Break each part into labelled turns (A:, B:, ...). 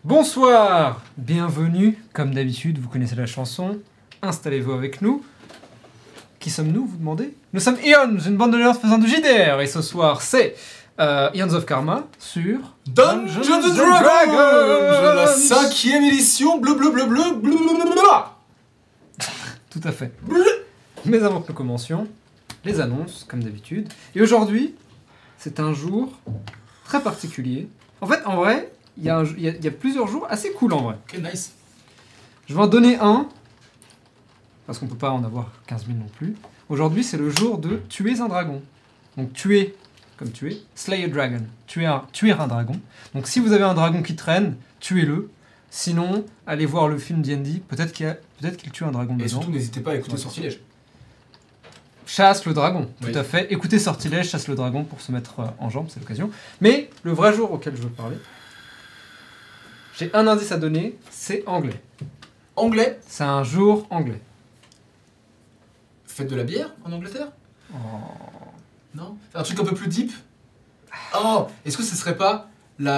A: Bonsoir, bienvenue, comme d'habitude, vous connaissez la chanson, installez-vous avec nous. Qui sommes-nous, vous demandez? Nous sommes Eons, une bande de nerds faisant du JDR, et ce soir c'est Eons of Karma sur
B: Dungeons and Dragons, la 5e édition, bleu.
A: Tout à fait. Mais avant que nous commencions, les annonces, comme d'habitude. Et aujourd'hui, c'est un jour très particulier. En fait, en vrai, il y a plusieurs jours assez cool en vrai.
B: Ok, nice.
A: Je vais en donner un, parce qu'on peut pas en avoir 15 000 non plus. Aujourd'hui, c'est le jour de tuer un dragon. Donc tuer, comme tuer, slay a dragon. Tuer un dragon. Donc si vous avez un dragon qui traîne, tuez-le. Sinon, allez voir le film D&D, peut-être qu'il tue un dragon dedans.
B: Et surtout, n'hésitez pas à écouter Sortilège.
A: Chasse le dragon,
B: Oui.
A: tout à fait. Écoutez Sortilège, chasse le dragon pour se mettre en jambe, c'est l'occasion. Mais le vrai jour auquel je veux parler, j'ai un indice à donner, c'est anglais.
B: Anglais,
A: C'est un jour anglais.
B: faites de la bière en Angleterre?
A: Oh.
B: Non? Un truc un peu plus deep? Oh, est-ce que ce serait pas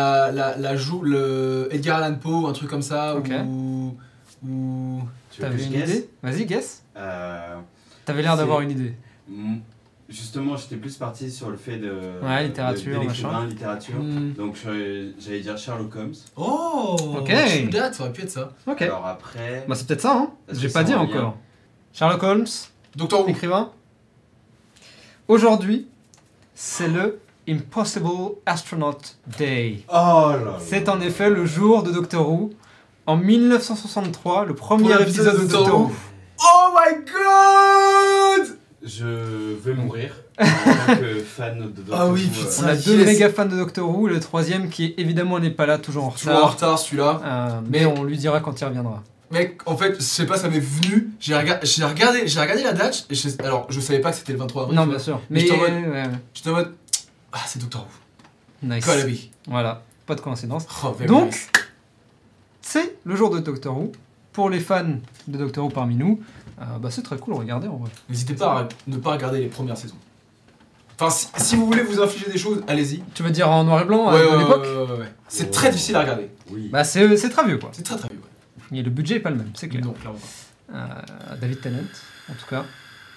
B: le Edgar Allan Poe, un truc comme ça,
A: Ok.
B: ou...
C: Tu veux que
A: T'avais
C: je
A: une
C: guesse
A: idée? Vas-y, guess. T'avais l'air
C: C'est-
A: d'avoir une idée.
C: Justement, j'étais plus parti sur le fait de...
A: Ouais, littérature,
C: de l'écrivain,
A: machin.
C: littérature.
A: Hmm.
C: Donc j'allais dire Sherlock Holmes.
B: Oh,
A: Ok.
B: true that, ça aurait pu être ça.
A: Ok.
C: Alors après...
A: Bah c'est peut-être ça, hein.
C: Est-ce
A: J'ai
C: que
A: pas
C: ça
A: dit
C: en
A: encore.
C: lien
A: Sherlock Holmes,
B: Doctor Who.
A: écrivain. Aujourd'hui, c'est le Impossible Astronaut Day.
C: Oh là là.
A: C'est en effet le jour de Doctor Who. En 1963, le premier
B: Premier
A: épisode de Doctor Who.
B: Oh my god!
C: Je vais mourir en tant que fan de Doctor
B: Ah oui,
C: Who,
B: putain.
A: On a
B: Yes.
A: deux méga fans de Doctor Who. Le troisième qui évidemment n'est pas là, toujours en
B: Toujours en
A: retard.
B: retard celui-là.
A: Mais on lui dira quand il reviendra.
B: Mec, en fait, je sais pas, ça m'est venu. J'ai regardé la date. Et alors, je savais pas que c'était le 23 avril.
A: Non,
B: tu
A: bien
B: vois.
A: sûr.
B: Mais
A: Mais
B: j'étais en mode-
A: ouais, ouais.
B: J'étais en mode. Ah, c'est Doctor Who.
A: Nice.
B: Gotta be.
A: Voilà, pas de coïncidence.
B: Oh, very
A: Donc,
B: nice.
A: c'est le jour de Doctor Who. Pour les fans de Doctor Who parmi nous, bah c'est très cool, regardez en vrai.
B: N'hésitez pas à ne pas regarder les premières saisons. Enfin, si vous voulez vous infliger des choses, allez-y.
A: Tu veux dire en noir et blanc
B: Ouais,
A: à l'époque
B: ouais. C'est très difficile à regarder.
C: Oui.
A: Bah c'est très vieux quoi.
B: C'est très vieux. Ouais.
A: Et le budget est pas le même, c'est clair.
B: Non, clairement pas.
A: David Tennant, en tout cas.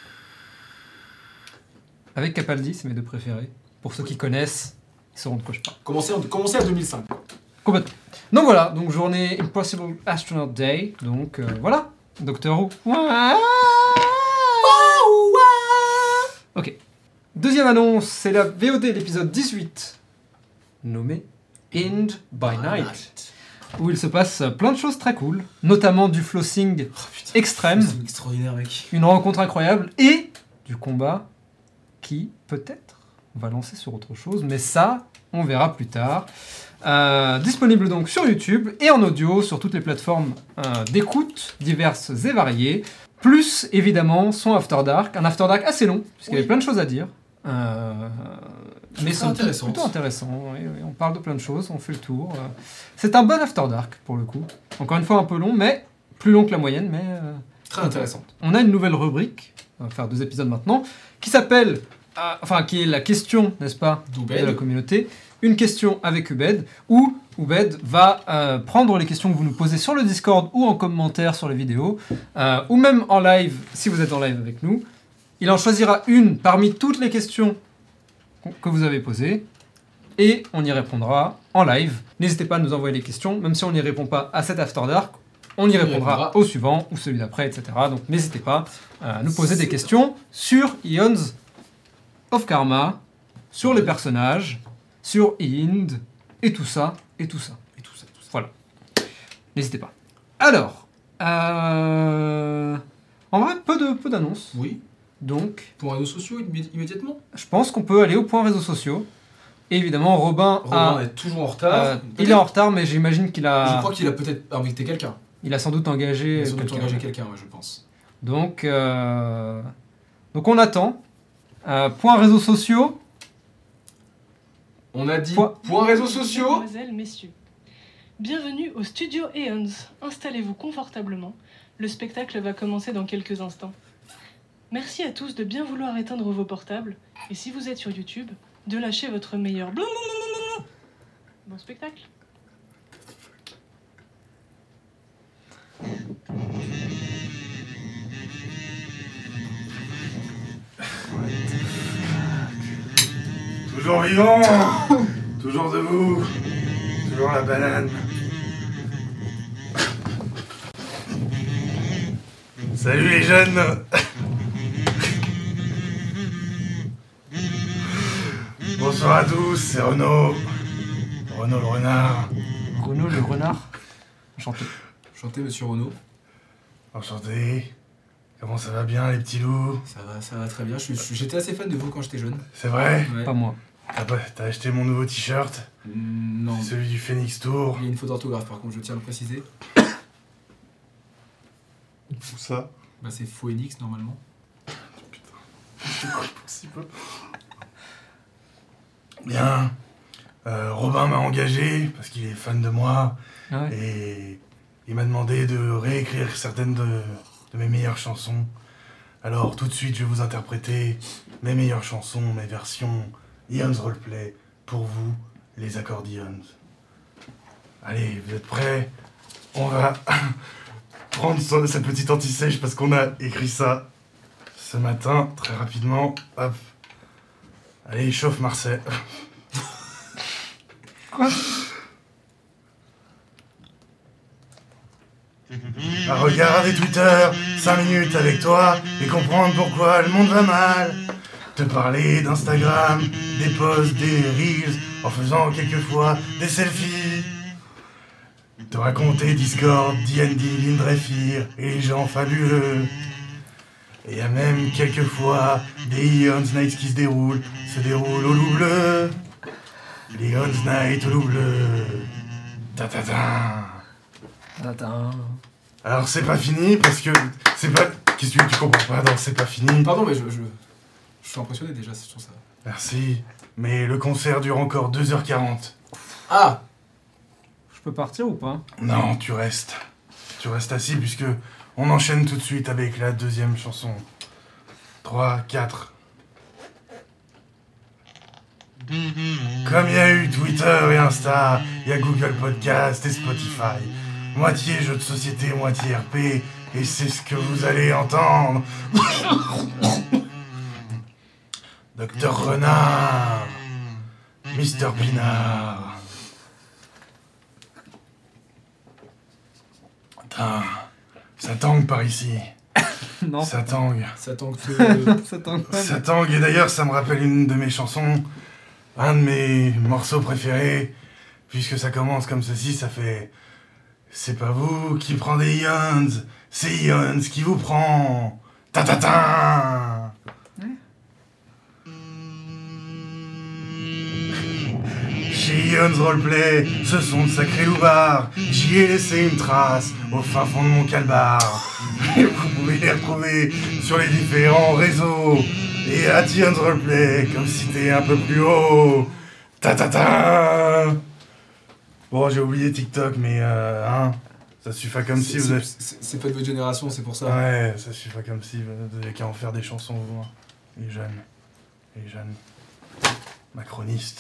A: Avec Capaldi, c'est mes deux préférés. Pour ceux qui connaissent, ils sauront de quoi je parle.
B: Commencez à 2005.
A: Complètement. Donc voilà, donc journée Impossible Astronaut Day. Donc voilà, Doctor Who. Ok. Deuxième annonce, c'est la VOD de l'épisode 18, nommé End by Night, où il se passe plein de choses très cool, notamment du flossing
B: Oh putain.
A: extrême,
B: C'est extraordinaire, mec.
A: une rencontre incroyable et du combat qui, peut-être, va lancer sur autre chose, mais ça, on verra plus tard. Disponible donc sur YouTube et en audio sur toutes les plateformes d'écoute diverses et variées. Plus évidemment son After Dark, un After Dark assez long, puisqu'il y avait
B: Oui.
A: plein de choses à dire. Mais
B: ça
A: c'est
B: intéressant.
A: plutôt intéressant. Oui, on parle de plein de choses, on fait le tour. C'est un bon After Dark pour le coup. Encore une fois un peu long, mais plus long que la moyenne, mais
B: Très intéressant.
A: on a une nouvelle rubrique, on va faire 2 épisodes maintenant, qui s'appelle, qui est la question, n'est-ce pas, de la
B: Doubed.
A: communauté. Une question avec Ubed, où Ubed va prendre les questions que vous nous posez sur le Discord ou en commentaire sur les vidéos, ou même en live, si vous êtes en live avec nous. Il en choisira une parmi toutes les questions que vous avez posées, et on y répondra en live. N'hésitez pas à nous envoyer les questions, même si on n'y répond pas à cet After Dark, on y répondra au suivant, ou celui d'après, etc. Donc n'hésitez pas à nous poser des questions sur Eons of Karma, sur les personnages, sur Ind, et tout ça, et tout ça.
B: Et tout ça, tout ça.
A: Voilà. N'hésitez pas. Alors, en vrai, peu d'annonces.
B: Oui.
A: Donc,
B: Pour réseaux sociaux immédiatement.
A: je pense qu'on peut aller au point réseaux sociaux. Et évidemment, Robin
B: Romain est toujours en retard.
A: il est en retard, mais j'imagine qu'il
B: Je
A: a,
B: crois qu'il a peut-être invité quelqu'un.
A: il a sans doute
B: Il
A: engagé
B: a sans doute
A: quelqu'un.
B: engagé quelqu'un, ouais, je pense.
A: Donc on attend. Point réseaux sociaux.
B: On a dit
A: Point.
B: point réseaux sociaux.
D: Mesdemoiselles, messieurs. Bienvenue au studio Eons. Installez-vous confortablement. Le spectacle va commencer dans quelques instants. Merci à tous de bien vouloir éteindre vos portables. Et si vous êtes sur YouTube, de lâcher votre meilleur blablabla. Bon spectacle.
E: Toujours vivant, toujours debout, toujours la banane. Salut les jeunes. Bonsoir à tous, c'est Renaud. Renaud le renard.
A: Renaud le renard. Enchanté.
B: Enchanté, monsieur Renaud.
E: Enchanté. Comment ça va bien les petits loups?
B: Ça va très bien. J'étais assez fan de vous quand j'étais jeune.
E: C'est vrai?
B: Ouais.
A: Pas moi.
E: T'as acheté mon nouveau t-shirt?
B: Non.
E: C'est celui du Phoenix Tour.
B: Il y a une faute d'orthographe par contre, je tiens à le préciser.
E: Où ça?
B: Bah c'est Phoenix normalement.
E: C'est pas possible. Bien. Robin m'a engagé parce qu'il est fan de moi
A: Ah ouais.
E: et il m'a demandé de réécrire certaines de mes meilleures chansons. Alors tout de suite je vais vous interpréter mes meilleures chansons, mes versions Ions Roleplay pour vous, les accordions. Allez, vous êtes prêts? On va prendre cette petite anti-sèche parce qu'on a écrit ça ce matin, très rapidement. Hop. Allez, chauffe Marcel.
A: Quoi?
E: À regarder Twitter, 5 minutes avec toi et comprendre pourquoi le monde va mal. Te parler d'Instagram, des posts, des reels, en faisant quelquefois des selfies. Te raconter Discord, D&D, Lindrefir et les gens fabuleux. Et y a même quelquefois des Ions Nights qui se déroulent au loup bleu. Les Ions Nights au loup bleu. Ta-ta-ta.
A: Attends.
E: Alors c'est pas fini parce que c'est pas... Qu'est-ce que tu comprends pas dans c'est pas fini?
B: Pardon mais je suis impressionné déjà sur ça.
E: Merci. Mais le concert dure encore 2h40.
B: Ah!
A: Je peux partir ou pas?
E: Non, tu restes. Tu restes assis puisque on enchaîne tout de suite avec la deuxième chanson. 3, 4. Comme il y a eu Twitter et Insta, il y a Google Podcast et Spotify. Moitié jeu de société, moitié RP, et c'est ce que vous allez entendre. Docteur Renard, Mister Pinard. Putain, ça tangue par ici.
A: Non.
E: Ça tangue.
B: Ça tangue
A: Ça tangue pas.
E: Ça tangue, et d'ailleurs ça me rappelle une de mes chansons, un de mes morceaux préférés, puisque ça commence comme ceci, ça fait... C'est pas vous qui prend des Ions, c'est Ions qui vous prend. Ta-ta-ta. Chez Ions Roleplay, ce sont de sacrés loupards. J'y ai laissé une trace au fin fond de mon calbar. Et vous pouvez les retrouver sur les différents réseaux. Et à Ions Roleplay, comme cité un peu plus haut. Ta-ta-ta. Bon, j'ai oublié TikTok, mais hein, ça suffit comme si vous avez...
B: C'est pas de votre génération, c'est pour ça.
E: Ouais, ça suffit comme si vous avez qu'à en faire des chansons, vous, hein. Les jeunes, macronistes.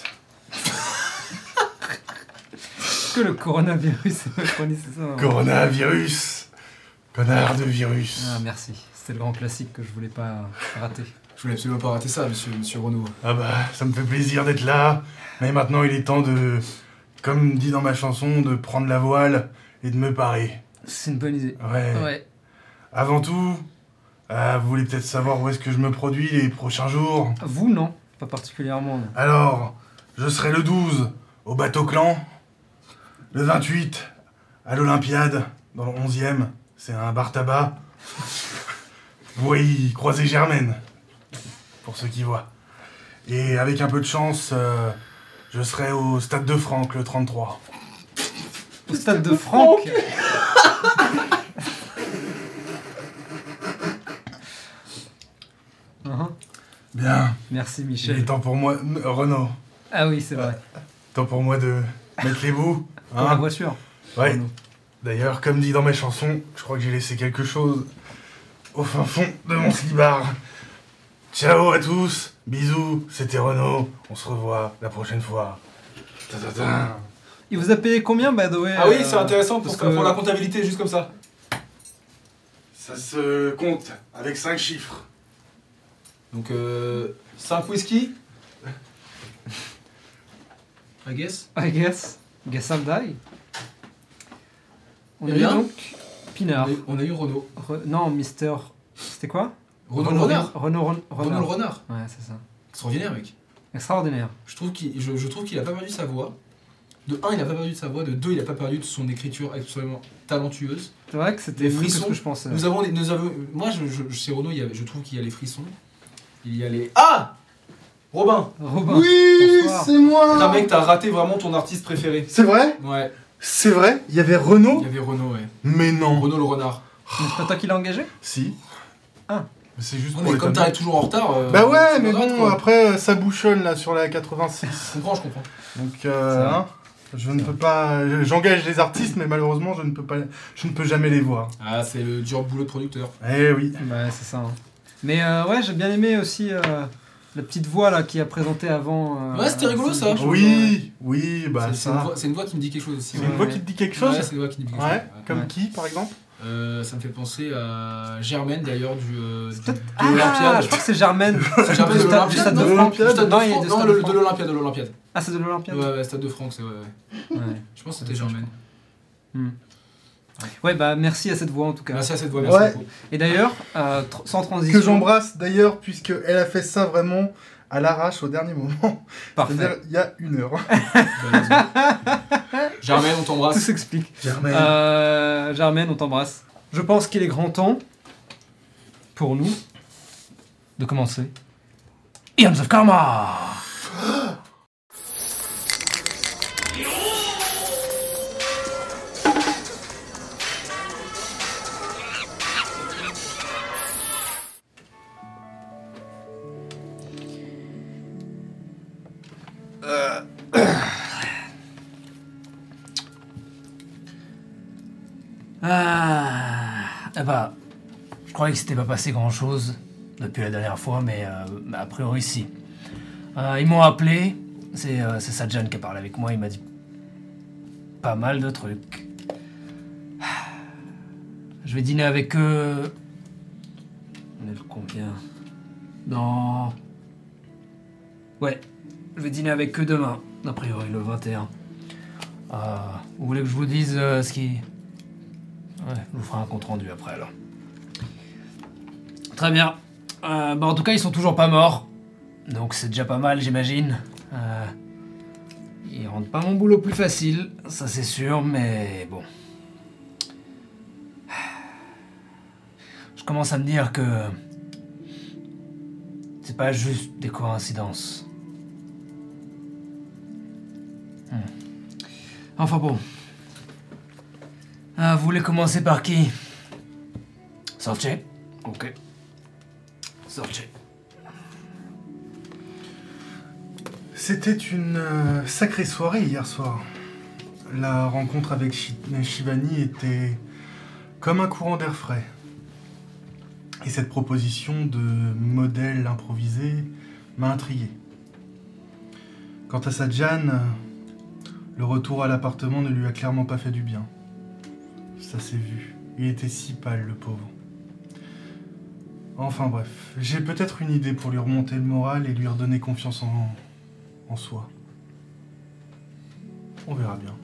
A: Que le coronavirus est macroniste, c'est ça? Hein.
E: Coronavirus, connard de virus.
A: Ah merci, c'était le grand classique que je voulais pas rater.
B: Je voulais absolument pas rater ça, monsieur Renaud.
E: Ah bah, ça me fait plaisir d'être là, mais maintenant il est temps de, comme dit dans ma chanson, de prendre la voile et de me parer.
A: C'est une bonne idée.
E: Ouais. Avant tout, vous voulez peut-être savoir où est-ce que je me produis les prochains jours?
A: Vous, non. Pas particulièrement, non.
E: Alors, je serai le 12 au Bateau Clan, le 28 à l'Olympiade, dans le 11e, c'est un bar tabac. Vous voyez y croiser Germaine, pour ceux qui voient. Et avec un peu de chance, je serai au Stade de Franck, le 33.
A: Au Stade de Franck.
E: Bien.
A: Merci
E: Il est
A: Michel.
E: temps pour moi... Renaud,
A: Ah oui, c'est vrai.
E: temps pour moi de mettre les bouts.
A: Pour la voiture.
E: Ouais.
A: Renaud.
E: D'ailleurs, comme dit dans mes chansons, je crois que j'ai laissé quelque chose au fin fond de mon slibard. Ciao à tous, bisous, c'était Renaud, on se revoit la prochaine fois. Ta-ta-ta.
A: Il vous a payé combien, by the way?
B: Ah oui, c'est intéressant
A: parce
B: pour la comptabilité, juste comme ça.
E: Ça se compte avec 5 chiffres.
B: Donc 5 whisky. I guess.
A: I guess. Guess I'll die. On
B: Eh
A: a eu
B: bien,
A: donc Pinard.
B: On a eu Renaud.
A: Non, Mister... C'était quoi
B: Renaud le renard.
A: Renaud
B: Renaud le renard.
A: Ouais, c'est ça.
B: Extraordinaire, mec.
A: Extraordinaire.
B: Je trouve qu'il a pas perdu sa voix. De 1, il a pas perdu de sa voix. De 2, il a pas perdu de son écriture absolument talentueuse.
A: C'est vrai que c'était
B: Les
A: mieux que ce
B: frissons.
A: que je pensais.
B: Nous avons, moi, chez Renaud, je trouve qu'il y a les frissons. Il y a les... Ah Robin.
A: Robin.
E: Oui,
A: bonsoir.
E: c'est moi.
B: Putain, mec, t'as raté vraiment ton artiste préféré.
E: C'est vrai?
B: Ouais,
E: C'est vrai? Il y avait
B: il
E: Renaud?
B: y avait Renaud, ouais.
E: Mais non.
B: Renaud le renard.
A: Mais c'est pas toi qui l'as engagé?
E: Si.
A: Ah.
E: Mais c'est juste
B: Non,
E: pour
B: mais
E: les
B: comme
E: tabous.
B: t'arrives toujours en retard...
E: Bah ouais,
B: c'est
E: mais
B: normal,
E: bon,
B: quoi.
E: après, ça bouchonne là sur la 86.
B: Je comprends.
E: Donc,
A: C'est vrai.
E: hein, je ne peux pas. J'engage les artistes, mais malheureusement, je ne peux jamais les voir.
B: Ah, c'est le dur boulot de producteur.
E: Eh oui.
A: Bah, c'est ça. Hein. Mais ouais, j'ai bien aimé aussi la petite voix là qui a présenté avant.
B: Ouais, c'était rigolo, ça.
E: Oui, oui, bah
B: C'est
E: ça.
B: c'est une voix qui me dit quelque chose aussi.
E: C'est
B: ouais.
E: une voix qui te dit quelque chose?
B: Ouais, c'est une voix qui me dit quelque
E: Ouais,
B: chose.
E: comme
A: Ouais.
E: qui par exemple?
B: Ça me fait penser à Germaine d'ailleurs de
A: Ah,
B: l'Olympiade.
A: je crois que c'est Germaine.
B: C'est Germaine de
A: Du
B: l'Olympiade.
A: Stade de
B: non
A: France.
B: Du Stade de
A: Non, il y a
B: France.
A: du
B: Non,
A: Stade de
B: de
A: France.
B: l'Olympiade, de l'Olympiade.
A: Ah, c'est de l'Olympiade.
B: Ouais, Stade de France, ouais.
A: Ouais.
B: Je pense que c'était Germaine.
A: Ouais, bah merci à cette voix en tout cas.
B: Merci à cette voix,
E: Ouais.
B: merci beaucoup.
A: Et d'ailleurs, sans transition.
E: Que j'embrasse d'ailleurs, puisqu'elle a fait ça vraiment à l'arrache au dernier moment.
A: Parfait.
E: C'est-à-dire il y a 1 heure.
B: Germaine, on
A: Tout
B: t'embrasse.
A: s'explique.
E: Germaine.
A: Germaine, on t'embrasse. Je pense qu'il est grand temps pour nous de commencer. Eons of Karma. Ah bah, je croyais que c'était pas passé grand chose depuis la dernière fois, mais a priori si. Ils m'ont appelé, c'est Sajan qui a parlé avec moi, il m'a dit pas mal de trucs. Je vais dîner avec eux. On est le combien? Dans. Ouais, je vais dîner avec eux demain, a priori le 21. Vous voulez que je vous dise ce qui. Ouais, je vous ferai un compte rendu après alors. Très bien. Bah en tout cas, ils sont toujours pas morts. Donc c'est déjà pas mal, j'imagine. Ils rendent pas mon boulot plus facile, ça c'est sûr, mais bon. Je commence à me dire que c'est pas juste des coïncidences. Enfin bon. Vous voulez commencer par qui? Sorche. Ok. Sorche.
E: C'était une sacrée soirée hier soir. La rencontre avec Shivani était comme un courant d'air frais. Et cette proposition de modèle improvisé m'a intrigué. Quant à Sajan, le retour à l'appartement ne lui a clairement pas fait du bien. Ça s'est vu. Il était si pâle, le pauvre. Enfin bref, j'ai peut-être une idée pour lui remonter le moral et lui redonner confiance en soi. On verra bien.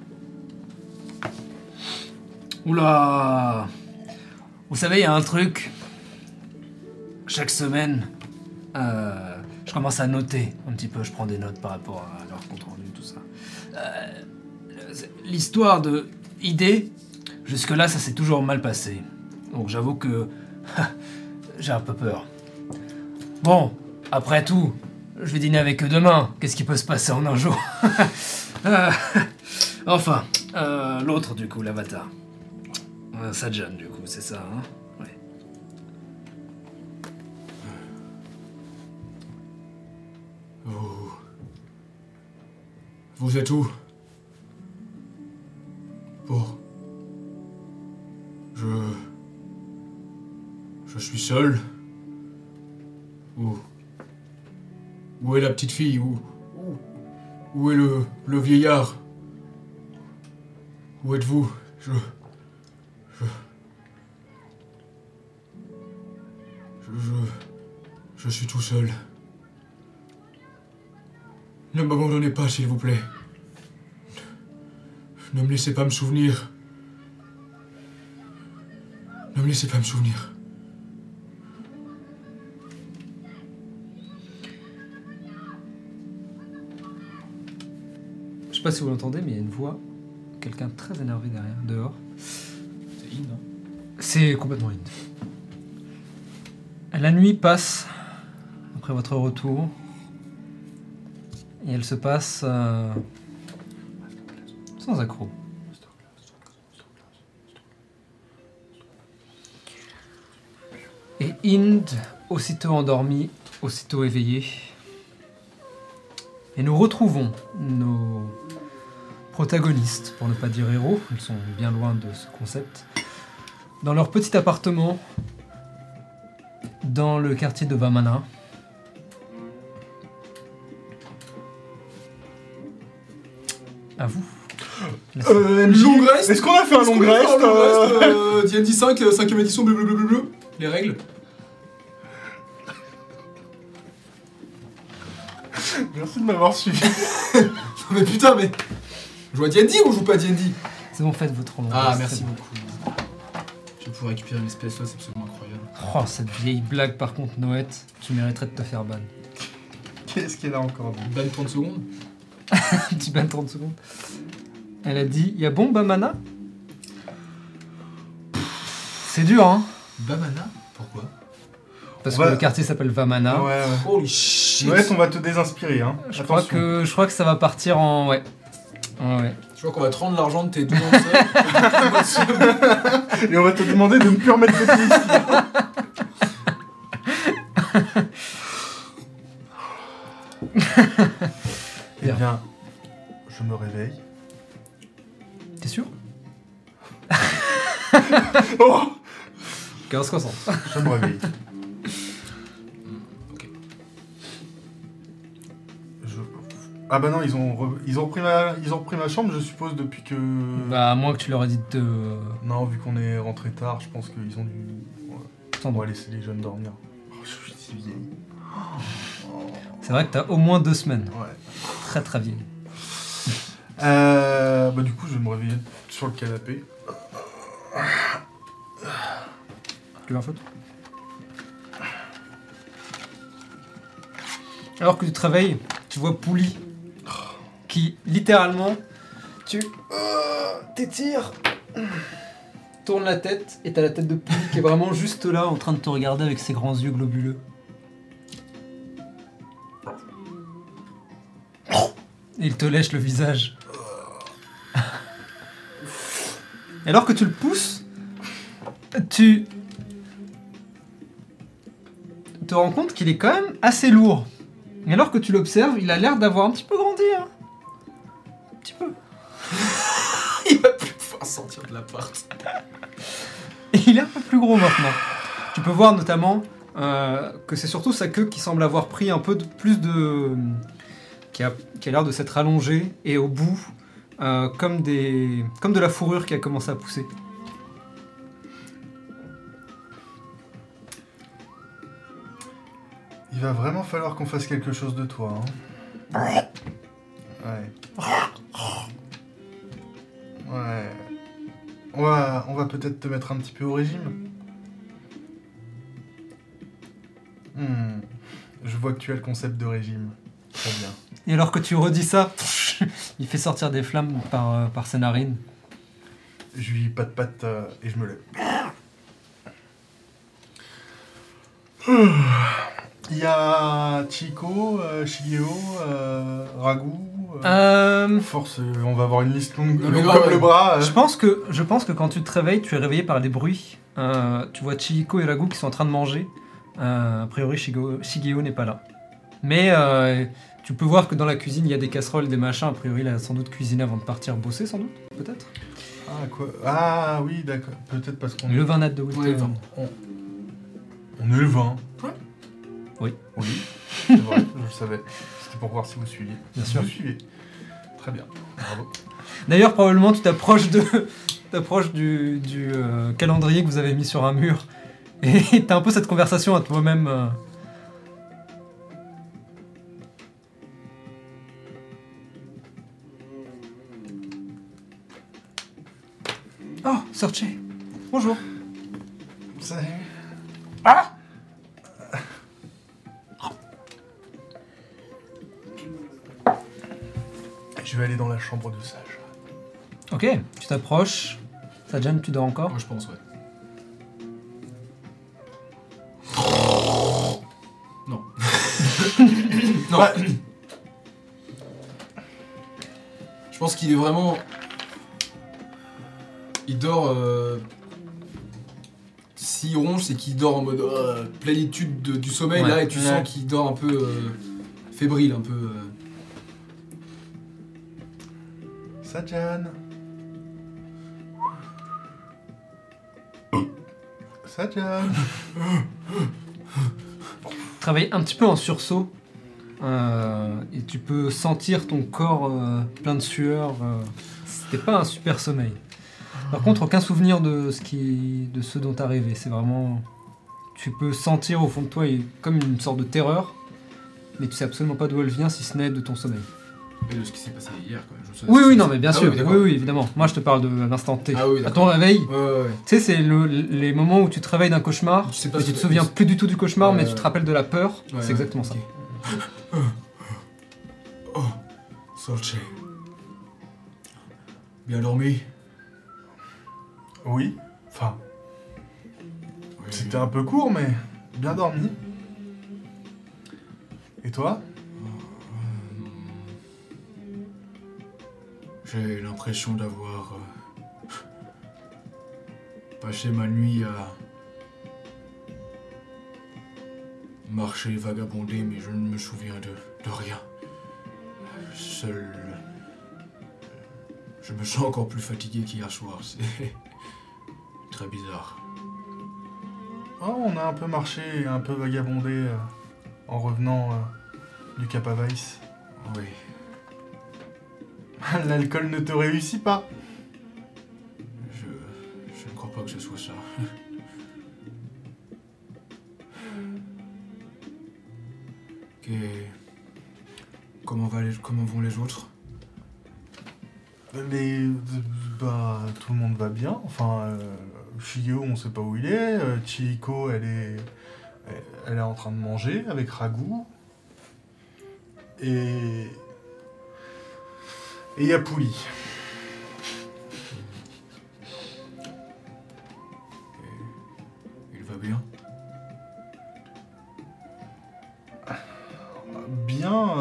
A: Oula. Vous savez, il y a un truc. Chaque semaine, je commence à noter un petit peu. Je prends des notes par rapport à leur compte rendu, tout ça. L'histoire de idée, jusque-là, ça s'est toujours mal passé. Donc j'avoue que j'ai un peu peur. Bon, après tout, je vais dîner avec eux demain. Qu'est-ce qui peut se passer en un jour? Enfin, l'autre du coup, l'avatar. Sajan du coup, c'est ça, hein? Ouais.
B: Vous êtes où? Bon. Je suis seul. Où est la petite fille? Où est le vieillard? Où êtes-vous? Je suis tout seul. Ne m'abandonnez pas, s'il vous plaît. Ne me laissez pas me souvenir. Ne me laissez pas me souvenir.
A: Je sais pas si vous l'entendez, mais il y a une voix, quelqu'un de très énervé derrière, dehors.
B: C'est in, hein.
A: C'est complètement in. La nuit passe après votre retour et elle se passe sans accroc. Et Ind, aussitôt endormi, aussitôt éveillé. Et nous retrouvons nos protagonistes, pour ne pas dire héros, ils sont bien loin de ce concept, dans leur petit appartement dans le quartier de Vamana. À vous.
B: Long rest.
E: Est-ce qu'on a fait un long rest
B: D&D 5, 5ème édition, blablabla. Les règles.
E: Merci de m'avoir suivi.
B: Mais putain, mais... Je joue à D&D ou je joue pas à D&D?
A: C'est bon, faites votre long
B: Ah,
A: rest,
B: merci
A: c'est bon.
B: beaucoup. Je vais pouvoir récupérer mes espèces là, c'est absolument incroyable.
A: Oh, cette vieille blague par contre, Noët, tu mériterais de te faire ban.
E: Qu'est-ce qu'elle a encore dit?
B: Ban 30 secondes.
A: Un petit ban 30 secondes. Elle a dit, y a bon Bamana? C'est dur, hein?
B: Bamana? Pourquoi?
A: Parce
E: On
A: que
E: va-
A: le quartier s'appelle Vamana.
E: Ouais, ouais.
B: Holy shit!
E: Ouais, on va te désinspirer, hein.
A: Je crois
E: Attention.
A: que ça va partir en... Ouais. Ouais.
B: Je vois qu'on va te rendre l'argent de tes 12 ans.
E: Et on va te demander de ne plus remettre de pied ici. Eh bien, je me réveille.
A: T'es sûr?
E: Oh,
A: 15%.
E: je me réveille.
B: Ok.
E: Ah bah non, ils ont repris ma chambre, je suppose, depuis que...
A: Bah, à moins que tu leur aies dit de...
E: Non, vu qu'on est rentré tard, je pense qu'ils ont dû... Ouais. On
A: t'endormir.
E: va laisser les jeunes dormir. Oh, je suis si vieille.
A: C'est vrai que t'as au moins 2 semaines.
E: Ouais.
A: Très très vieille.
E: Bah du coup, je vais me réveiller sur le canapé.
A: Tu veux un photo? Alors que tu te réveilles, tu vois Pouli qui littéralement tu t'étires, tourne la tête et t'as la tête de Pouli qui est vraiment juste là en train de te regarder avec ses grands yeux globuleux. Et il te lèche le visage. Et alors que tu le pousses, tu te rends compte qu'il est quand même assez lourd. Et alors que tu l'observes, il a l'air d'avoir un petit peu grandi. Hein. Un petit peu.
B: Il va plus pouvoir sortir de l'appart.
A: Et il est un peu plus gros maintenant. Tu peux voir notamment que c'est surtout sa queue qui semble avoir pris un peu de, plus de... qui a l'air de s'être allongée et au bout, comme de la fourrure qui a commencé à pousser.
E: Il va vraiment falloir qu'on fasse quelque chose de toi, hein. Ouais. Ouais. On va peut-être te mettre un petit peu au régime. Je vois que tu as le concept de régime. Très bien.
A: Et alors que tu redis ça, il fait sortir des flammes par ses narines.
E: Je lui patte et je me lève. Il y a Chico, Shigeo, Ragu. Force, on va avoir une liste longue,
B: Non, mais
E: longue
B: grave,
E: comme
B: ouais.
E: le bras.
A: Je pense que quand tu te réveilles, tu es réveillé par des bruits. Tu vois Chihiko et Ragu qui sont en train de manger. A priori, Shigeo n'est pas là. Mais tu peux voir que dans la cuisine, il y a des casseroles, des machins. A priori, il a sans doute cuisiné avant de partir bosser, sans doute, peut-être.
E: Ah, quoi? Ah, oui, d'accord. Peut-être parce qu'on
A: Le vin nat de Wilton.
B: Ouais, vin.
E: on est le 20.
B: Ouais.
A: Oui.
E: Oui, c'est vrai, je le savais. C'était pour voir si vous suiviez.
A: Bien sûr.
E: Vous suivez. Très bien. Bravo.
A: D'ailleurs, probablement, tu t'approches du calendrier que vous avez mis sur un mur. Et t'as un peu cette conversation à toi-même. Oh, Sorche. Bonjour.
E: Salut. Ah! Je vais aller dans la chambre de Sage.
A: Ok, tu t'approches. Sajan, tu dors encore?
B: Moi, je pense, ouais. Non. Non.
E: Ouais.
B: Je pense qu'il est vraiment... Il dort... S'il ronge, c'est qu'il dort en mode plénitude du sommeil,
A: Ouais.
B: là, et tu
A: Ouais.
B: sens qu'il dort un peu fébrile, un peu...
E: Sajan. Sajan.
A: Travaille un petit peu en sursaut. Et tu peux sentir ton corps plein de sueur. C'était pas un super sommeil. Par contre, aucun souvenir de ce dont t'as rêvé. C'est vraiment... Tu peux sentir au fond de toi comme une sorte de terreur, mais tu sais absolument pas d'où elle vient si ce n'est de ton sommeil.
B: Et de ce qui s'est passé hier, quoi.
A: Oui, non, mais bien
B: Ah
A: sûr.
B: oui, d'accord.
A: Oui, évidemment. Moi, je te parle de l'instant T.
B: Ah oui,
A: À
B: d'accord.
A: ton réveil,
B: Ouais.
A: tu sais, c'est les moments où tu te réveilles d'un cauchemar,
B: Tu sais pas
A: mais
B: ce
A: tu
B: que
A: te
B: t'as-
A: souviens plus du tout du cauchemar, mais
B: Ouais.
A: tu te rappelles de la peur.
B: Ouais,
A: C'est exactement ça.
B: ok. Oh, Sorche. Bien dormi?
E: Oui. Enfin,
B: Oui.
E: c'était un peu court, mais bien dormi. Et toi?
B: J'ai l'impression d'avoir passé ma nuit à marcher, vagabonder, mais je ne me souviens de rien. Seul... Je me sens encore plus fatigué qu'hier soir, c'est très bizarre.
E: Oh, on a un peu marché et un peu vagabondé en revenant du Cap à Weiss.
B: Oui.
E: L'alcool ne te réussit pas.
B: Je ne crois pas que ce soit ça. Comment vont les autres?
E: Bah, tout le monde va bien. Enfin, Shigeo, on sait pas où il est. Chihiko, elle est en train de manger avec Ragu. Et il y a Pouli.
B: Il va bien?
E: Bien.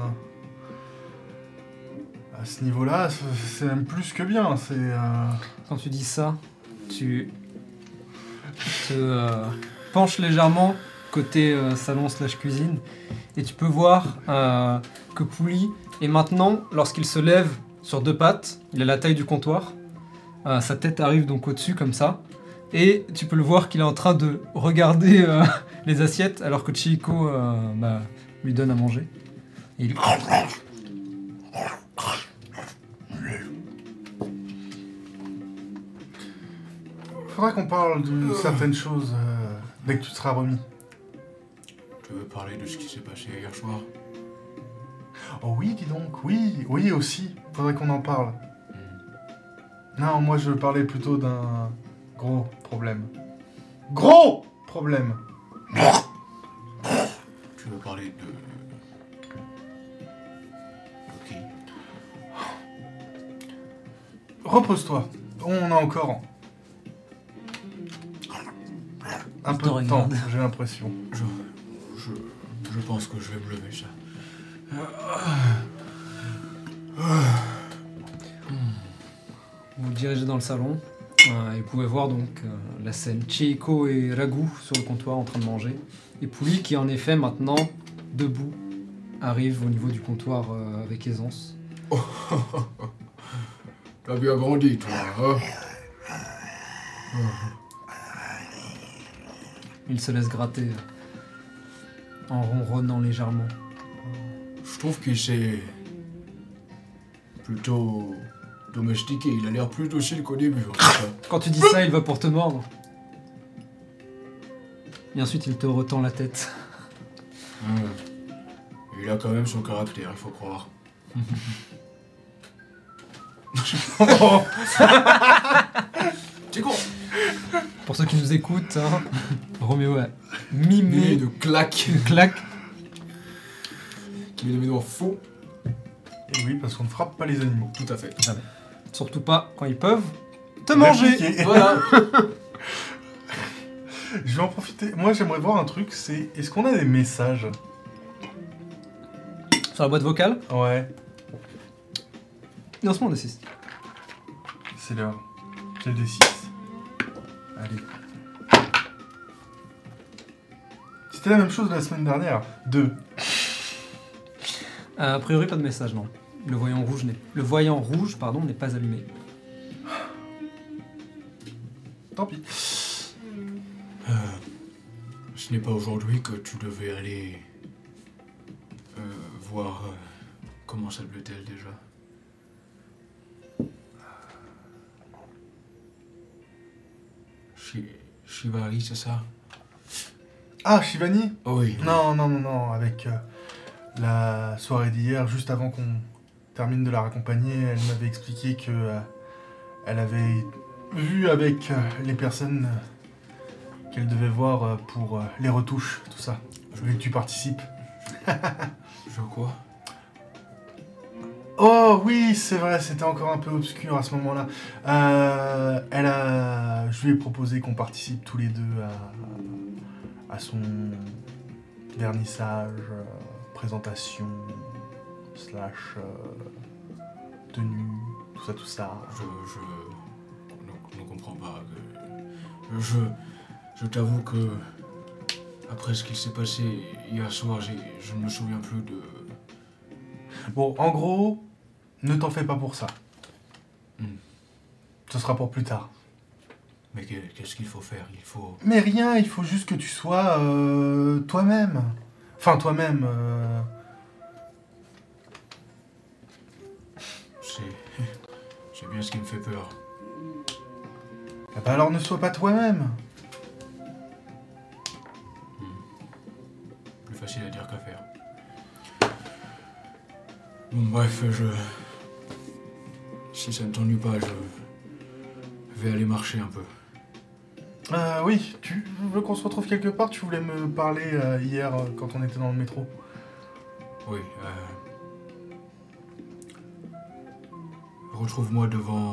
E: À ce niveau-là, c'est même plus que bien. C'est.
A: Quand tu dis ça, tu te penches légèrement côté salon/cuisine et tu peux voir que Pouli est maintenant, lorsqu'il se lève sur deux pattes, il a la taille du comptoir, sa tête arrive donc au-dessus comme ça, et tu peux le voir qu'il est en train de regarder les assiettes alors que Chihiko lui donne à manger. Et il...
E: Faudra qu'on parle de certaines choses dès que tu seras remis.
B: Tu veux parler de ce qui s'est passé hier soir?
E: Oh oui, dis donc, oui aussi. Faudrait qu'on en parle. Non, moi je parlais plutôt d'un gros problème. Gros problème.
B: Tu veux parler de qui?
E: Repose-toi. On a encore un peu de temps, j'ai l'impression.
B: Je pense que je vais me lever, ça.
A: Vous vous dirigez dans le salon et vous pouvez voir donc la scène. Chihiko et Ragu sur le comptoir en train de manger. Et Pouli qui en effet maintenant, debout, arrive au niveau du comptoir avec aisance.
B: T'as bien grandi, toi, hein?
A: Il se laisse gratter en ronronnant légèrement.
B: Je trouve qu'il s'est plutôt domestiqué. Il a l'air plus docile qu'au début, en tout cas.
A: Quand tu dis ça, il va pour te mordre. Et ensuite, il te retend la tête.
B: Il a quand même son caractère, il faut croire.
A: Pour ceux qui nous écoutent, hein, Roméo a
B: Mais
A: mimé
B: de claque.
A: une claque.
B: Qui met nos en faux.
E: Et oui, parce qu'on ne frappe pas les animaux.
B: Tout à fait.
A: Surtout pas quand ils peuvent te manger.
E: Répliquer.
B: Voilà.
E: Je vais en profiter. Moi, j'aimerais voir un truc, c'est... Est-ce qu'on a des messages?
A: Sur la boîte vocale,
E: Ouais,
A: lancement de 6.
E: c'est l'heure. Quel des 6? Allez. C'était la même chose la semaine dernière. 2.
A: A priori, pas de message, non. Le voyant rouge n'est pas allumé.
E: Tant pis.
B: Ce n'est pas aujourd'hui que tu devais aller voir comment s'appelait-elle déjà. Shibari, c'est ça?
E: Ah, Shivani?
B: Oui.
E: Non. Avec la soirée d'hier, juste avant qu'on termine de la raccompagner, elle m'avait expliqué que elle avait vu avec les personnes qu'elle devait voir pour les retouches, tout ça. Je voulais que tu participes.
B: Je quoi?
E: Oh oui, c'est vrai, c'était encore un peu obscur à ce moment-là. Je lui ai proposé qu'on participe tous les deux à son vernissage, présentation, slash tenue, tout ça.
B: Je ne comprends pas. Je t'avoue que après ce qui s'est passé hier soir, je ne me souviens plus de...
E: Bon, en gros, ne t'en fais pas pour ça. Ce sera pour plus tard.
B: Mais qu'est-ce qu'il faut faire? Il faut...
E: Mais rien, il faut juste que tu sois toi-même. Enfin, toi-même.
B: C'est bien ce qui me fait peur.
E: Ah bah alors ne sois pas toi-même.
B: Plus facile à dire qu'à faire. Bon, bref, si ça ne t'ennuie pas, je vais aller marcher un peu.
E: Oui, tu veux qu'on se retrouve quelque part? Tu voulais me parler hier quand on était dans le métro.
B: Oui, retrouve-moi devant...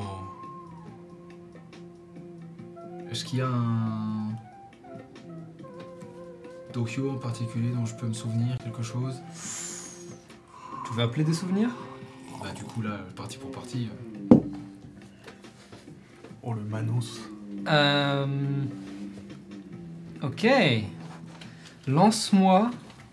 B: Est-ce qu'il y a un... Tokyo en particulier dont je peux me souvenir, quelque chose?
A: Tu veux appeler des souvenirs?
B: Bah du coup là, partie pour partie...
E: Oh le Manos.
A: Ok. Lance-moi.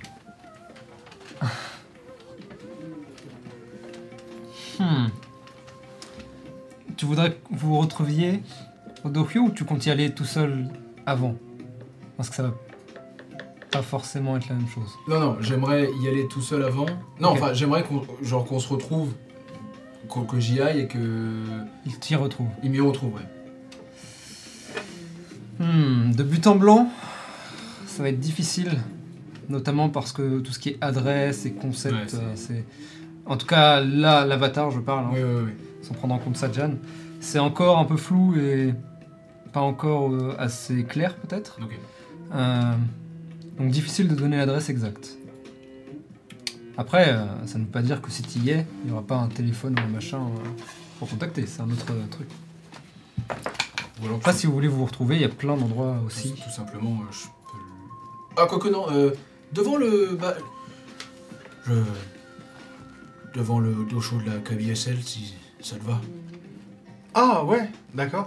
A: Tu voudrais que vous vous retrouviez au dojo ou tu comptes y aller tout seul avant? Parce que ça va pas forcément être la même chose.
B: Non, j'aimerais y aller tout seul avant. Non,
A: Ok.
B: enfin, j'aimerais qu'on se retrouve, que j'y aille et que...
A: Il t'y retrouve.
B: Il m'y retrouve, ouais.
A: De but en blanc, ça va être difficile, notamment parce que tout ce qui est adresse et concept,
B: Ouais,
A: c'est... En tout cas, là, l'avatar, je parle, hein,
B: Oui.
A: sans prendre en compte Sajan, c'est encore un peu flou et pas encore assez clair, peut-être.
B: Ok.
A: Donc difficile de donner l'adresse exacte. Après, ça ne veut pas dire que si tu y es, il n'y aura pas un téléphone ou un machin pour contacter, c'est un autre truc.
B: Ou alors,
A: Après, si vous voulez vous retrouver, il y a plein d'endroits aussi.
B: Tout simplement, je peux... Ah, quoique non, devant le... Bah... Devant le dojo de la KBSL, si ça te va.
E: Ah ouais, d'accord.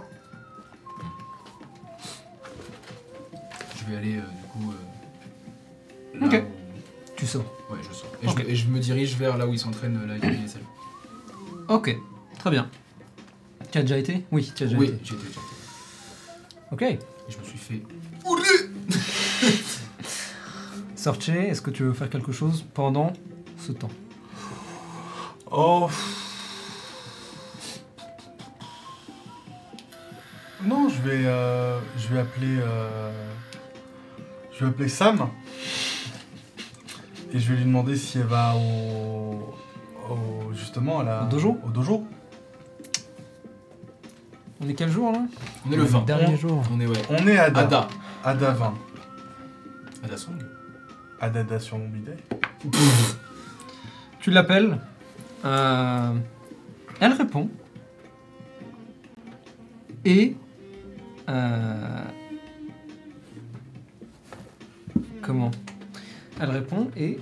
B: Je vais aller, du coup... là
A: Ok.
B: où-
A: Tu sors.
B: Ouais, je sors.
A: Ok.
B: Et je me dirige vers là où ils s'entraînent, la KBSL.
A: Ok, très bien. Tu as déjà été? Oui, tu as déjà
B: Oui,
A: été.
B: j'ai été.
A: Ok.
B: Et je me suis fait...
A: Sorche, est-ce que tu veux faire quelque chose pendant ce temps?
E: Oh. Non, je vais appeler Sam. Et je vais lui demander si elle va justement à la...
A: Au dojo?
E: Au dojo.
A: On est quel jour là?
B: On est le 20.
A: Dernier jour.
B: On est, ouais.
E: On est Ada.
B: Ada.
E: Ada 20.
B: Ada Song.
E: Adada sur mon bidet.
A: Tu l'appelles. Elle répond. Et... comment? Elle répond et...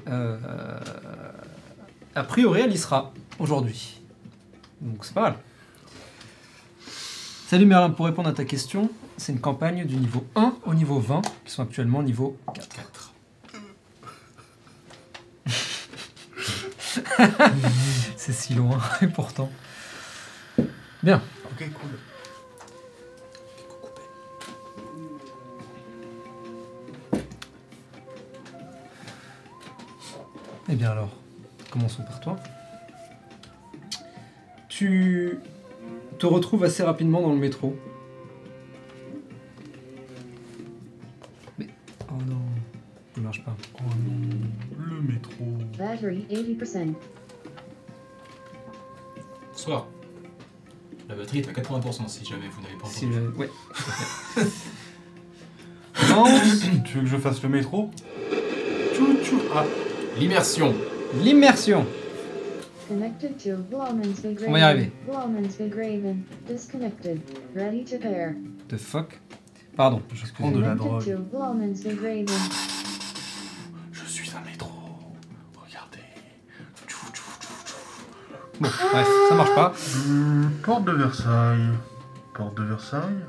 A: a priori, elle y sera aujourd'hui. Donc c'est pas mal. Salut Merlin, pour répondre à ta question, c'est une campagne du niveau 1 au niveau 20, qui sont actuellement niveau 4. C'est si loin, et pourtant. Bien.
E: Ok, cool.
A: Eh bien alors, commençons par toi. Tu te retrouves assez rapidement dans le métro. Mais... oh non, ça ne marche pas.
E: Oh non, le métro.
F: Battery 80%.
B: Bonsoir. La batterie est à 80% si jamais vous n'avez pas
A: Si
B: entendu.
A: ouais. Non.
E: Tu veux que je fasse le métro? Tchou tchou. Ah,
B: L'immersion.
A: L'immersion.
F: Connected to Blomensvig
A: On va y arriver.
F: Blomensvig Raven. Disconnected. Ready to pair.
A: The fuck. Pardon,
E: je prends de la
F: Connected
E: drogue.
F: to Blomensvig Raven.
E: Je suis un métro. Regardez. Tchou tchou tchou tchou.
A: Bon, bref, ça marche pas.
E: Porte de Versailles. Porte de Versailles.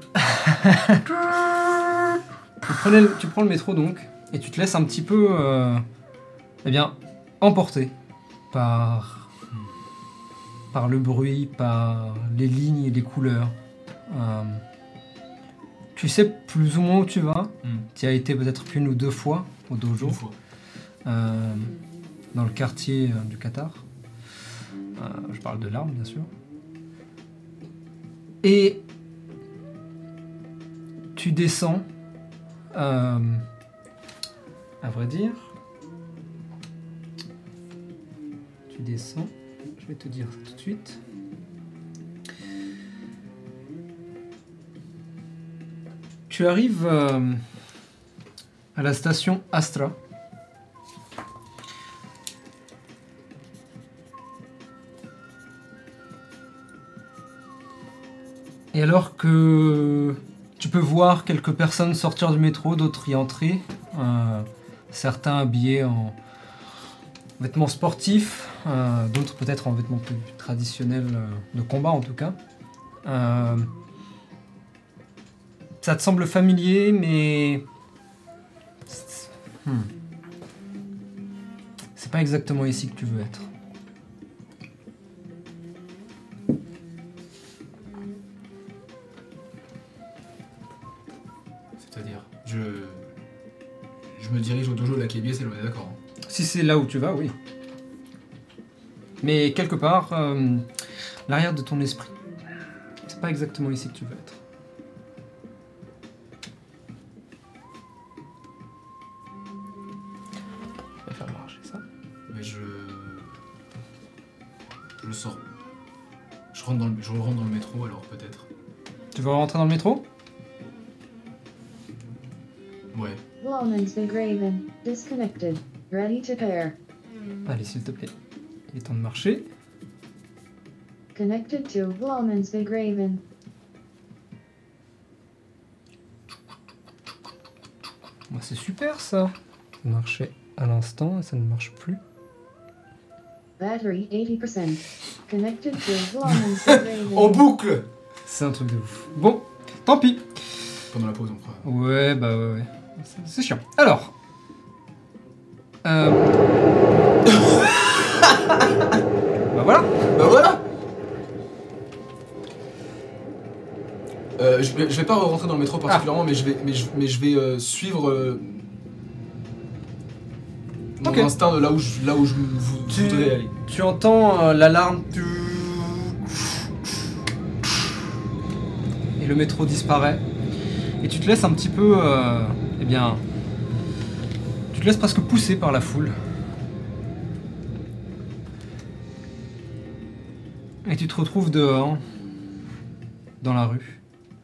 A: Tu prends le métro donc, et tu te laisses un petit peu, eh bien, emporter par le bruit, par les lignes et les couleurs. Tu sais plus ou moins où tu vas. Tu y as été peut-être qu'une ou deux fois au dojo,
B: Une fois.
A: dans le quartier du Qatar. Je parle de l'arme, bien sûr. Et tu descends, à vrai dire, tu descends, je vais te dire ça tout de suite. Tu arrives à la station Astra. Et alors que tu peux voir quelques personnes sortir du métro, d'autres y entrer, certains habillés en vêtements sportifs, d'autres peut-être en vêtements plus traditionnels de combat en tout cas. Ça te semble familier, mais c'est pas exactement ici que tu veux être.
B: C'est-à-dire, je me dirige au dojo de la Kébié, on est d'accord. Hein.
A: Si c'est là où tu vas, oui. Mais quelque part, l'arrière de ton esprit, c'est pas exactement ici que tu veux être. Je vais faire marcher ça.
B: Mais je sors. Je rentre dans le métro alors peut-être.
A: Tu veux rentrer dans le métro?
B: Ouais.
F: Blomensvig Raven. Disconnected. Ready to pair.
A: Allez, s'il te plaît. Il est temps de marcher.
F: Connected to Blomensvig Raven.
A: Moi, c'est super ça. Ça marchait à l'instant et ça ne marche plus.
F: Battery 80%. Connected to Blomensvig Raven.
B: En boucle.
A: C'est un truc de ouf. Bon, tant pis.
B: Pendant la pause on fera.
A: Ouais, bah ouais. C'est chiant. Alors. Bah voilà.
B: Bah voilà. Je vais pas rentrer dans le métro particulièrement, mais je vais suivre mon
A: Ok.
B: instinct de là où je voudrais aller.
A: Tu entends l'alarme. Et le métro disparaît. Et tu te laisses un petit peu. Eh bien. Tu te laisses presque pousser par la foule. Et tu te retrouves dehors. dans la rue.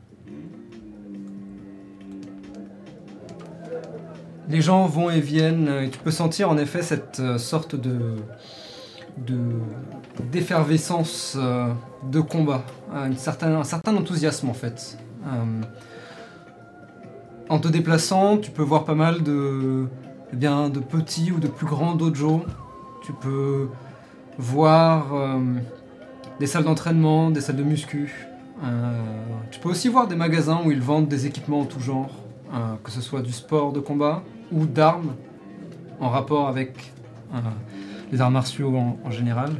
A: Les gens vont et viennent, et tu peux sentir en effet cette sorte d'effervescence de combat, un certain enthousiasme en fait. En te déplaçant, tu peux voir pas mal de petits ou de plus grands dojos. Tu peux voir des salles d'entraînement, des salles de muscu. Tu peux aussi voir des magasins où ils vendent des équipements en tout genre, que ce soit du sport de combat ou d'armes en rapport avec les arts martiaux en général.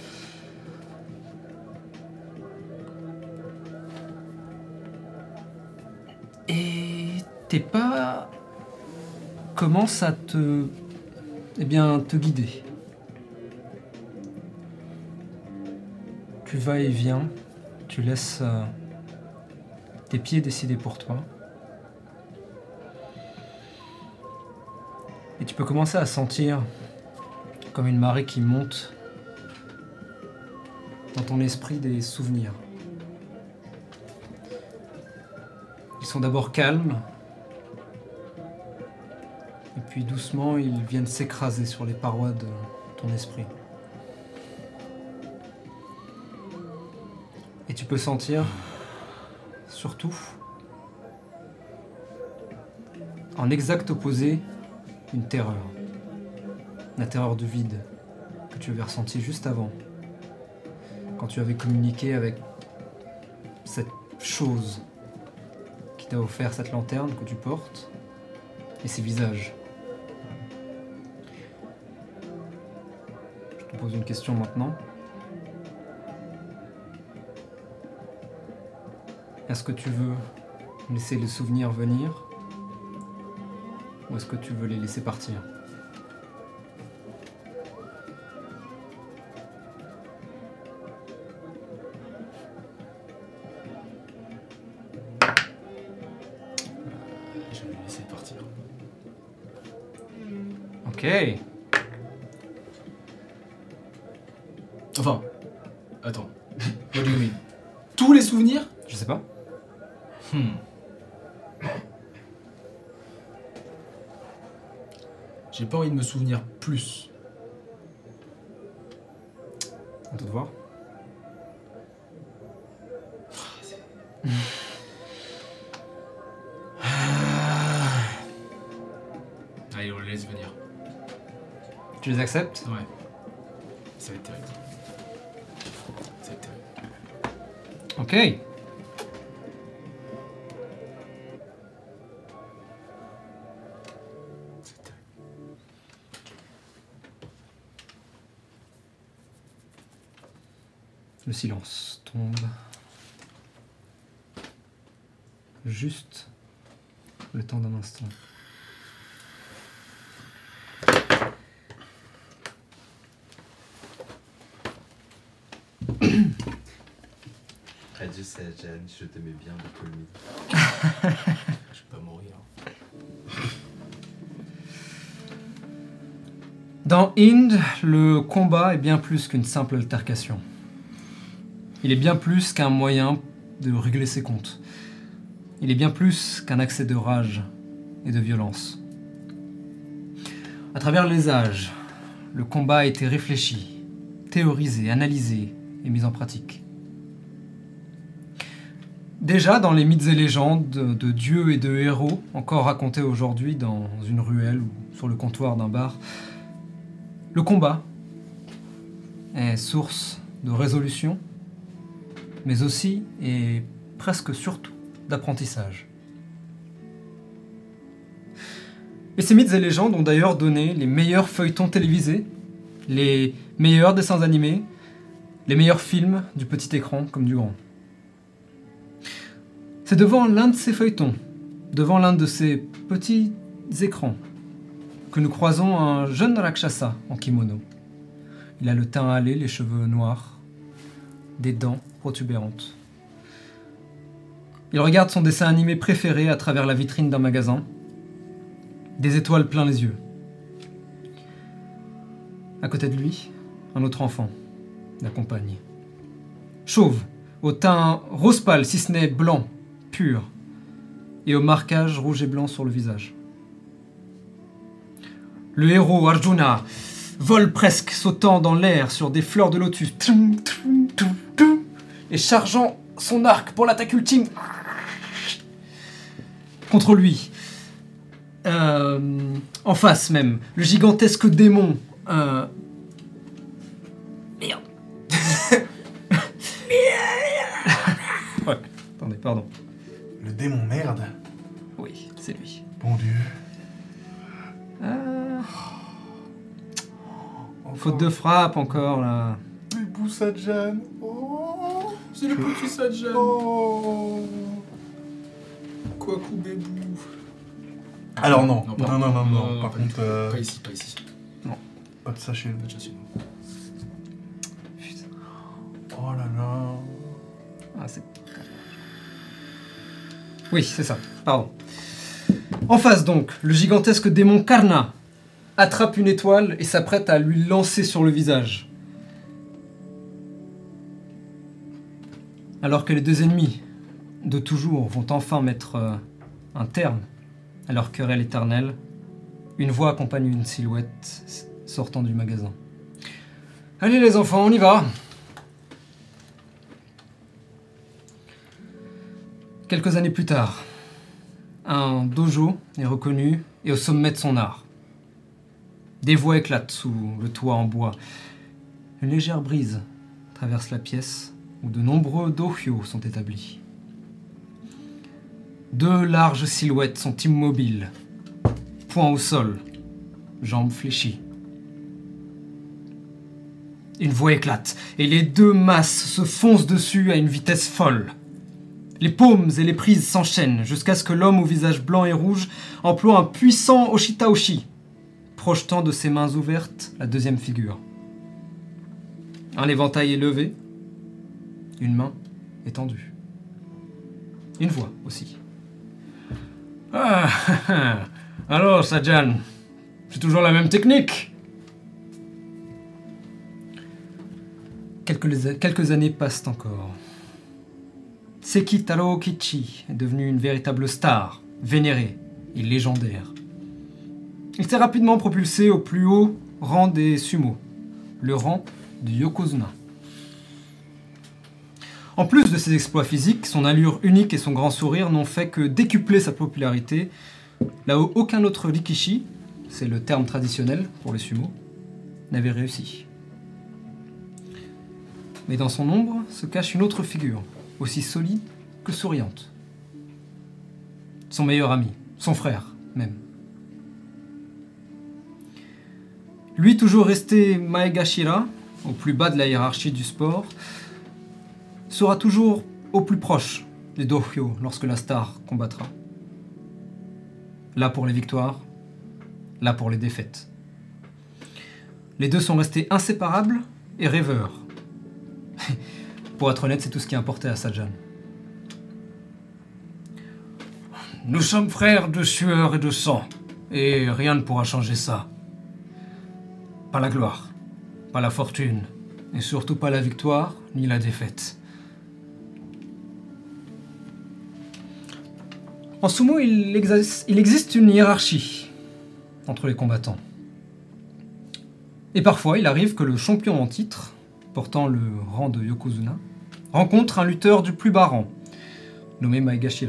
A: Et tes pas commencent à te guider. Tu vas et viens, tu laisses tes pieds décider pour toi. Et tu peux commencer à sentir comme une marée qui monte dans ton esprit des souvenirs. Ils sont d'abord calmes, et puis doucement ils viennent s'écraser sur les parois de ton esprit. Et tu peux sentir, surtout, en exact opposé, une terreur. La terreur du vide que tu avais ressenti juste avant, quand tu avais communiqué avec cette chose qui t'a offert cette lanterne que tu portes et ces visages. Je te pose une question maintenant. Est-ce que tu veux laisser les souvenirs venir ou est-ce que tu veux les laisser partir ?
B: Je vais les laisser partir.
A: Ok.
B: Enfin, attends. What do you mean? Tous les souvenirs?
A: Je sais pas.
B: J'ai pas envie de me souvenir plus.
A: À toi de voir.
B: Allez, on les laisse venir.
A: Tu les acceptes ?
B: Ouais. Ça va être terrible. Ça va être terrible.
A: Ok.
B: C'est terrible.
A: Le silence tombe. Juste le temps d'un instant.
C: Adieu Sajan, je t'aimais bien de Colmy.
B: Je vais pas mourir.
A: Dans Ind, le combat est bien plus qu'une simple altercation. Il est bien plus qu'un moyen de régler ses comptes. Il est bien plus qu'un accès de rage et de violence. À travers les âges, le combat a été réfléchi, théorisé, analysé et mis en pratique. Déjà dans les mythes et légendes de dieux et de héros, encore racontés aujourd'hui dans une ruelle ou sur le comptoir d'un bar, le combat est source de résolution, mais aussi et presque surtout d'apprentissage. Et ces mythes et légendes ont d'ailleurs donné les meilleurs feuilletons télévisés, les meilleurs dessins animés, les meilleurs films du petit écran comme du grand. C'est devant l'un de ces feuilletons, devant l'un de ces petits écrans, que nous croisons un jeune Rakshasa en kimono. Il a le teint hâlé, les cheveux noirs, des dents protubérantes. Il regarde son dessin animé préféré à travers la vitrine d'un magasin, des étoiles plein les yeux. À côté de lui, un autre enfant l'accompagne. Chauve, au teint rose pâle, si ce n'est blanc, pur, et au marquage rouge et blanc sur le visage. Le héros Arjuna vole presque, sautant dans l'air sur des fleurs de lotus, et chargeant son arc pour l'attaque ultime contre lui. En face même, le gigantesque démon. Merde. Ouais, attendez, pardon.
E: Le démon merde.
A: Oui, c'est lui.
E: Bon Dieu.
A: Faute de frappe encore là.
E: Bébou Sajan. Oh.
B: C'est le petit Sajan.
E: Oh.
B: Kwaku bébou.
E: Alors non.
B: Non,
E: Non. Par
B: pas
E: contre,
B: Pas ici, pas ici.
E: pas de sachet.
B: Pas de châssis, non.
E: Oh là là.
A: Ah, c'est... Oui, c'est ça. Pardon. En face donc, le gigantesque démon Karna attrape une étoile et s'apprête à lui lancer sur le visage. Alors que les deux ennemis de toujours vont enfin mettre un terme à leur querelle éternelle, une voix accompagne une silhouette sortant du magasin. Allez les enfants, on y va! Quelques années plus tard, un dojo est reconnu et au sommet de son art. Des voix éclatent sous le toit en bois. Une légère brise traverse la pièce où de nombreux dohyo sont établis. Deux larges silhouettes sont immobiles, poing au sol, jambes fléchies. Une voix éclate et les deux masses se foncent dessus à une vitesse folle. Les paumes et les prises s'enchaînent jusqu'à ce que l'homme au visage blanc et rouge emploie un puissant Oshitaoshi, projetant de ses mains ouvertes la deuxième figure. Un éventail est levé, une main est tendue. Une voix aussi. Ah, alors Sajan, c'est toujours la même technique. Quelques années passent encore. Seki Taro Kichi est devenu une véritable star, vénérée et légendaire. Il s'est rapidement propulsé au plus haut rang des sumo, le rang du Yokozuna. En plus de ses exploits physiques, son allure unique et son grand sourire n'ont fait que décupler sa popularité, là où aucun autre rikishi, c'est le terme traditionnel pour les sumo, n'avait réussi. Mais dans son ombre se cache une autre figure, aussi solide que souriante. Son meilleur ami, son frère même. Lui, toujours resté Maegashira, au plus bas de la hiérarchie du sport, sera toujours au plus proche des dohyo lorsque la star combattra. Là pour les victoires, là pour les défaites. Les deux sont restés inséparables et rêveurs. Pour être honnête, c'est tout ce qui importait à Sajan. Nous sommes frères de sueur et de sang, et rien ne pourra changer ça. Pas la gloire, pas la fortune, et surtout pas la victoire ni la défaite. En sumo, il existe une hiérarchie entre les combattants. Et parfois, il arrive que le champion en titre, portant le rang de Yokozuna, rencontre un lutteur du plus bas rang, nommé Maegashira.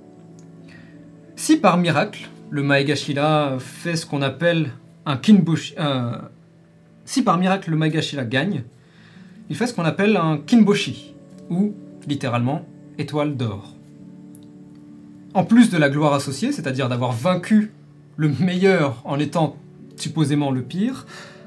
A: Si par miracle, le Maegashira fait ce qu'on appelle un kinboshi... si par miracle le Maegashira gagne, il fait ce qu'on appelle un kinboshi, ou, littéralement, étoile d'or. En plus de la gloire associée, c'est-à-dire d'avoir vaincu le meilleur en étant supposément le pire,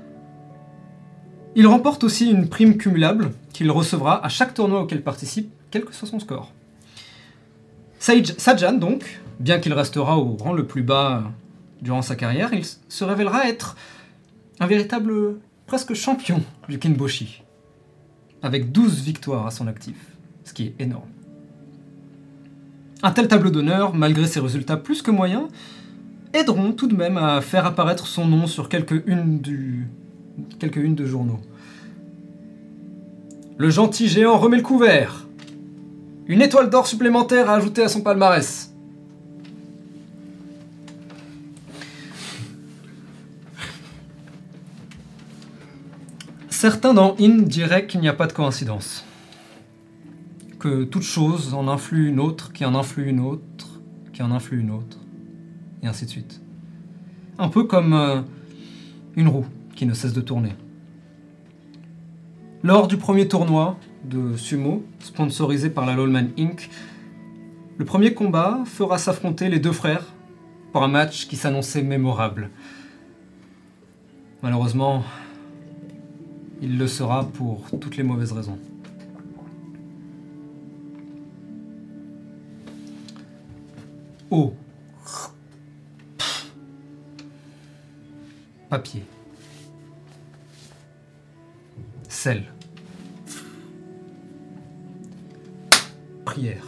A: il remporte aussi une prime cumulable qu'il recevra à chaque tournoi auquel il participe, quel que soit son score. Sajan, donc, bien qu'il restera au rang le plus bas durant sa carrière, il se révélera être un véritable presque champion du Kinboshi, avec 12 victoires à son actif, ce qui est énorme. Un tel tableau d'honneur, malgré ses résultats plus que moyens, aideront tout de même à faire apparaître son nom sur quelques unes de journaux. Le gentil géant remet le couvert. Une étoile d'or supplémentaire à ajouter à son palmarès. Certains dans In diraient qu'il n'y a pas de coïncidence. Que toute chose en influe une autre, qui en influe une autre, qui en influe une autre, et ainsi de suite. Un peu comme une roue qui ne cesse de tourner. Lors du premier tournoi de sumo, sponsorisé par la Lawman Inc., le premier combat fera s'affronter les deux frères pour un match qui s'annonçait mémorable. Malheureusement, il le sera pour toutes les mauvaises raisons. Eau. Papier. Sel. Prière.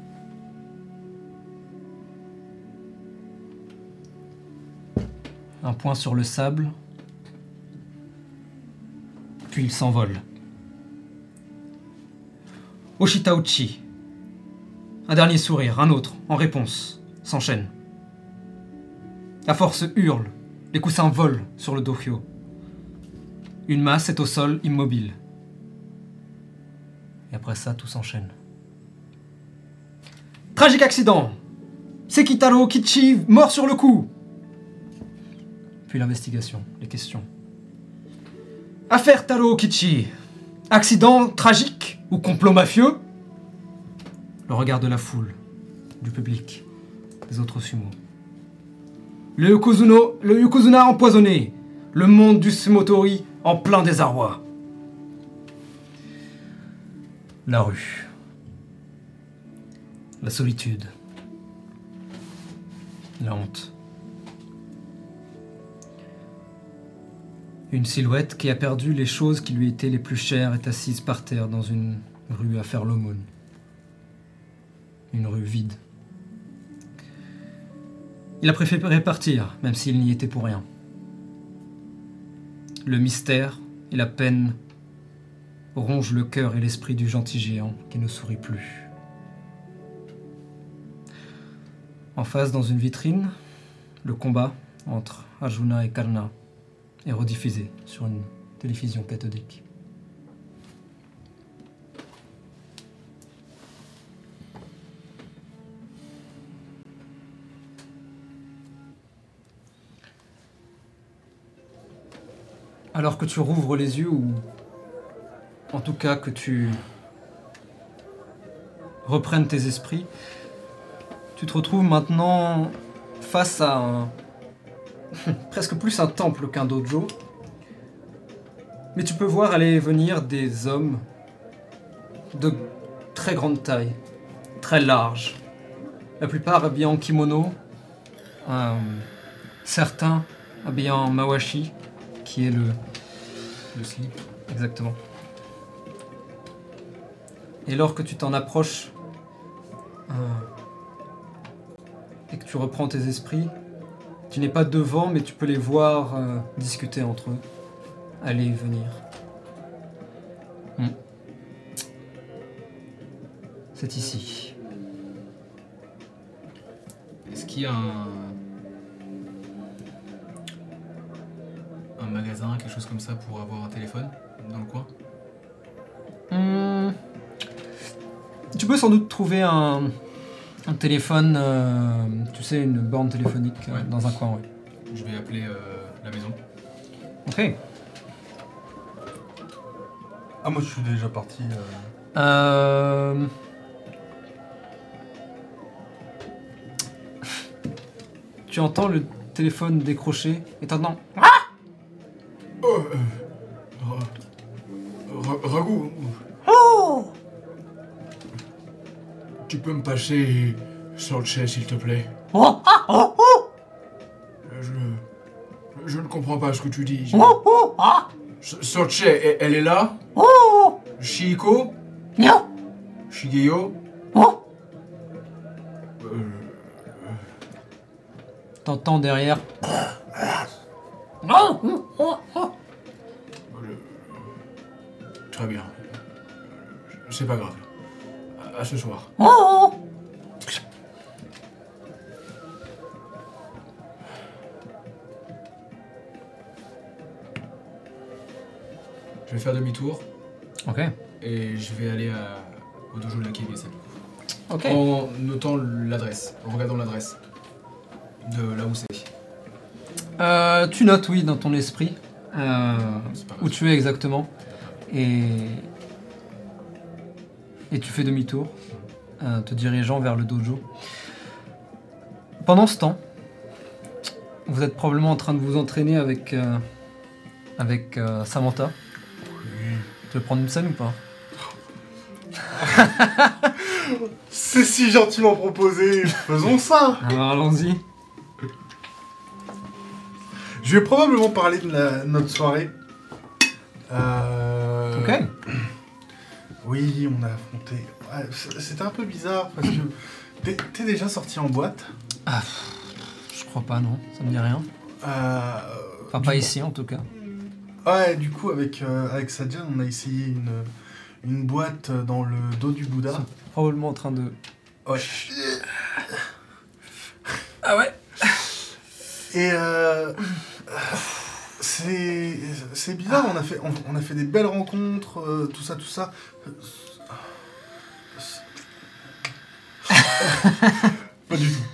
A: Un point sur le sable, puis il s'envole. Oshitauchi. Un dernier sourire, un autre, en réponse, s'enchaîne. La force hurle, les coussins volent sur le dohyo. Une masse est au sol, immobile. Et après ça, tout s'enchaîne. Tragique accident. Sekitaro Kichi, mort sur le coup. Puis l'investigation, les questions. Affaire Taro Kichi. Accident tragique ou complot mafieux? Le regard de la foule, du public, des autres sumo. Le Yokozuna empoisonné. Le monde du sumotori en plein désarroi. La rue. La solitude. La honte. Une silhouette qui a perdu les choses qui lui étaient les plus chères est assise par terre dans une rue à faire l'aumône. Une rue vide. Il a préféré partir, même s'il n'y était pour rien. Le mystère et la peine rongent le cœur et l'esprit du gentil géant qui ne sourit plus. En face, dans une vitrine, le combat entre Arjuna et Karna est rediffusé sur une télévision cathodique. Alors que tu rouvres les yeux, ou en tout cas que tu reprennes tes esprits, tu te retrouves maintenant face à presque plus un temple qu'un dojo. Mais tu peux voir aller et venir des hommes de très grande taille, très larges. La plupart habillés en kimono, certains habillés en mawashi, qui est le slip. Exactement. Et lorsque tu t'en approches et que tu reprends tes esprits, tu n'es pas devant, mais tu peux les voir discuter entre eux, aller et venir. C'est ici.
B: Est-ce qu'il y a un magasin, quelque chose comme ça pour avoir un téléphone dans le coin?
A: Tu peux sans doute trouver un téléphone, tu sais, une borne téléphonique dans un coin, oui.
B: Je vais appeler la maison.
A: Ok.
E: Ah, moi je suis déjà parti.
A: Tu entends le téléphone décrocher et t'entends.
B: Ragout. Tu peux me passer Sorche, s'il te plaît? Je ne comprends pas ce que tu dis. Sorche, elle est là? Shihiko? Shigeyo?
A: T'entends derrière.
B: Très bien. C'est pas grave. À ce soir.
A: Oh
B: Je vais faire demi-tour
A: Ok.
B: et je vais aller au dojo de la KBSM.
A: Ok.
B: En notant l'adresse, en regardant l'adresse de là où c'est.
A: Tu notes, oui, dans ton esprit,
B: C'est pas
A: où
B: grave.
A: tu es exactement. Et tu fais demi-tour, te dirigeant vers le dojo. Pendant ce temps, vous êtes probablement en train de vous entraîner avec Samantha. Tu veux prendre une scène ou pas?
E: C'est si gentiment proposé, faisons ça.
A: Alors allons-y.
E: Je vais probablement parler de notre soirée.
A: Ok.
E: Oui, on a affronté... Ouais, c'était un peu bizarre parce que... T'es déjà sorti en boîte.
A: Je crois pas, non. Ça me dit rien. Enfin, pas ici en tout cas.
E: Ouais, du coup, avec Sadjan, on a essayé une boîte dans le dos du Bouddha.
A: Probablement en train de...
E: Ouais.
A: Ah ouais.
E: Et c'est bizarre, on a fait des belles rencontres, tout ça. Pas du tout.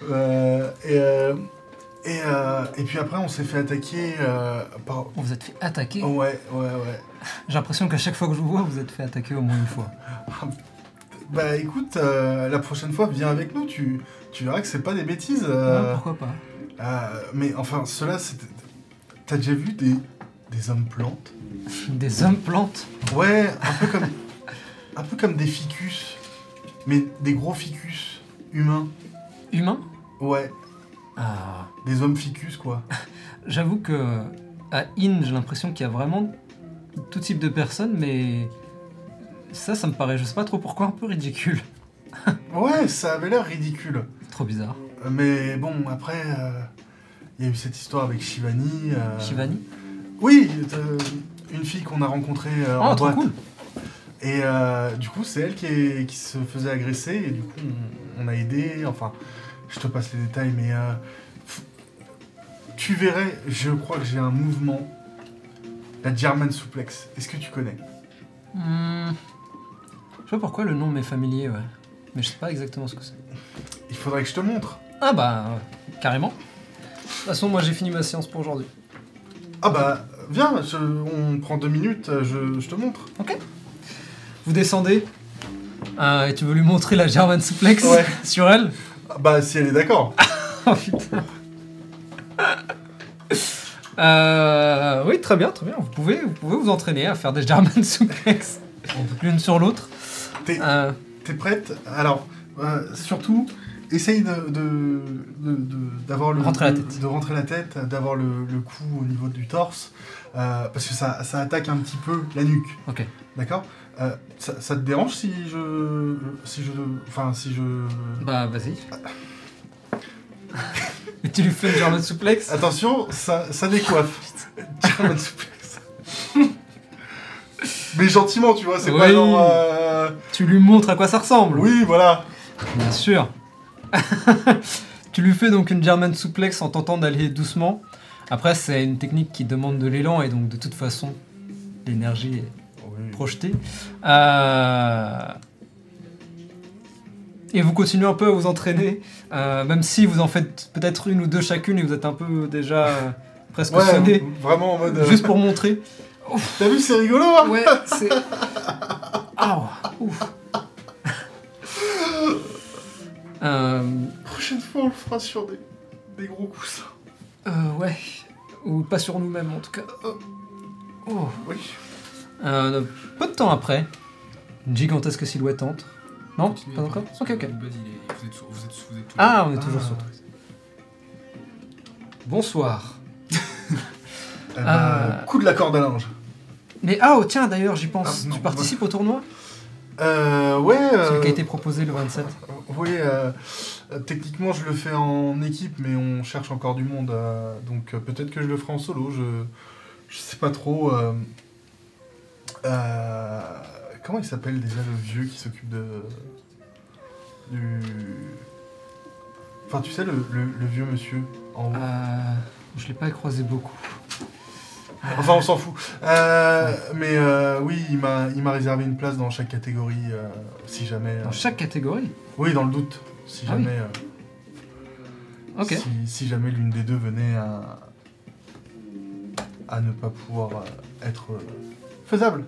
E: Et puis après, on s'est fait attaquer par...
A: On vous êtes fait attaquer.
E: Ouais.
A: J'ai l'impression qu'à chaque fois que je vous vois, vous êtes fait attaquer au moins une fois.
E: Bah écoute, la prochaine fois, viens avec nous, tu verras que c'est pas des bêtises.
A: Ouais, pourquoi pas.
E: Mais enfin, ceux-là, c'était... T'as déjà vu des hommes plantes?
A: Des hommes plantes.
E: Ouais, un peu comme des ficus, mais des gros ficus humains.
A: Humains.
E: Ouais,
A: Ah.
E: des hommes ficus quoi.
A: J'avoue que à In, j'ai l'impression qu'il y a vraiment tout type de personnes, mais ça me paraît, je sais pas trop pourquoi, un peu ridicule.
E: Ouais, ça avait l'air ridicule.
A: Trop bizarre.
E: Mais bon, après, il y a eu cette histoire avec Shivani.
A: Shivani.
E: Oui, une fille qu'on a rencontrée en
A: Oh, trop
E: boîte.
A: cool.
E: Et du coup, c'est elle qui se faisait agresser, et du coup, on a aidé. Enfin, je te passe les détails, mais tu verrais, je crois que j'ai un mouvement, la German Suplex. Est-ce que tu connais?
A: Je sais pas pourquoi le nom m'est familier, ouais. Mais je sais pas exactement ce que c'est.
E: Il faudrait que je te montre.
A: Ah bah, carrément. De toute façon, moi j'ai fini ma séance pour aujourd'hui.
E: Ah bah, viens, on prend 2 minutes, je te montre.
A: Ok. Vous descendez. Et tu veux lui montrer la German Suplex
E: Ouais.
A: sur elle?
E: Ah bah, si elle est d'accord.
A: Oh putain. Oui, très bien. Vous pouvez vous entraîner à faire des German Suplex l'une sur l'autre.
E: T'es prête? Alors, surtout, essaye d'avoir le...
A: Rentrer la tête.
E: De rentrer la tête, d'avoir le coup au niveau du torse, parce que ça attaque un petit peu la nuque.
A: Ok.
E: D'accord? Ça te dérange si je...
A: Bah, vas-y. Et tu lui fais une German Suplex?
E: Attention, ça décoiffe. German suplex. Mais gentiment, tu vois, c'est pas
A: Oui.
E: genre...
A: Tu lui montres à quoi ça ressemble?
E: Oui, voilà.
A: Bien sûr. Tu lui fais donc une German Suplex en tentant d'aller doucement. Après, c'est une technique qui demande de l'élan et donc de toute façon, l'énergie est projetée. Et vous continuez un peu à vous entraîner, même si vous en faites peut-être une ou deux chacune et vous êtes un peu déjà presque
E: Ouais,
A: sonné,
E: vraiment en mode...
A: juste pour montrer.
E: T'as vu, c'est rigolo, hein?
A: Ouais, c'est... Ah, ouf.
E: Prochaine fois, on le fera sur des gros coussins.
A: Ouais. Ou pas sur nous-mêmes, en tout cas. Oh.
E: Oui.
A: Peu de temps après, une gigantesque silhouette entre. Non,
B: Continuez,
A: pas encore. Ok.
B: Vous êtes tous
A: Ah, on est toujours
E: Ah.
A: sur toi. Bonsoir.
E: Coup de la corde à linge.
A: Mais tiens, d'ailleurs, j'y pense.
E: Ah, non,
A: Tu participes au tournoi?
E: Ouais.
A: Celui qui a été proposé le 27.
E: Oui, techniquement, je le fais en équipe, mais on cherche encore du monde. Donc peut-être que je le ferai en solo. Je sais pas trop. Comment il s'appelle déjà le vieux qui s'occupe de... Enfin, tu sais, le vieux monsieur en haut.
A: Je l'ai pas croisé beaucoup.
E: Enfin, on s'en fout. Mais oui, il m'a réservé une place dans chaque catégorie, si jamais...
A: Dans chaque catégorie?
E: Oui, dans le doute. Si
A: Ah oui.
E: jamais...
A: Ok.
E: Si jamais l'une des deux venait à ne pas pouvoir être faisable.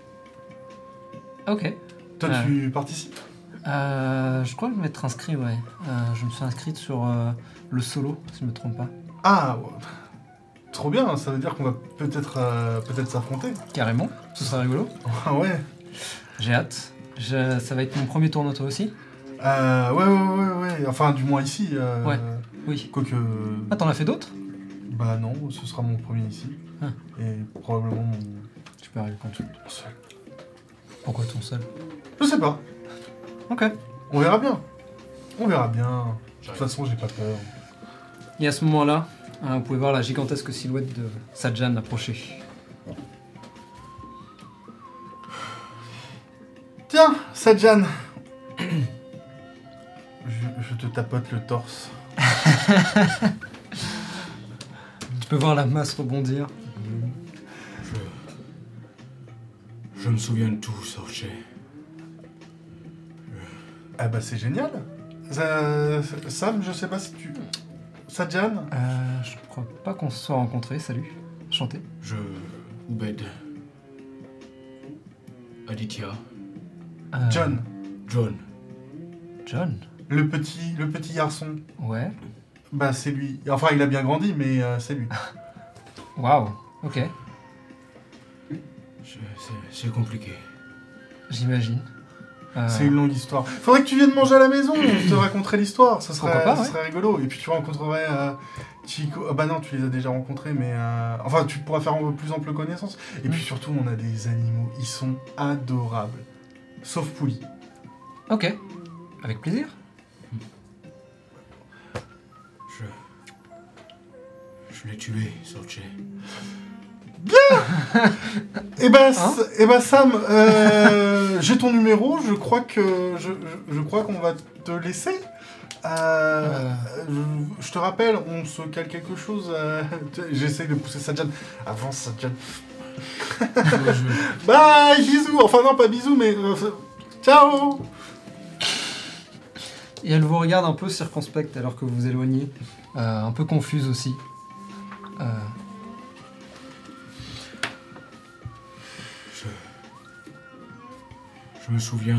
A: Ok.
E: Toi, tu participes?
A: Je crois que je vais m'être inscrit, ouais. Je me suis inscrite sur le solo, si je me trompe pas.
E: Ah, ouais. Trop bien, ça veut dire qu'on va peut-être s'affronter.
A: Carrément, ce sera rigolo.
E: Ah ouais.
A: J'ai hâte. Ça va être mon premier tournoi, toi aussi?
E: Ouais. Enfin, du moins ici.
A: Ouais. Oui.
E: Quoique...
A: Ah, t'en as fait d'autres?
E: Bah non, ce sera mon premier ici.
A: Ah.
E: Et probablement mon
A: Tu peux arriver quand tu veux.
E: seul.
A: Pourquoi ton seul?
E: Je sais pas.
A: Ok.
E: On verra bien. De toute façon, j'ai pas peur.
A: Et à ce moment-là, vous pouvez voir la gigantesque silhouette de Sajan approcher.
E: Tiens, Sajan. je te tapote le torse.
A: Tu peux voir la masse rebondir.
B: Je me souviens de tout, Sorche.
E: Ah bah c'est génial. Sam, je sais pas si tu... Sajan?
A: Je crois pas qu'on se soit rencontrés. Salut. Enchanté.
B: Ubed. Aditya.
E: John.
A: John.
E: Le petit garçon.
A: Ouais.
E: Bah c'est lui. Enfin, il a bien grandi, mais c'est lui.
A: Waouh. Ok.
B: C'est compliqué.
A: J'imagine.
E: C'est une longue histoire. Faudrait que tu viennes manger à la maison, je te raconterai l'histoire, ça
A: Pourquoi pas, ouais.
E: serait rigolo. Et puis tu rencontrerais Chico. Ah bah non, tu les as déjà rencontrés, mais enfin tu pourras faire plus ample connaissance. Et puis surtout, on a des animaux, ils sont adorables. Sauf Pouli.
A: Ok. Avec plaisir.
B: Je l'ai tué, Sorche.
E: Eh ben Sam, j'ai ton numéro, je crois qu'on va te laisser. Je te rappelle, on se cale quelque chose. J'essaye de pousser Sajan. Avance, Sajan. Bye, bisous. Enfin non, pas bisous, mais ciao.
A: Et elle vous regarde un peu circonspecte alors que vous vous éloignez. Un peu confuse aussi.
B: Je me souviens.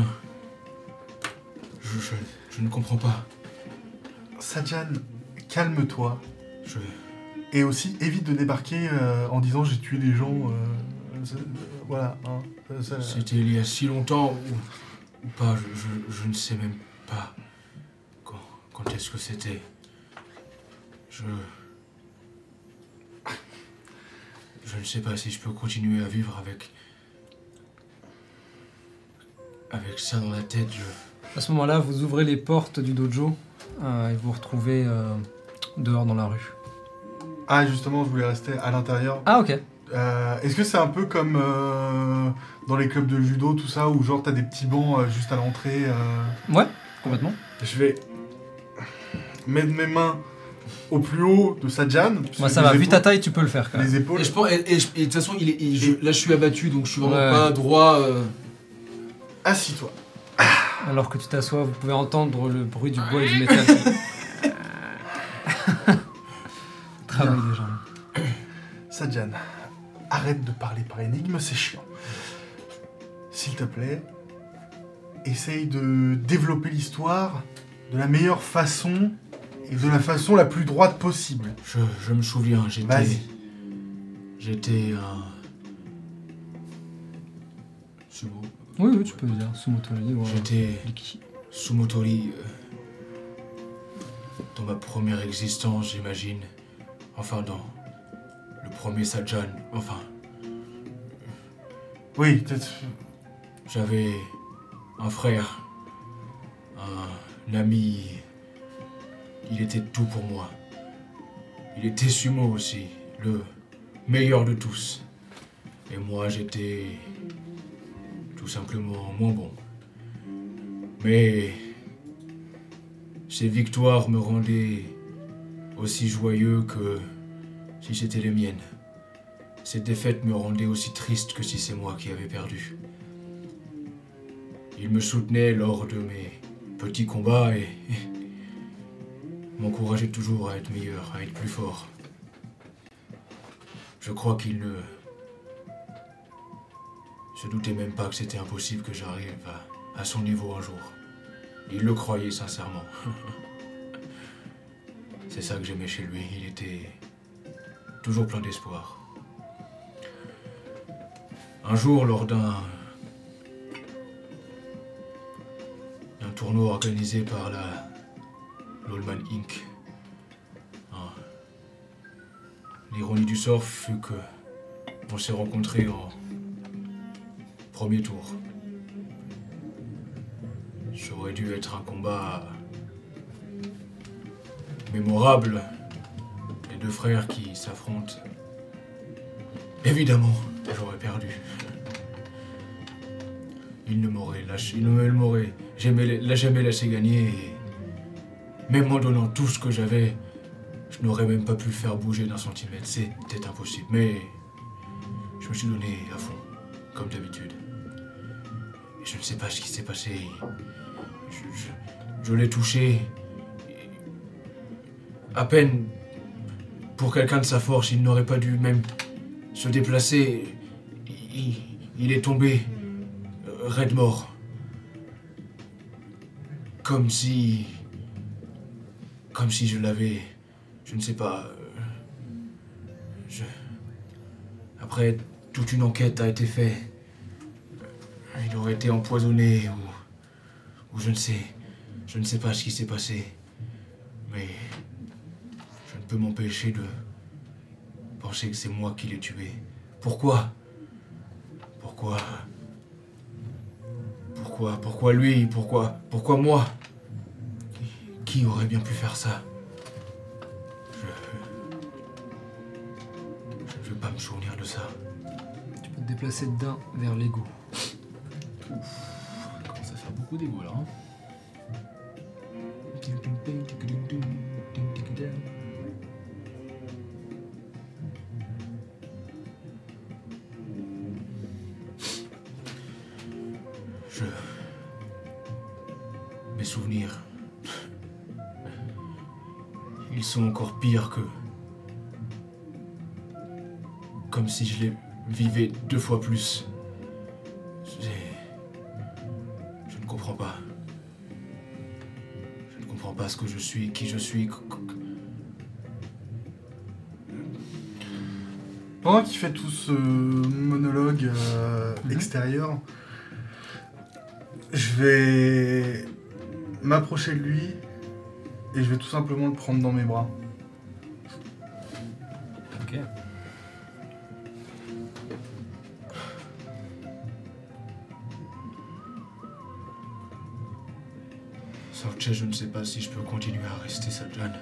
B: Je ne comprends pas.
E: Sajan, calme-toi.
B: Je...
E: Et aussi, évite de débarquer en disant j'ai tué des gens. Voilà. Hein,
B: C'était il y a si longtemps ou pas, je ne sais même pas. Quand est-ce que c'était? Je ne sais pas si je peux continuer à vivre avec ça dans la tête.
A: À ce moment-là, vous ouvrez les portes du dojo et vous vous retrouvez dehors dans la rue.
E: Ah, justement, je voulais rester à l'intérieur.
A: Ah, ok.
E: Est-ce que c'est un peu comme dans les clubs de judo, tout ça, où genre t'as des petits bancs juste à l'entrée
A: Ouais, complètement.
E: Je vais mettre mes mains au plus haut de Sajan.
A: Moi, ça va, vu ta taille, tu peux le faire quand même.
E: Les épaules.
B: Et de toute façon, là je suis abattu, donc je suis vraiment
A: Ouais.
B: pas droit.
E: Assis-toi.
A: Alors que tu t'assois, vous pouvez entendre le bruit du bois et du métal. Travail des gens.
E: Sajan, arrête de parler par énigme, c'est chiant. S'il te plaît, essaye de développer l'histoire de la meilleure façon et de la façon la plus droite possible.
B: Je me souviens,
E: Vas-y.
B: J'étais un... Sumo.
A: Oui, tu peux le dire. Sumotori ou
B: J'étais
A: Rikishi.
B: Sumotori dans ma première existence, j'imagine. Enfin, dans le premier Sajan. Enfin,
E: Oui, peut-être.
B: j'avais un frère, un ami. Il était tout pour moi. Il était sumo aussi, le meilleur de tous. Et moi, j'étais tout simplement moins bon. Mais Ces victoires me rendaient aussi joyeux que si c'était les miennes. Ces défaites me rendaient aussi triste que si c'est moi qui avais perdu. Il me soutenait lors de mes petits combats et m'encourageait toujours à être meilleur, à être plus fort. Je crois qu'il ne se doutait même pas que c'était impossible que j'arrive à son niveau un jour. Il le croyait sincèrement. C'est ça que j'aimais chez lui, il était toujours plein d'espoir. Un jour, lors d'un tournoi organisé par l'Allman Inc., l'ironie du sort fut que on s'est rencontrés en premier tour. Ça aurait dû être un combat mémorable. Les deux frères qui s'affrontent. Évidemment, j'aurais perdu. Il ne m'aurait jamais laissé gagner. Et même en donnant tout ce que j'avais, je n'aurais même pas pu le faire bouger d'un centimètre. C'était impossible. Mais je me suis donné à fond, comme d'habitude. Et je ne sais pas ce qui s'est passé. Je l'ai touché. À peine, pour quelqu'un de sa force, il n'aurait pas dû même se déplacer. Il est tombé raide mort. Comme si je l'avais... Je ne sais pas... Après, toute une enquête a été faite. Il aurait été empoisonné ou je ne sais pas ce qui s'est passé. Mais je ne peux m'empêcher de penser que c'est moi qui l'ai tué. Pourquoi lui? Pourquoi moi? Qui aurait bien pu faire ça? Je ne veux pas me souvenir de ça.
A: Tu peux te déplacer d'un vers l'ego.
G: Commence à faire beaucoup d'ego là. Hein.
B: Mes souvenirs, ils sont encore pires que... Comme si je les vivais 2 fois plus. Je ne comprends pas. Je ne comprends pas ce que je suis, qui je suis.
E: Pendant qu'il fait tout ce monologue extérieur, je vais m'approcher de lui et je vais tout simplement le prendre dans mes bras.
A: Ok.
B: Sorche, je ne sais pas si je peux continuer à rester cette jeune.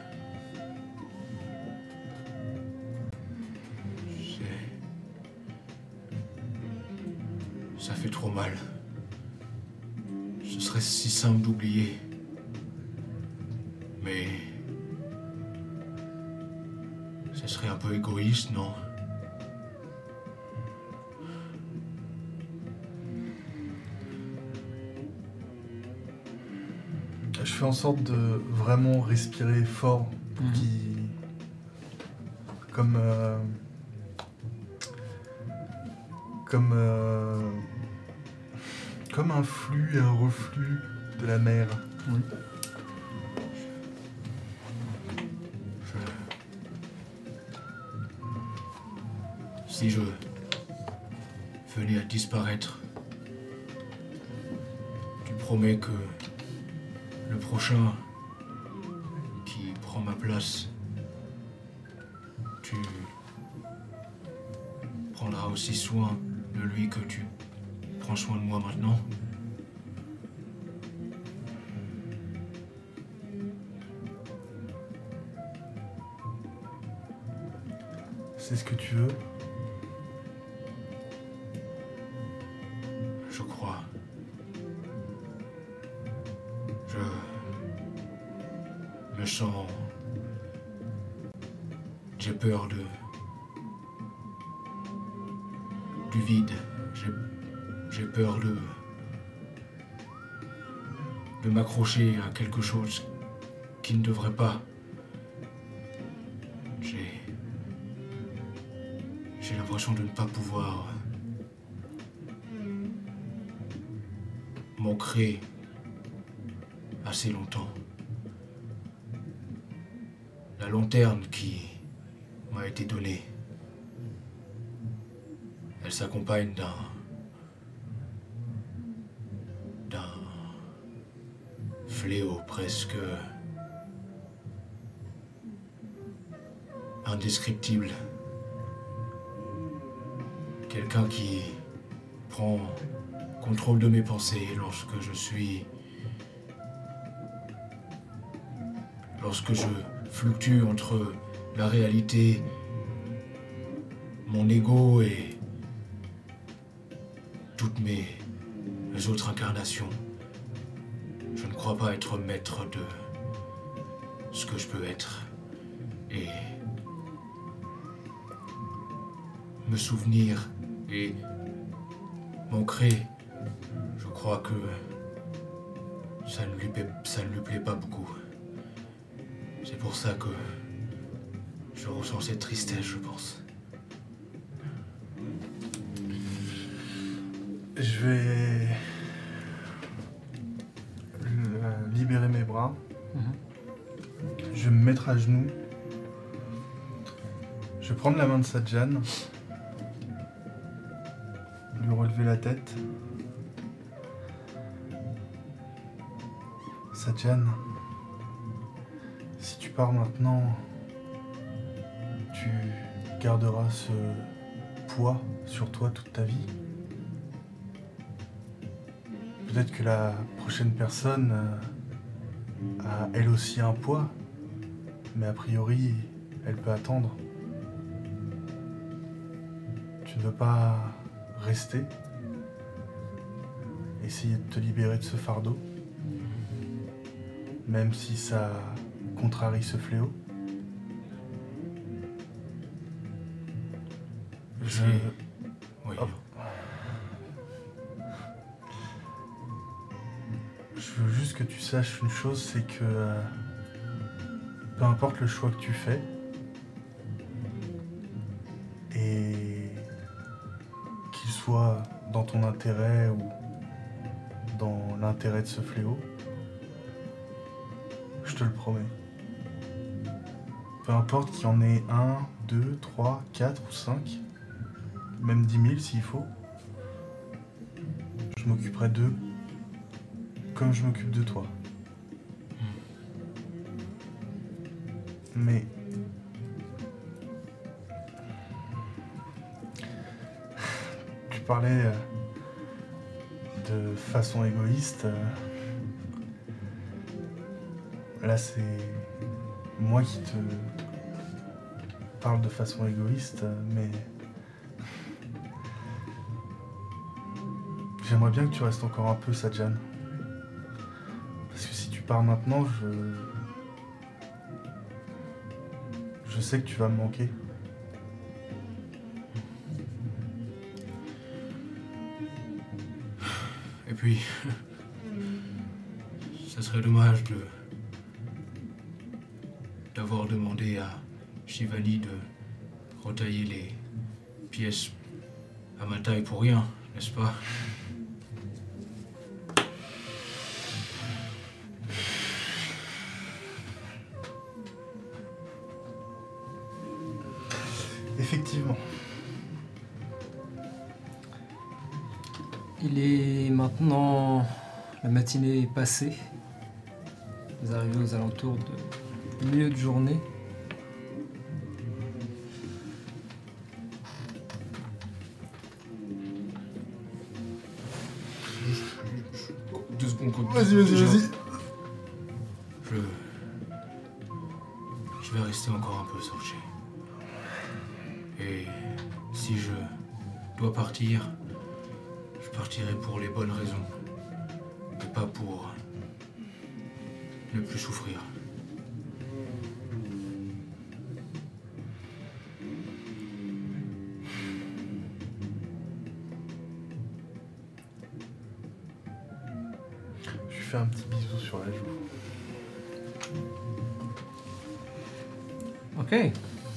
B: Ça fait trop mal. Ce serait si simple d'oublier. Mais... ce serait un peu égoïste, non?
E: Je fais en sorte de vraiment respirer fort pour comme un flux et un reflux de la mer.
A: Oui.
B: Si je venais à disparaître, tu promets que le prochain qui prend ma place, tu prendras aussi soin de lui que tu prends soin de moi maintenant?
E: C'est ce que tu veux?
B: Je crois. me sens... J'ai peur du vide. J'ai peur de m'accrocher à quelque chose qui ne devrait pas. J'ai l'impression de ne pas pouvoir m'ancrer assez longtemps. La lanterne qui m'a été donnée, elle s'accompagne d'un fléau presque indescriptible. Quelqu'un qui prend contrôle de mes pensées lorsque je fluctue entre la réalité, mon ego et toutes mes autres incarnations. Je ne crois pas être maître de ce que je peux être et me souvenir et m'ancrer. Je crois que ça ne lui plaît pas beaucoup. C'est pour ça que je ressens cette tristesse, je pense.
E: Je vais libérer mes bras. Je vais me mettre à genoux. Je vais prendre la main de Sadjan, lui relever la tête. Sadjan, si tu pars maintenant, tu garderas ce poids sur toi toute ta vie. Peut-être que la prochaine personne a elle aussi un poids, mais a priori, elle peut attendre. Tu ne veux pas rester, essayer de te libérer de ce fardeau, même si ça contrarie ce fléau.
B: Oui.
E: Hop. Je veux juste que tu saches une chose, c'est que peu importe le choix que tu fais, et qu'il soit dans ton intérêt ou dans l'intérêt de ce fléau, je te le promets. Peu importe qu'il y en ait 1, 2, 3, 4 ou 5, même 10 000 s'il faut, je m'occuperai d'eux comme je m'occupe de toi. Mais tu parlais de façon égoïste. Là, c'est moi qui te parle de façon égoïste, mais j'aimerais bien que tu restes encore un peu, Sadjan. Parce que si tu pars maintenant, je sais que tu vas me manquer.
B: Et puis, ça serait dommage d'avoir demandé à Shivani de retailler les pièces à ma taille pour rien, n'est-ce pas?
E: Effectivement.
A: Il est maintenant... La matinée est passée. Vous arrivez aux alentours du milieu de journée.
B: Deux secondes.
E: Vas-y.
B: Je vais rester encore un peu, Sorche. Et si je dois partir, je partirai pour les bonnes raisons. Et pas pour ne plus souffrir.
E: Je lui fais un petit bisou sur la joue.
A: Ok.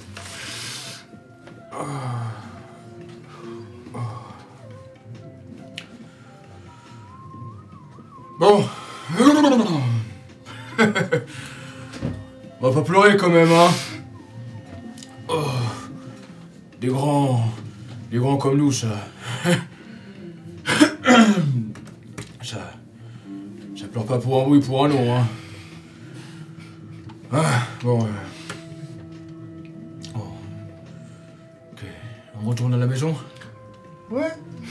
B: Bon. On va pas pleurer quand même, hein. Oh. Des grands comme nous, ça pleure pas pour un oui, pour un non, hein. Ah, bon. Oh. Ok, on retourne à la maison.
E: Ouais.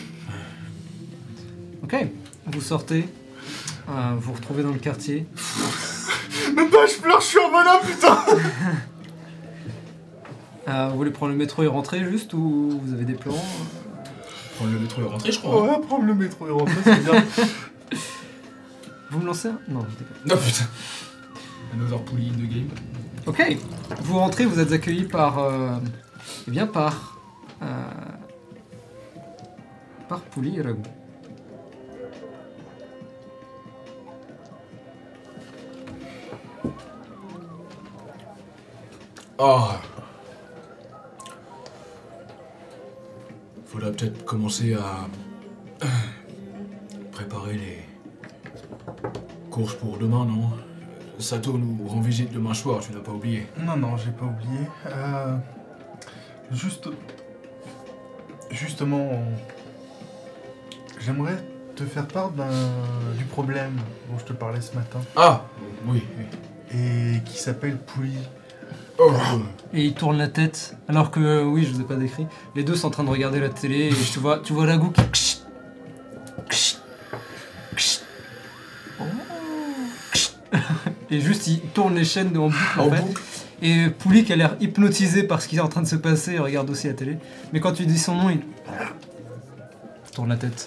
A: Ok. Vous sortez. Vous vous retrouvez dans le quartier.
E: Même pas, je pleure, je suis en bonhomme, putain.
A: Vous voulez prendre le métro et rentrer juste ou vous avez des plans?
B: Prendre le métro et rentrer, je crois.
E: Ouais, prendre le métro et rentrer, c'est bien.
A: Vous me lancez un? Non, je déconne.
B: Non, putain. Another pulley in the game.
A: Ok. Vous rentrez, vous êtes accueilli par... eh bien, par Pouli et Ragout.
B: Oh. Faudra peut-être commencer à préparer les courses pour demain, non? Sato nous rend visite demain soir, tu n'as pas oublié?
E: Non, j'ai pas oublié. Justement, j'aimerais te faire part du problème dont je te parlais ce matin.
B: Ah, oui.
E: Et qui s'appelle Pouli.
B: Oh.
A: Et il tourne la tête, alors que, oui, je vous ai pas décrit. Les deux sont en train de regarder la télé et tu vois Ragout qui... Et juste, il tourne les chaînes en boucle, en fait. Et Pouli qui a l'air hypnotisé par ce qui est en train de se passer, il regarde aussi la télé. Mais quand tu dis son nom, il tourne la tête.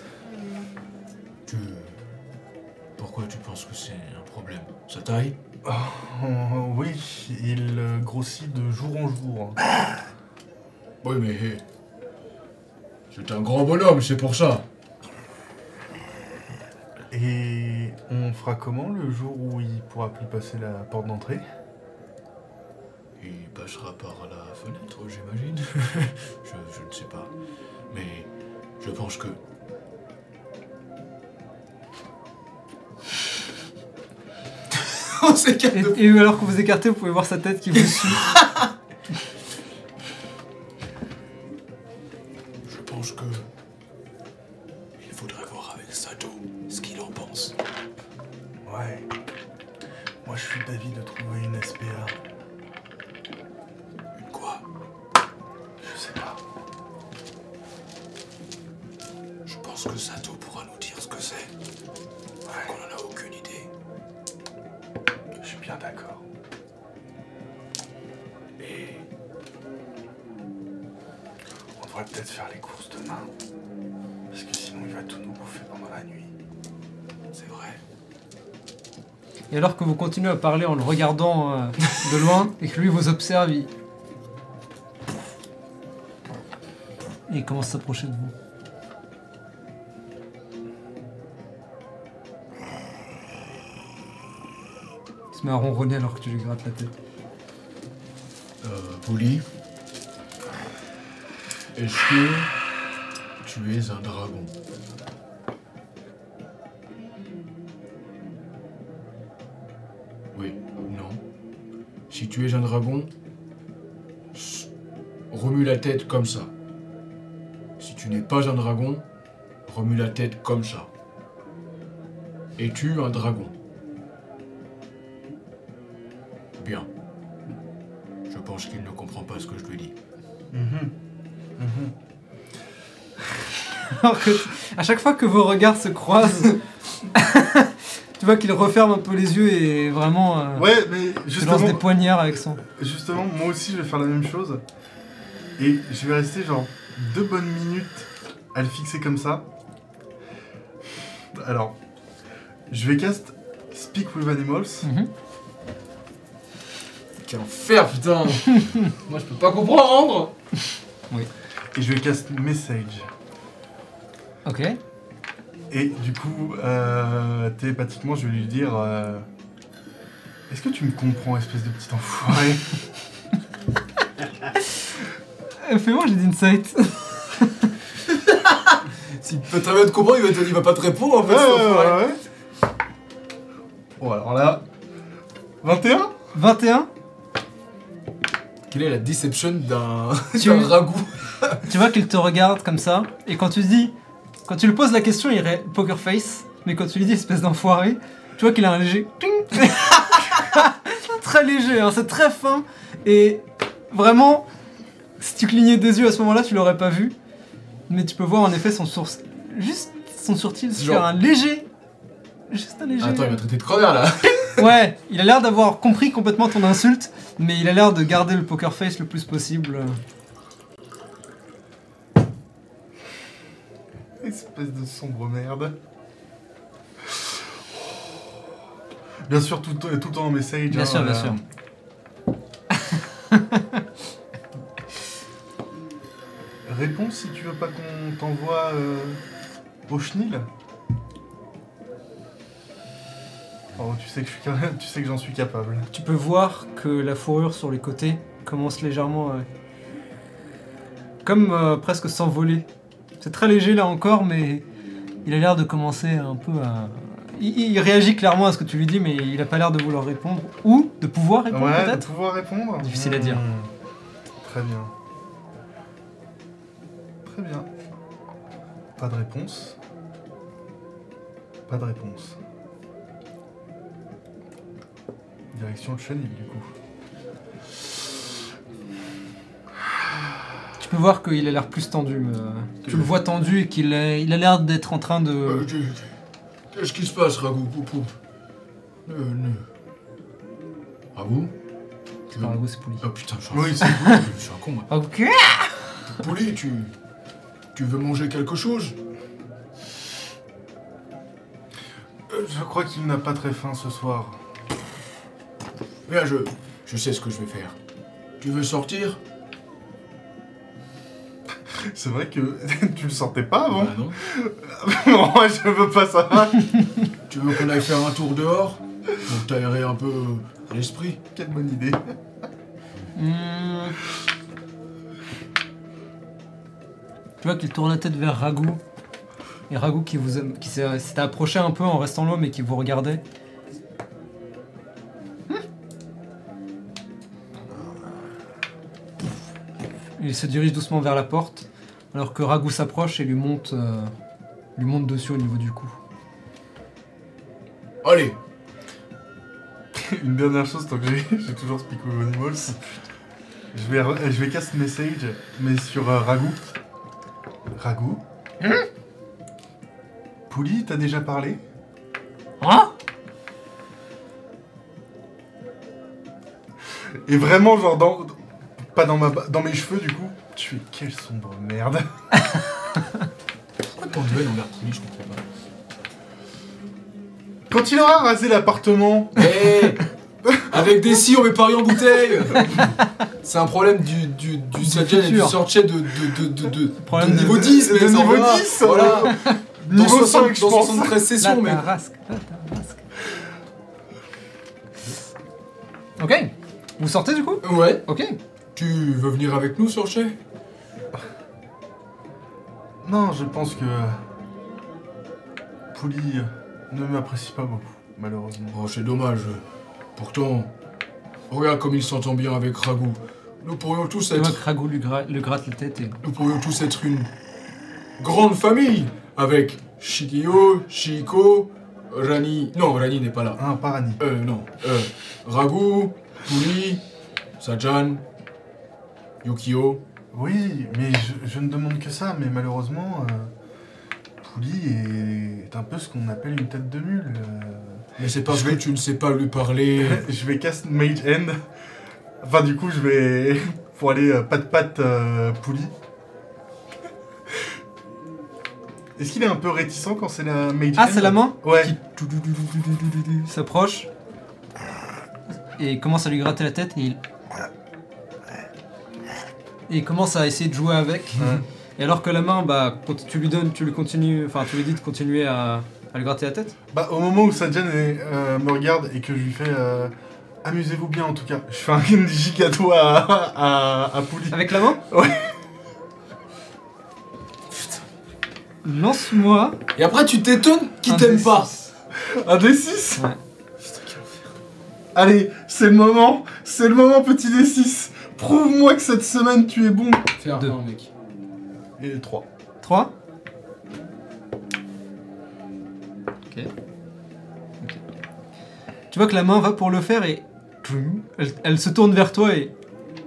B: Pourquoi tu penses que c'est un problème? Sa taille?
E: Oui, il grossit de jour en jour.
B: Oui, mais... c'est un grand bonhomme, c'est pour ça.
E: Et on fera comment le jour où il pourra plus passer la porte d'entrée?
B: Il passera par la fenêtre, j'imagine. je ne sais pas. Mais je pense que... On s'écarte.
A: Et alors que vous écartez, vous pouvez voir sa tête qui vous suit.
B: Je pense que... il faudrait voir avec Sato ce qu'il en pense.
E: Ouais. Moi, je suis d'avis de trouver une SPA.
B: Une quoi?
E: Je sais pas.
B: Je pense que Sato pourra nous dire ce que c'est. Ouais. Qu'on en a aucune idée.
E: Je suis bien d'accord.
B: Et...
E: on devrait peut-être faire les courses demain. Parce que sinon, il va tout nous bouffer pendant la nuit.
B: c'est vrai.
A: Et alors que vous continuez à parler en le regardant de loin, et que lui vous observe, il commence à s'approcher de vous. Il se met à ronronner alors que tu lui grattes la tête.
B: Pouli, est-ce que tu es un dragon? Oui, non. Si tu es un dragon, remue la tête comme ça. Si tu n'es pas un dragon, remue la tête comme ça. Es-tu un dragon? Bien. Je pense qu'il ne comprend pas ce que je lui dis.
A: Alors que, à chaque fois que vos regards se croisent, tu vois qu'il referme un peu les yeux et vraiment
E: Ouais, mais
A: tu lances des poignards avec son...
E: Justement, moi aussi, je vais faire la même chose. Et je vais rester genre 2 bonnes minutes à le fixer comme ça. Alors, je vais cast Speak with Animals.
G: Quel enfer, putain. Moi, je peux pas comprendre.
E: Et je vais cast Message.
A: Ok.
E: Et du coup, télépathiquement, je vais lui dire est-ce que tu me comprends, espèce de petit enfoiré?
A: Fais-moi, j'ai d'insight.
G: S'il peut très bien te comprendre, il va pas te répondre en fait. cet enfoiré.
E: Ouais. Bon, alors là. 21?
A: 21.
G: Quelle est la deception d'un
A: Tu-
G: ragoût?
A: Tu vois qu'il te regarde comme ça, et quand tu lui poses la question, il irait poker face, mais quand tu lui dis espèce d'enfoiré, tu vois qu'il a un léger ting. Très léger, hein, c'est très fin, et vraiment, si tu clignais des yeux à ce moment-là, tu l'aurais pas vu, mais tu peux voir en effet son sourcil
G: Genre-
A: faire un léger. Juste un léger.
G: Attends, il m'a traité de crevère là.
A: Ouais, il a l'air d'avoir compris complètement ton insulte, mais il a l'air de garder le poker face le plus possible.
E: Espèce de sombre merde. Bien sûr, tout le temps en message.
A: Bien sûr, bien sûr.
E: Réponds si tu veux pas qu'on t'envoie au chenil. Oh, tu sais que j'en suis capable.
A: Tu peux voir que la fourrure sur les côtés commence légèrement comme presque s'envoler. C'est très léger là encore, mais il a l'air de commencer un peu à... Il réagit clairement à ce que tu lui dis, mais il a pas l'air de vouloir répondre. Ou de pouvoir répondre
E: Ouais, de
A: peut-être.
E: pouvoir répondre.
A: Difficile à dire.
E: Très bien. Très bien. Pas de réponse. Pas de réponse. Direction le chenil, du coup.
A: Tu peux voir qu'il a l'air plus tendu. Tu le vois tendu et qu'il il a l'air d'être en train de...
G: Qu'est-ce qui se passe, Ragout? Ragout?
A: C'est pas Ragout, c'est Pouli.
G: Oh putain, je suis
E: Oui,
G: un
E: c'est
G: je suis un con, moi.
A: Ok.
G: Pouli, tu veux manger quelque chose?
E: Je crois qu'il n'a pas très faim ce soir.
G: Viens, je sais ce que je vais faire. Tu veux sortir?
E: C'est vrai que tu le sentais pas avant.
G: Bah non.
E: Non, je veux pas ça.
G: Tu veux qu'on aille faire un tour dehors? Pour t'aérer un peu l'esprit?
E: Quelle bonne idée.
A: Tu vois qu'il tourne la tête vers Ragout. Et Ragout qui s'était approché un peu en restant loin, mais qui vous regardait. Il se dirige doucement vers la porte, alors que Ragout s'approche et lui monte dessus au niveau du cou.
G: Allez!
E: Une dernière chose, tant que j'ai toujours Speak with Animals. Je vais cast message, mais sur Ragout. Ragout? Pouli, t'as déjà parlé?
A: Hein?
E: Et vraiment, genre, pas dans mes cheveux, du coup. Tu fais quelle sombre merde.
G: Pourquoi ton duel envers Pouli, je comprends pas.
E: Quand il aura rasé l'appartement.
G: Hé! Avec des scies, on met Paris en bouteille! C'est un problème du Sadjan et du
A: futur.
G: Sorchet de
A: Problème de-
G: niveau 10, mais
E: de
G: ça
E: niveau
G: va.
E: 10,
G: Voilà! Dans
E: Niveau 5, je
G: dans
E: pense.
G: 73 sessions, mais.
A: Ok. Vous sortez du coup?
G: Ouais.
A: Ok.
G: Tu veux venir avec nous, Sorchet?
E: Non, je pense que Pouli ne m'apprécie pas beaucoup, malheureusement.
G: Oh, c'est dommage. Pourtant, regarde comme il s'entend bien avec Ragout. Nous pourrions tous
A: Tu vois
G: être.
A: que Ragout lui gratte la tête et...
G: Nous pourrions tous être une grande famille avec Shikio, Shiko, Rani. Non, Rani n'est pas là.
E: Ah, Parani.
G: Non. Ragout, Pouli, Sadjan, Yukio.
E: Oui, mais je ne demande que ça, mais malheureusement, Pouli est un peu ce qu'on appelle une tête de mule.
G: Mais c'est parce que tu ne sais pas lui parler.
E: Je vais cast Mage Hand. Enfin, du coup, je vais... Pour aller pat Pouli. Est-ce qu'il est un peu réticent quand c'est la Mage Hand?
A: Ah, c'est la main
E: Ouais.
A: qui s'approche. et commence à lui gratter la tête et il commence à essayer de jouer avec.
E: Ouais.
A: Et alors que la main, bah, quand tu lui dis de continuer à lui gratter la tête.
E: Bah, au moment où Sadjan me regarde et que je lui fais amusez-vous bien en tout cas, je fais un gigato à Pouli.
A: Avec la main.
E: Ouais.
A: Lance-moi.
G: Et après, tu t'étonnes qu'il
A: un
G: t'aime
A: D6.
G: pas.
E: Un D6.
A: Ouais.
E: Allez, c'est le moment, petit D6. Prouve-moi que cette semaine tu es bon.
G: Fais un
A: 2.
G: mec.
E: Et 3.
A: 3. Ok. Tu vois que la main va pour le faire et elle se tourne vers toi et...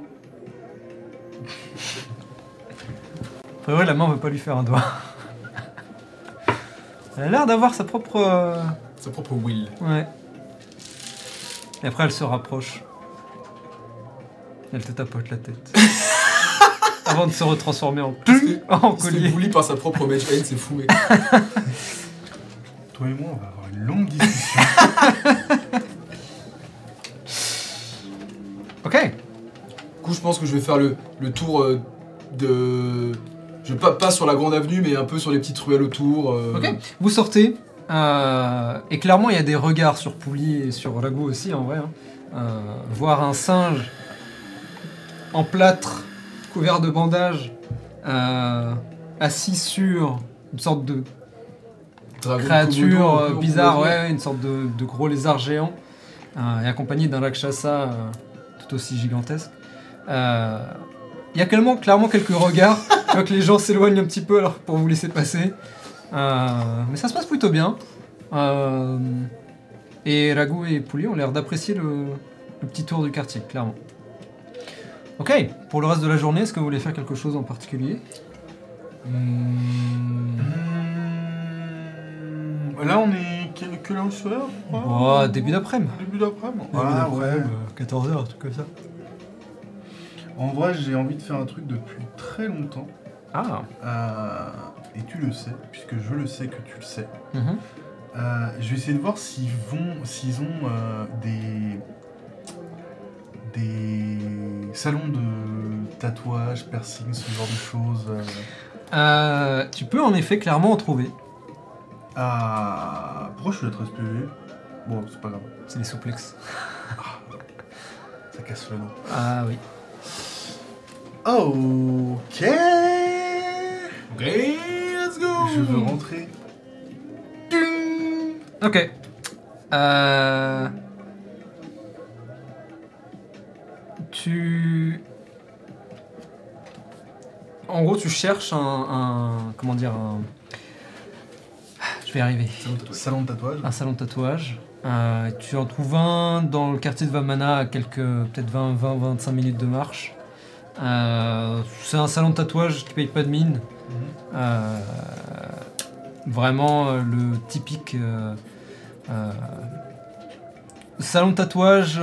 A: Après, ouais, la main veut pas lui faire un doigt. Elle a l'air d'avoir sa propre...
G: Sa propre will.
A: Ouais. Et après, elle se rapproche. Elle te tapote la tête. Avant de se retransformer en
G: C'est
A: collier.
G: voulu par sa propre mage hand, c'est fou, mec.
E: Toi et moi, on va avoir une longue discussion.
A: Ok.
G: Du coup, je pense que je vais faire le tour de... Je vais pas sur la grande avenue, mais un peu sur les petites ruelles autour.
A: Ok. Vous sortez. Et clairement, il y a des regards sur Pouli et sur Rago aussi, en vrai. Voir un singe en plâtre, couvert de bandages, assis sur une sorte de
G: Dragon
A: créature
G: Komodo, un peu,
A: bizarre,
G: on pourrait dire.
A: ouais, une sorte de gros lézard géant, et accompagné d'un Rakshasa tout aussi gigantesque. Il y a clairement quelques regards. Tu vois que les gens s'éloignent un petit peu alors pour vous laisser passer. Mais ça se passe plutôt bien. Et Rago et Pouli ont l'air d'apprécier le petit tour du quartier, clairement. Ok, pour le reste de la journée, est-ce que vous voulez faire quelque chose en particulier?
E: Là, on est quelle heure ce soir?
A: Oh, début d'après-midi.
E: Début d'après-midi. Ah ouais.
A: 14h, un truc comme ça.
E: En vrai, j'ai envie de faire un truc depuis très longtemps.
A: Ah.
E: Et tu le sais, puisque je le sais que tu le sais.
A: Mhm.
E: Je vais essayer de voir s'ils ont des salons de tatouage, piercing, ce genre de choses.
A: Tu peux en effet clairement en trouver.
E: Pourquoi je suis à 13 PV? Bon, c'est pas grave,
A: C'est les souplexes.
E: ça casse le dos.
A: Ah oui.
E: Ok.
G: Ok, let's go.
E: Je veux rentrer.
A: Ok. En gros, tu cherches comment dire, je vais y arriver.
E: Salon de tatouage.
A: Un salon de tatouage. Tu en trouves un dans le quartier de Vamana à peut-être 20-25 minutes de marche. C'est un salon de tatouage qui paye pas de mine. Vraiment le typique salon de tatouage.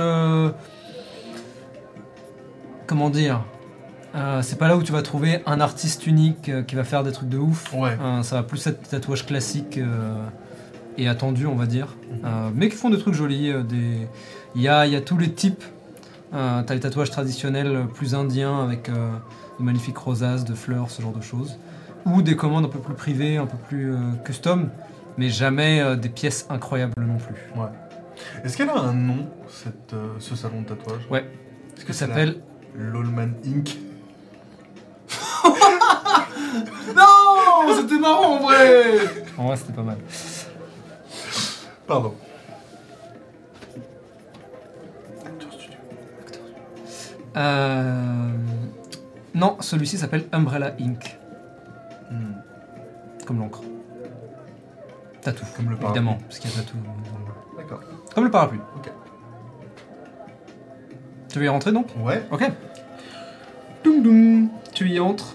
A: Comment dire, c'est pas là où tu vas trouver un artiste unique qui va faire des trucs de ouf.
E: Ouais.
A: Ça va plus être des tatouages classiques et attendus, on va dire. Mais qui font des trucs jolis. Il y a tous les types. T'as les tatouages traditionnels plus indiens avec de magnifiques rosaces, de fleurs, ce genre de choses. Ou des commandes un peu plus privées, un peu plus custom, mais jamais des pièces incroyables non plus.
E: Ouais. Est-ce qu'elle a un nom, ce salon de tatouage?
A: Ouais.
E: Est-ce que
A: Ça s'appelle...
E: Lolman Inc.
G: Non, c'était marrant en vrai.
A: En vrai, c'était pas mal.
E: Pardon.
A: Non, celui-ci s'appelle Umbrella Inc. Comme l'encre. Tatou.
E: Comme le parapluie.
A: Évidemment, parce qu'il y a tatou.
E: D'accord.
A: Comme le parapluie.
E: Ok.
A: Tu veux y rentrer donc?
E: Ouais.
A: Ok. Doum doum. Tu y entres.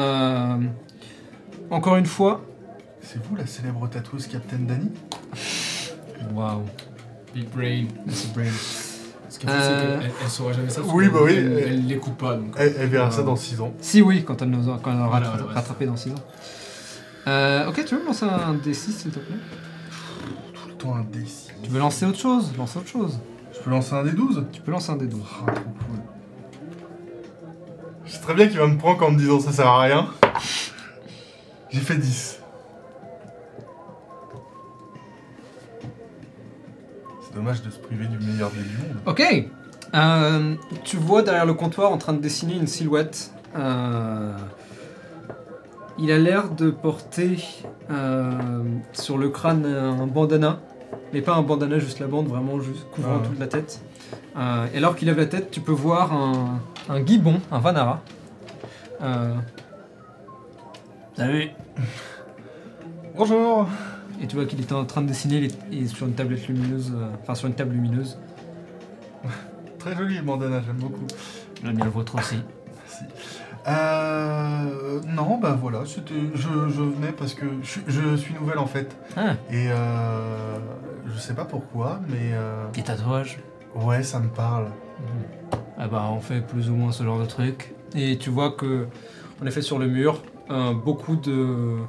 A: Encore une fois.
E: C'est vous la célèbre tatoueuse Captain Danny?
A: Waouh.
G: Big brain.
A: C'est brain.
G: Ce qu'elle fait, c'est qu'elle saura jamais ça. parce
E: Oui,
G: que
E: bah oui.
G: Elle l'écoute pas. Donc.
E: Elle verra ça dans 6 ans.
A: Si oui, quand elle aura
G: Voilà,
A: rattrapé dans 6 ans. Ok, tu veux me lancer un D6 s'il te plaît?
E: Tout le temps un D6.
A: Tu veux lancer autre chose? Lance autre chose.
E: Je peux lancer un des 12?
A: Tu peux lancer un des 12.
E: Ah, trop cool. Je sais très bien qu'il va me prendre en me disant ça sert à rien. J'ai fait 10. C'est dommage de se priver du meilleur dé du monde.
A: Ok. Tu vois derrière le comptoir en train de dessiner une silhouette. Il a l'air de porter sur le crâne un bandana. Mais pas un bandana juste la bande, vraiment juste couvrant toute la tête. Et alors qu'il lève la tête, tu peux voir un gibbon, un vanara. Salut.
E: Bonjour.
A: Et tu vois qu'il était en train de dessiner sur une tablette lumineuse, sur une table lumineuse.
E: Très joli le bandana, j'aime beaucoup.
A: J'aime bien le vôtre aussi.
E: Merci. Non, bah voilà, je venais parce que je suis nouvelle en fait.
A: Ah,
E: Et je sais pas pourquoi, mais
A: des tatouages.
E: ouais, ça me parle.
A: Ah bah on fait plus ou moins ce genre de truc. Et tu vois que, en effet, sur le mur, beaucoup de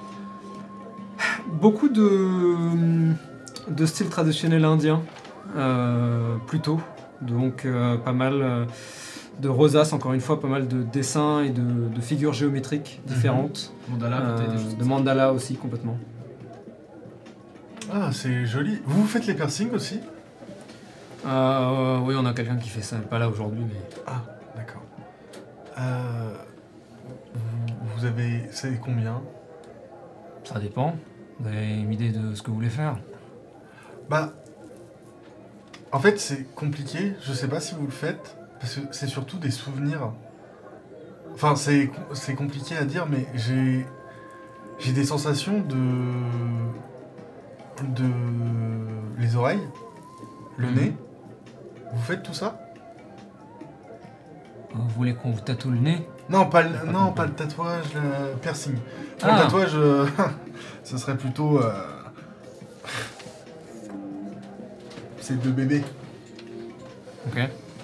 A: styles traditionnels indiens, plutôt. Donc pas mal de rosaces, encore une fois, pas mal de dessins et de figures géométriques différentes.
G: Mandala, peut-être des choses
A: De
G: comme ça.
A: mandala aussi, complètement.
E: Ah, c'est joli. Vous faites les piercings aussi?
A: Oui, on a quelqu'un qui fait ça, pas là aujourd'hui, mais...
E: Ah, d'accord. Vous avez... C'est combien?
A: Ça dépend. Vous avez une idée de ce que vous voulez faire?
E: Bah... En fait, c'est compliqué. Je sais pas si vous le faites. Parce que c'est surtout des souvenirs. Enfin, c'est compliqué à dire, mais j'ai des sensations de les oreilles, le nez. Vous faites tout ça?
A: Vous voulez qu'on vous tatoue le nez?
E: Non, pas le tatouage, le piercing. Pour
A: Ah.
E: le tatouage, ce serait plutôt... c'est de bébé.
A: Ok.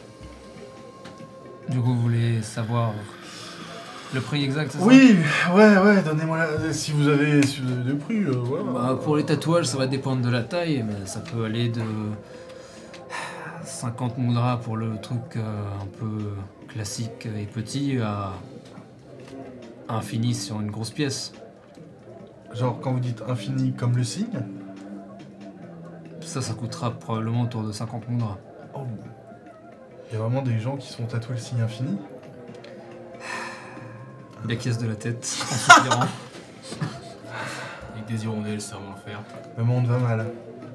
A: Du coup, vous voulez savoir le prix exact, c'est ça?
E: Oui, ouais, donnez-moi si vous avez des prix, voilà.
A: Bah, pour les tatouages, ça va dépendre de la taille, mais ça peut aller de 50 mudras pour le truc un peu classique et petit à infini sur une grosse pièce.
E: Genre quand vous dites infini comme le signe.
A: Ça coûtera probablement autour de 50 mudras.
E: Oh. Il y a vraiment des gens qui sont tatoués le signe infini.
A: Il acquiesce de la tête en soupirant.
G: Avec des hirondelles, ça va en faire.
E: Le monde va mal.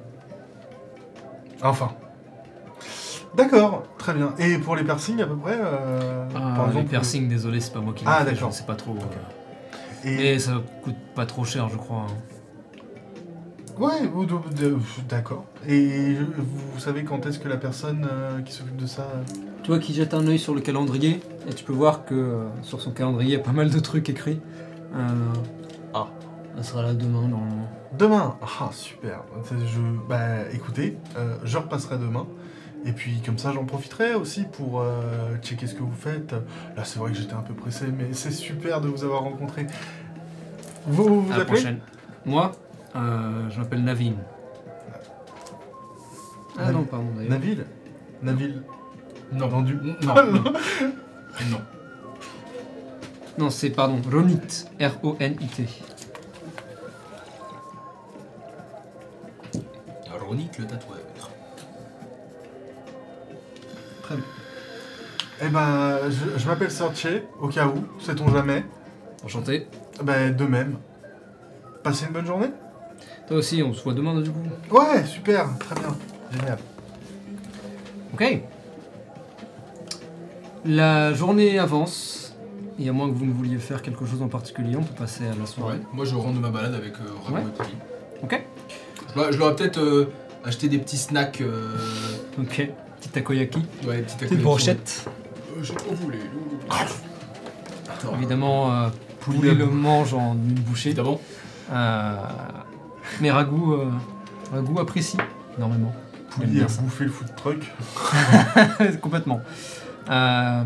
E: Enfin. D'accord, très bien. Et pour les piercings à peu près par
A: Les
E: exemple,
A: piercings, désolé, c'est pas moi qui l'ai
E: Ah,
A: fait, je
E: d'accord.
A: ne sais pas trop.
E: Et...
A: Mais ça coûte pas trop cher, je crois.
E: Ouais, d'accord. Et vous savez quand est-ce que la personne qui s'occupe de ça...
A: Tu vois qu'il jette un œil sur le calendrier, et tu peux voir que sur son calendrier, il y a pas mal de trucs écrits. Elle sera là demain, normalement.
E: Demain. Ah, super. Bah, écoutez, je repasserai demain. Et puis, comme ça, j'en profiterai aussi pour checker ce que vous faites. Là, c'est vrai que j'étais un peu pressé, mais c'est super de vous avoir rencontré. Vous
A: À la
E: appelez
A: prochaine. Moi, je m'appelle Navin. Ah
E: Navi-
A: non, pardon, d'ailleurs.
E: Navil.
G: Non.
E: Dans du...
G: Non. Non.
A: Non, c'est, pardon, Ronit. R-O-N-I-T.
G: Ronique le tatoueur.
E: Très bien. Eh ben, je m'appelle Sorche, au cas où, sait-on jamais.
A: Enchanté.
E: Ben, de même. Passez une bonne journée.
A: Toi aussi, on se voit demain, du coup.
E: Ouais, super, très bien. Génial.
A: Ok. La journée avance. Et à moins que vous ne vouliez faire quelque chose en particulier, on peut passer à la soirée.
G: Ouais. Moi, je rentre de ma balade avec Rago
A: Ouais.
G: et Polly.
A: Ok.
G: Je leur ai peut-être acheté des petits snacks.
A: Ok. Petit takoyaki.
G: Ouais, des petites
A: Petite brochette.
G: J'ai pas voulu.
A: Évidemment, Poulet le mange en une bouchée.
G: Évidemment.
A: Mais Ragout apprécie énormément.
E: Pouly
A: bien
E: a
A: ça.
E: bouffé le food truck.
A: Complètement. La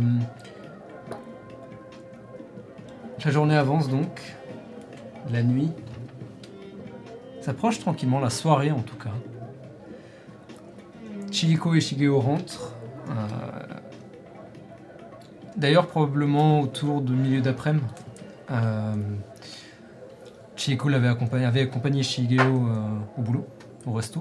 A: journée avance donc. La nuit s'approche tranquillement, la soirée en tout cas. Chihiko et Shigeo rentrent. D'ailleurs, probablement autour de milieu d'après-midi. Chihiko avait accompagné Shigeo au boulot, au resto.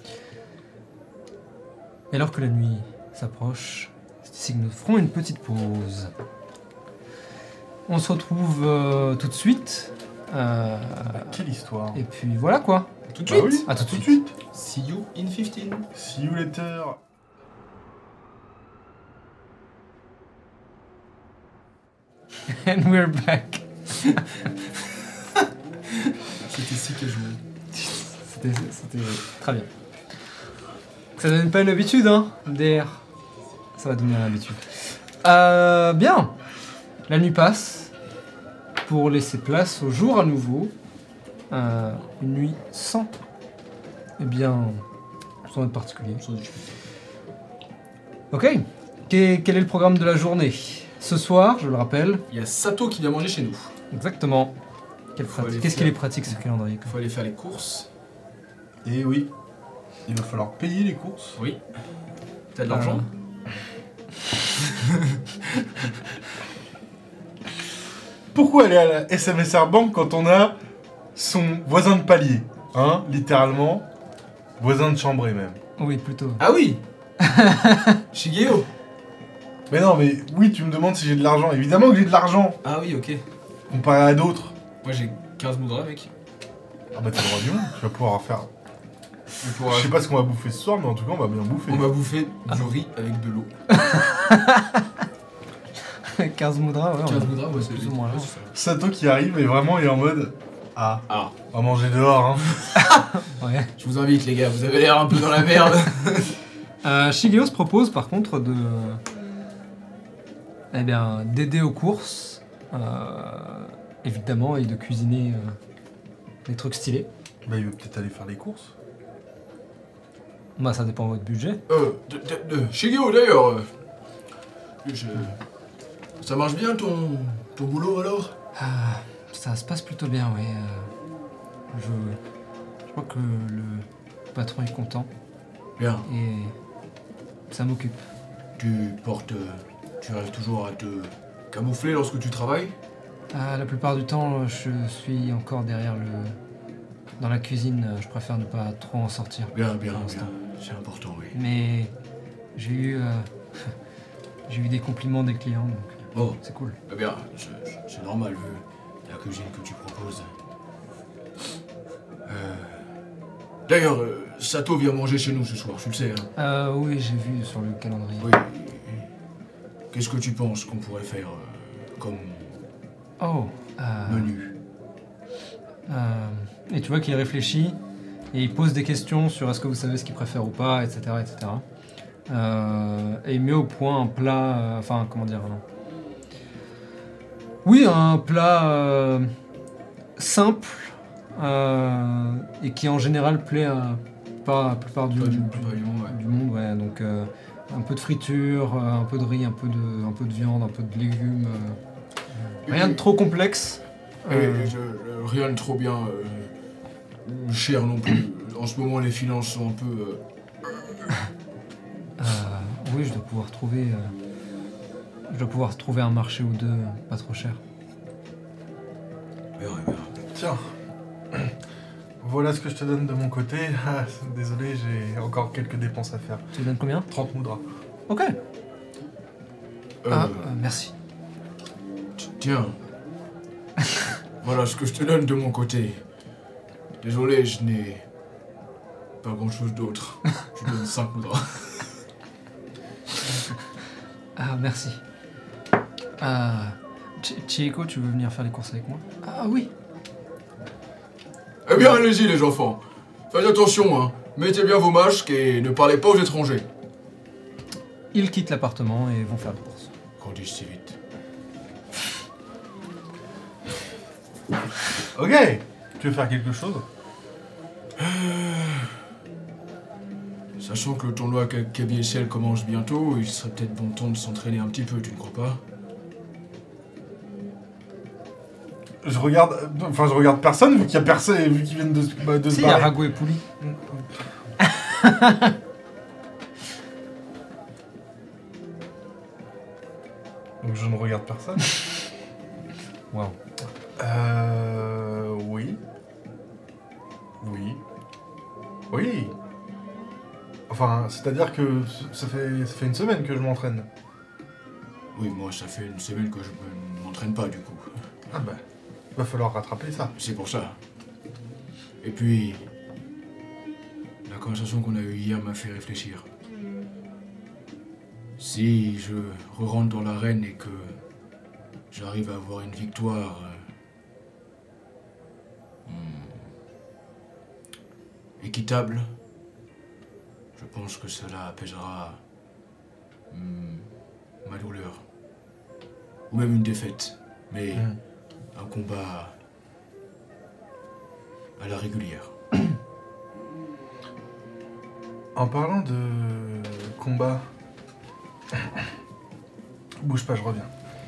A: Et alors que la nuit s'approche, c'est ici que nous ferons une petite pause. On se retrouve tout de suite.
E: Quelle histoire.
A: Et puis voilà quoi.
G: Tout de
E: Bah
G: suite.
E: oui,
A: À tout de
E: tout de
A: suite.
E: suite.
G: See you in 15.
E: See you later.
A: And we're back.
G: C'était si que je me...
A: C'était très bien. Ça donne pas une habitude, hein, DR. Ça va devenir une habitude. Bien. La nuit passe pour laisser place au jour à nouveau. Une nuit sans. Eh bien, sans être particulier. Ok. Quel est le programme de la journée? Ce soir, je le rappelle.
G: Il y a Sato qui vient manger chez nous.
A: Exactement.
G: Faut aller
A: Qu'est-ce
G: faire-
A: qu'il est pratique ce calendrier?
G: Il faut aller faire les courses.
E: Et oui, il va falloir payer les courses.
G: Oui. T'as de l'argent
E: Pourquoi aller à la SMSR Bank quand on a son voisin de palier? Hein, littéralement. Voisin de chambrée même.
A: Oui, plutôt.
G: Ah oui. Shigeo.
E: Mais non, mais oui, tu me demandes si j'ai de l'argent. Évidemment que j'ai de l'argent,
G: Ah oui, ok.
E: comparé à d'autres.
G: Moi j'ai 15 moudras, mec.
E: Ah bah t'es le roi du monde, tu vas pouvoir faire...
G: On pourra-
E: Je sais pas ce qu'on va bouffer ce soir, mais en tout cas on va bien bouffer.
G: On va bouffer du riz avec de l'eau.
A: 15 moudras, ouais.
G: 15 moudras, ouais, c'est
A: plus ou moins là.
E: Sato qui arrive et vraiment il est en mode... Ah,
G: Ah,
E: on va manger dehors, hein.
A: Ouais.
G: je vous invite les gars, vous avez l'air un peu dans la merde.
A: Shigeo se propose par contre de... Eh bien, d'aider aux courses, évidemment, et de cuisiner des trucs stylés.
E: Bah il veut peut-être aller faire les courses.
A: Bah, ça dépend de votre budget.
G: Shigeo d'ailleurs. Ça marche bien ton boulot alors?
A: Ça se passe plutôt bien, oui. Je crois que le patron est content
G: Bien.
A: et ça m'occupe.
G: Tu arrives toujours à te camoufler lorsque tu travailles?
A: La plupart du temps, je suis encore derrière dans la cuisine. Je préfère ne pas trop en sortir.
G: Bien,
A: pour
G: bien,
A: l'instant.
G: bien. C'est important, oui.
A: Mais j'ai eu des compliments des clients, donc
G: Oh,
A: c'est cool.
G: eh bien, c'est normal vu la cuisine que tu proposes. D'ailleurs, Sato vient manger chez nous ce soir, tu le sais, hein?
A: Oui, j'ai vu sur le calendrier.
G: Oui. Qu'est-ce que tu penses qu'on pourrait faire comme
A: Oh.
G: menu?
A: Et tu vois qu'il réfléchit et il pose des questions sur est-ce que vous savez ce qu'il préfère ou pas, etc. etc. Et il met au point un plat, enfin comment dire, oui, un plat simple et qui en général plaît à pas la plupart du
G: Pas du
A: monde,
G: ouais.
A: du monde, ouais. Donc un peu de friture, un peu de riz, un peu de viande, un peu de légumes, rien de trop complexe.
G: Rien de trop bien cher non plus. En ce moment, les finances sont un peu...
A: Oui, je dois pouvoir trouver un marché ou deux pas trop cher.
G: Bien.
E: Tiens. Voilà ce que je te donne de mon côté. Ah, désolé, j'ai encore quelques dépenses à faire.
A: Tu me donnes combien?
E: 30 moudras.
A: Ok. Merci.
G: Tiens. Voilà ce que je te donne de mon côté. Désolé, je n'ai pas grand-chose d'autre. Je te donne 5 moudras.
A: Merci. Chihiko, tu veux venir faire les courses avec moi? Ah oui.
G: Eh bien, allez-y les enfants. Faites attention, hein. Mettez bien vos masques et ne parlez pas aux étrangers.
A: Ils quittent l'appartement et vont faire les courses.
G: Grandissent si vite.
E: Ok. Tu veux faire quelque chose?
G: Sachant que le tournoi KBSL commence bientôt, il serait peut-être bon temps de s'entraîner un petit peu, tu ne crois pas?
E: Je regarde personne vu qu'il y a personne, vu qu'ils viennent de se
A: Si, il y a
E: barrer.
A: Rago et Pouli.
E: Donc je ne regarde personne.
A: Waouh.
E: Oui. Oui. Oui. Enfin, c'est-à-dire que ça fait une semaine que je m'entraîne.
G: Oui, moi, ça fait une semaine que je ne m'entraîne pas, du coup.
E: Ah bah, va falloir rattraper ça.
G: C'est pour ça. Et puis, la conversation qu'on a eue hier m'a fait réfléchir. Si je re-rentre dans l'arène et que j'arrive à avoir une victoire équitable, je pense que cela apaisera ma douleur. Ou même une défaite, mais un combat à la régulière.
E: En parlant de combat... Bouge pas, je reviens.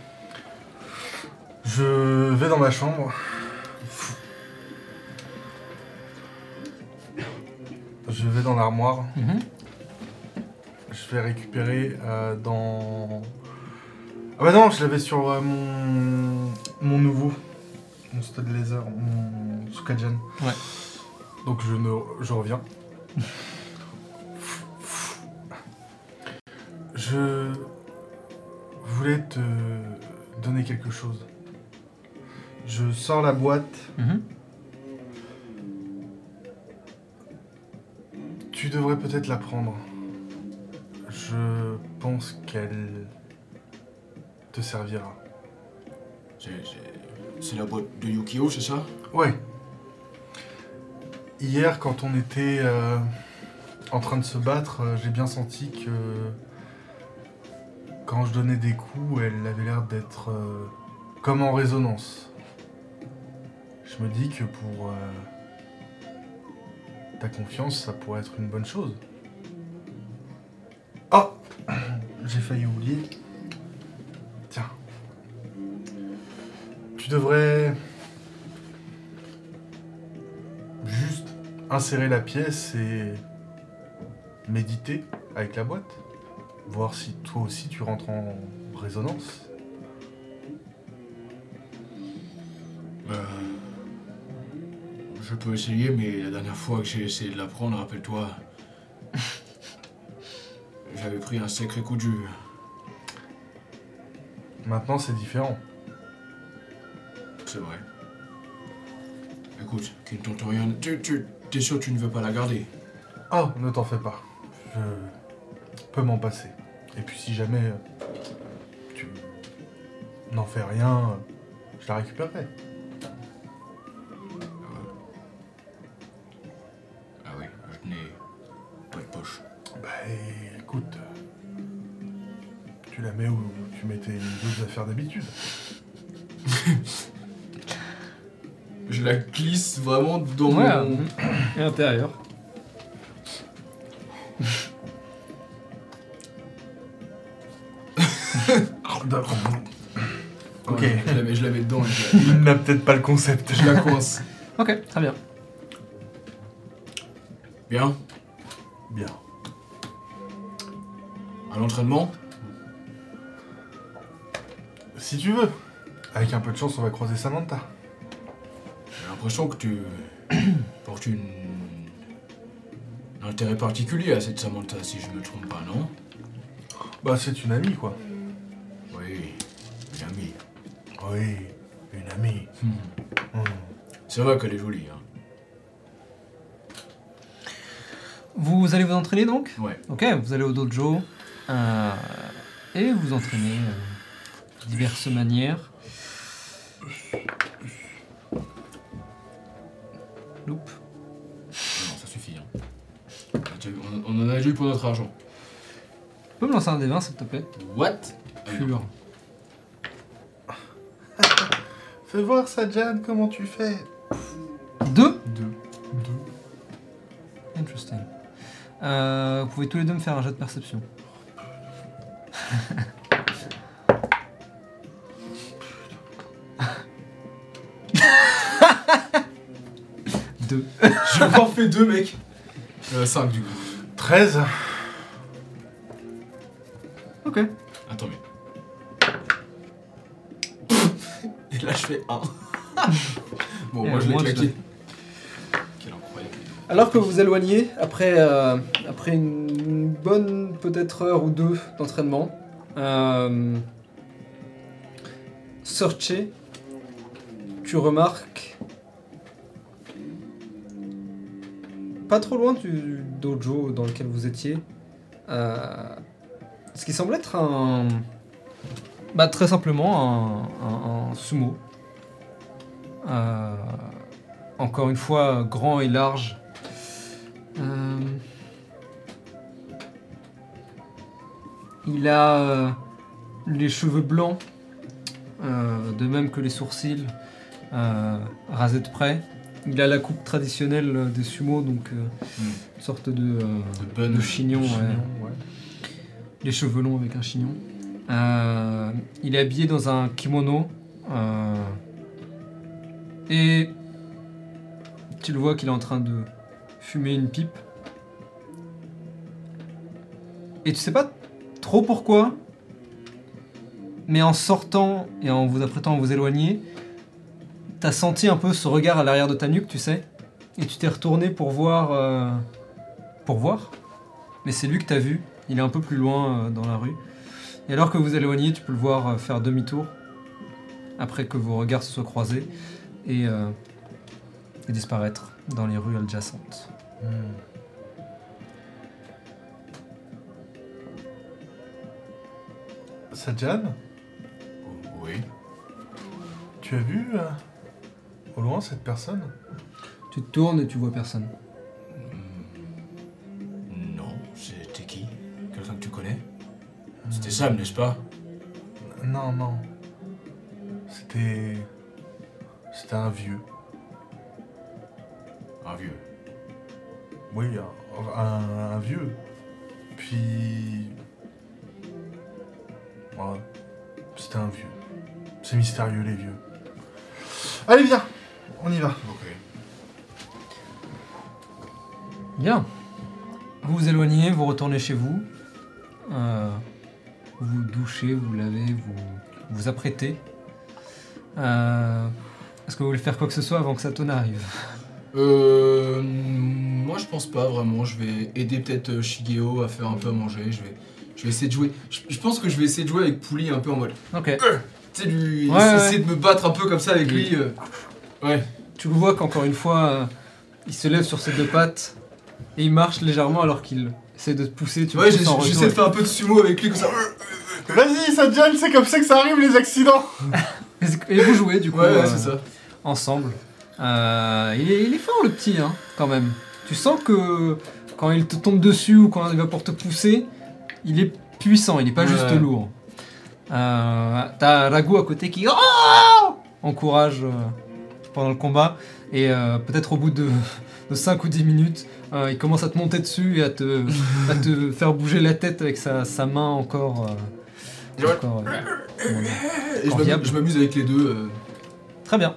E: Je vais dans ma chambre. Je vais dans l'armoire. Je vais récupérer dans... Ah bah non, je l'avais sur mon nouveau. Mon Stud Laser, mon Sukajan.
A: Ouais.
E: Donc je reviens. Je voulais te donner quelque chose. Je sors la boîte. Tu devrais peut-être la prendre. Je pense qu'elle te servira.
G: C'est la boîte de Yukio, c'est ça?
E: Ouais. Hier, quand on était en train de se battre, j'ai bien senti que quand je donnais des coups, elle avait l'air d'être comme en résonance. Je me dis que pour ta confiance, ça pourrait être une bonne chose. Oh! J'ai failli oublier. Tiens. Tu devrais juste insérer la pièce et méditer avec la boîte. Voir si toi aussi tu rentres en résonance.
G: Je peux essayer, mais la dernière fois que j'ai essayé de la prendre, rappelle-toi, j'avais pris un sacré coup de jus.
E: Maintenant c'est différent.
G: C'est vrai. Écoute, qui ne tente rien. T'es sûr que tu ne veux pas la garder?
E: Oh, ne t'en fais pas. Je peux m'en passer. Et puis si jamais tu n'en fais rien, je la récupérerai.
G: Ah oui, je n'ai pas de poche.
E: Bah écoute, tu la mets où tu mets tes deux affaires d'habitude.
G: Je la glisse vraiment dans
A: Ouais,
G: mon...
A: à l'intérieur.
E: Ok.
G: Ouais, je la mets dedans.
E: Il n'a peut-être pas le concept.
G: Je la coince.
A: Ok, très bien.
G: Bien.
E: Bien.
G: À l'entraînement?
E: Si tu veux. Avec un peu de chance, on va croiser Samantha.
G: J'ai l'impression que tu portes un intérêt particulier à cette Samantha, si je me trompe pas, non?
E: Bah c'est une amie, quoi.
G: Oui, une amie.
E: Oui, une amie.
G: C'est vrai qu'elle est jolie, hein.
A: Vous allez vous entraîner donc?
G: Ouais.
A: Ok, vous allez au dojo et vous entraînez de diverses manières. Loup.
G: Non, ça suffit, hein. On en a déjà eu pour notre argent.
A: Tu peux me lancer un des 20 s'il te plaît?
G: What?
A: Pur.
E: Fais voir, Sajan, comment tu fais.
A: 2.
E: Deux.
A: Interesting. Vous pouvez tous les deux me faire un jet de perception. Deux.
G: J'ai encore fait 2, mec. 5 du coup.
E: 13.
A: Ok.
G: Attends, mais. Et là, je fais 1. Bon,
A: Et
G: moi, je l'ai
A: moi, je
G: claqué. Quel incroyable.
A: Alors que vous vous éloignez, après une bonne peut-être heure ou deux d'entraînement, Searché, tu remarques pas trop loin du dojo dans lequel vous étiez, ce qui semble être très simplement un sumo. Encore une fois, grand et large. Il a les cheveux blancs, de même que les sourcils, rasés de près. Il a la coupe traditionnelle des sumo, donc une sorte de chignon.
E: Ouais.
A: Les cheveux longs avec un chignon. Il est habillé dans un kimono. Et tu le vois qu'il est en train de fumer une pipe. Et tu sais pas trop pourquoi, mais en sortant et en vous apprêtant à vous éloigner, t'as senti un peu ce regard à l'arrière de ta nuque, tu sais, et tu t'es retourné pour voir. Mais c'est lui que t'as vu, il est un peu plus loin dans la rue. Et alors que vous éloignez, tu peux le voir faire demi-tour, après que vos regards se soient croisés, et disparaître dans les rues adjacentes.
E: Sadjan,
G: Oui.
E: tu as vu au loin cette personne?
A: Tu te tournes et tu vois personne.
G: Non, c'était qui? Quelqu'un que tu connais? C'était Sam, n'est-ce pas?
E: Non. C'était un vieux.
G: Un vieux.
E: Oui, un vieux. Puis... Ouais, c'était un vieux. C'est mystérieux, les vieux. Allez, viens, on y va.
G: Ok.
A: Bien. Vous vous éloignez, vous retournez chez vous. Vous douchez, vous lavez, vous apprêtez. Est-ce que vous voulez faire quoi que ce soit avant que Sato n'arrive?
G: Moi je pense pas vraiment. Je vais aider peut-être Shigeo à faire un peu à manger. Je vais essayer de jouer. Je pense que je vais essayer de jouer avec Pouli un peu en mode.
A: Ok.
G: Tu sais, lui.
A: Ouais,
G: essayer de me battre un peu comme ça avec lui. Ouais.
A: Tu le vois qu'encore une fois, il se lève sur ses deux pattes et il marche légèrement alors qu'il essaie de te pousser. Tu le
G: Ouais,
A: pousses en
G: j'essaie
A: retour.
G: de faire un peu de sumo avec lui comme ça.
E: Vas-y, Sadjan, c'est comme ça que ça arrive, les accidents.
A: Et vous jouez du coup
G: Ouais, c'est ça.
A: ensemble. Il est fort le petit, hein, quand même. Tu sens que quand il te tombe dessus ou quand il va pour te pousser, il est puissant, il est pas juste lourd. T'as Ragu à côté qui encourage pendant le combat et peut-être au bout de 5 ou 10 minutes, il commence à te monter dessus et à te faire bouger la tête avec sa main encore...
G: Et
A: viable.
G: je m'amuse avec les deux.
A: Très bien.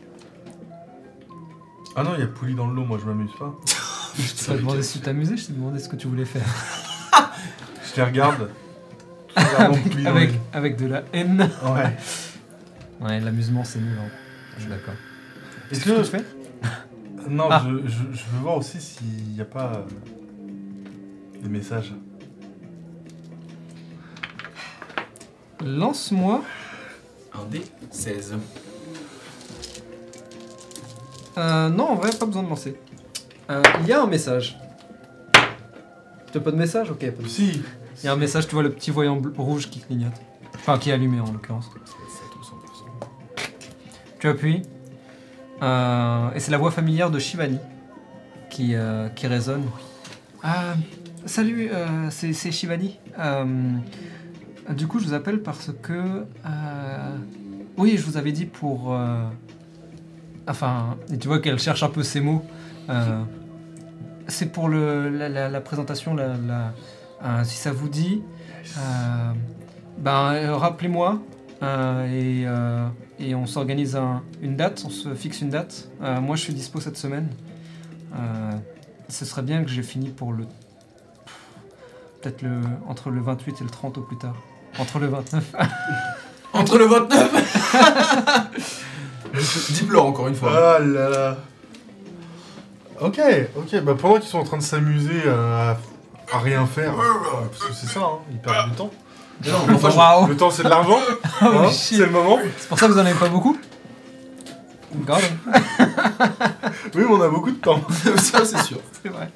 E: Ah non, il y a Pouli dans le lot, moi je m'amuse pas.
A: Je t'ai pas demandé si tu t'amusais, je t'ai demandé ce que tu voulais faire.
E: Je les regarde. Tout regardant Pouli dans les-
A: avec de la haine.
E: Ouais.
A: Ouais, l'amusement c'est nul, hein. Je suis d'accord.
E: Est-ce
A: Qu'est-ce que
E: que...
A: tu fais?
E: Non,
A: Ah.
E: je veux voir aussi s'il n'y a pas des messages.
A: Lance-moi.
G: Un dé 16.
A: Non, en vrai, pas besoin de lancer. Il y a un message. T'as pas de message? Ok, pas de...
E: Si.
A: Il y a un message, tu vois le petit voyant rouge qui clignote. Enfin, qui est allumé en l'occurrence.
G: 7 ou 100%.
A: Tu appuies. Et c'est la voix familière de Shivani qui résonne. Salut, c'est Shivani. Du coup, je vous appelle parce que... oui, je vous avais dit pour... Enfin, et tu vois qu'elle cherche un peu ses mots. C'est pour la présentation, si ça vous dit. Rappelez-moi et on s'organise une date, on se fixe une date. Moi, je suis dispo cette semaine. Ce serait bien que j'ai fini pour peut-être entre le 28 et le 30 au plus tard. Entre le 29.
G: Entre le 29 10 plans, encore une fois.
E: Ah là là. Ok, bah pendant qu'ils sont en train de s'amuser à rien faire, parce que c'est ça, hein, ils perdent du temps.
G: Non, mais enfin,
A: Waouh.
E: Le temps c'est de l'argent,
A: Oh,
E: hein,
A: shit.
E: c'est le moment.
A: C'est pour ça que vous en avez pas beaucoup? Regarde,
E: Oui, mais on a beaucoup de temps.
G: ça, c'est sûr.
A: c'est vrai.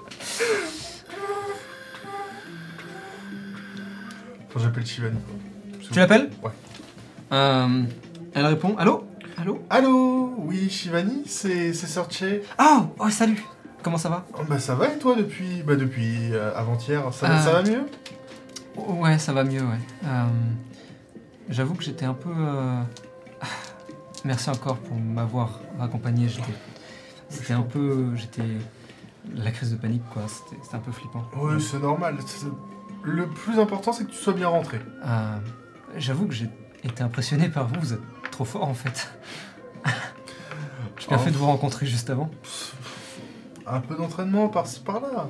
E: Quand j'appelle Shivani.
A: Tu l'appelles?
E: Ouais.
A: Elle répond. Allô? Allô?
E: Allô, oui, Shivani, c'est Sorche.
A: Oh, oh, salut. Comment ça va?
E: Oh, bah ça va et toi depuis avant-hier, ça va mieux?
A: Ouais, ça va mieux, ouais. J'avoue que j'étais un peu... Merci encore pour m'avoir accompagné. J'étais la crise de panique, quoi. C'était un peu flippant.
E: Oui, c'est normal. Le plus important, c'est que tu sois bien rentré.
A: J'avoue que j'ai été impressionné par vous. Vous êtes trop fort, en fait. J'ai bien fait de vous rencontrer juste avant.
E: Un peu d'entraînement par-ci par-là.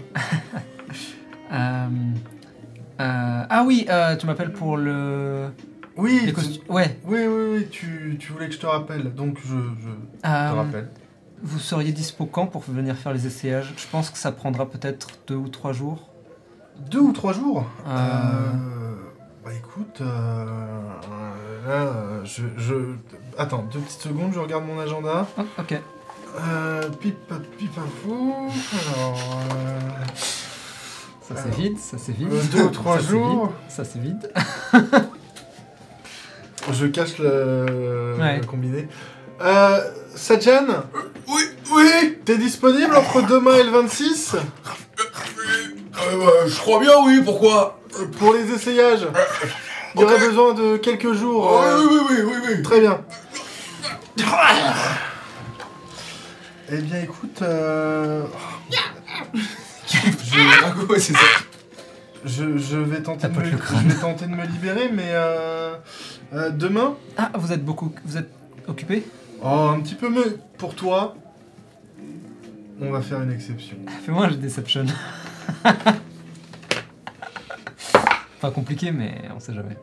A: Ah oui, tu m'appelles pour le...
E: Oui,
A: les costumes. Ouais.
E: Oui, tu voulais que je te rappelle, donc je te rappelle.
A: Vous seriez dispo quand pour venir faire les essayages? Je pense que ça prendra peut-être 2 ou 3 jours.
E: 2 ou 3 jours
A: Euh.
E: Bah écoute, là, Attends, 2 petites secondes, je regarde mon agenda.
A: Oh, ok.
E: Pipafou. Alors.
A: Ça c'est vide, ça c'est vide.
E: 2 ou 3
A: Ça, c'est
E: jours.
A: vide, ça c'est vide.
E: Je cache le
A: Ouais.
E: combiné. Sajan,
G: Oui.
E: t'es disponible entre demain et le 26
G: Je crois bien, oui, pourquoi?
E: pour les essayages? Il y aurait besoin de quelques jours.
G: Oui.
E: Très bien. Eh bien, écoute,
G: Ouais, c'est ça.
E: je vais tenter
A: Tapote le crâne.
E: de me libérer, mais demain,
A: Ah, vous êtes occupé?
E: un petit peu mieux pour toi. On va faire une exception.
A: Fais-moi un jeu de Deception. Pas compliqué, mais on sait jamais.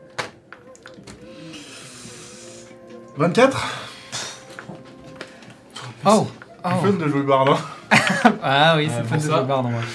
E: 24.
A: Oh,
E: C'est fun de jouer Bard, hein.
A: Ah oui, c'est fun de
G: pour ça.
A: jouer Bard en vrai.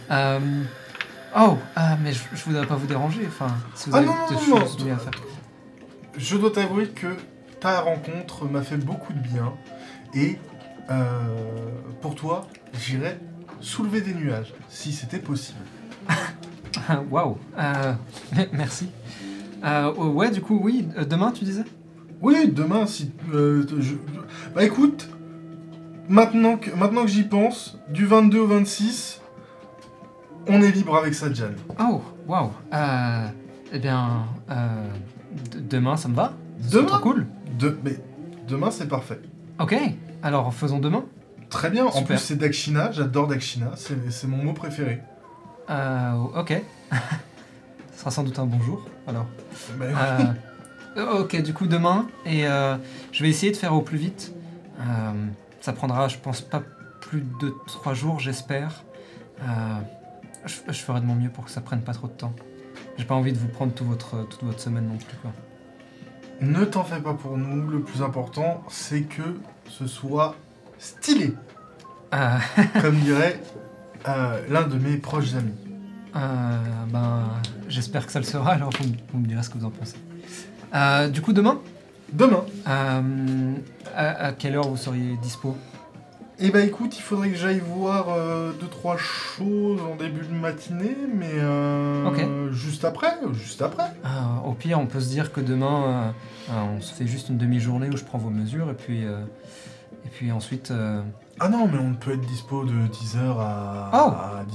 A: Mais je voudrais pas vous déranger, enfin, si vous
E: Ah
A: avez
E: non,
A: des
E: non,
A: choses
E: non.
A: mieux à faire.
E: Je dois t'avouer que ta rencontre m'a fait beaucoup de bien. Et pour toi, j'irais soulever des nuages, si c'était possible.
A: Waouh, merci. Ouais, du coup, oui, demain, tu disais?
E: Oui, demain, si... Bah écoute, maintenant que j'y pense, du 22 au 26, on est libre avec Sajan.
A: Oh, waouh. Eh bien, demain, ça me va?
E: Demain
A: C'est trop cool.
E: Mais demain, c'est parfait.
A: Ok, alors faisons demain.
E: Très bien, en
A: Super.
E: plus c'est Dakshina, j'adore Dakshina, c'est mon mot préféré.
A: Ok. Ce sera sans doute un bon jour, alors.
E: Mais
A: Ok, du coup, demain, et je vais essayer de faire au plus vite. Ça prendra, je pense, pas plus de 3 jours, j'espère. Je ferai de mon mieux pour que ça prenne pas trop de temps. J'ai pas envie de vous prendre toute votre semaine non plus, quoi.
E: ne t'en fais pas pour nous, le plus important, c'est que ce soit stylé, comme dirait l'un de mes proches amis.
A: J'espère que ça le sera, alors vous me direz ce que vous en pensez. Du coup, demain,
E: Demain.
A: à quelle heure vous seriez dispo?
E: Eh ben écoute, il faudrait que j'aille voir 2-3 choses en début de matinée, mais
A: Ok.
E: juste après.
A: Au pire, on peut se dire que demain, on se fait juste une demi-journée où je prends vos mesures, et puis ensuite...
E: Ah non, mais on peut être dispo de 10h à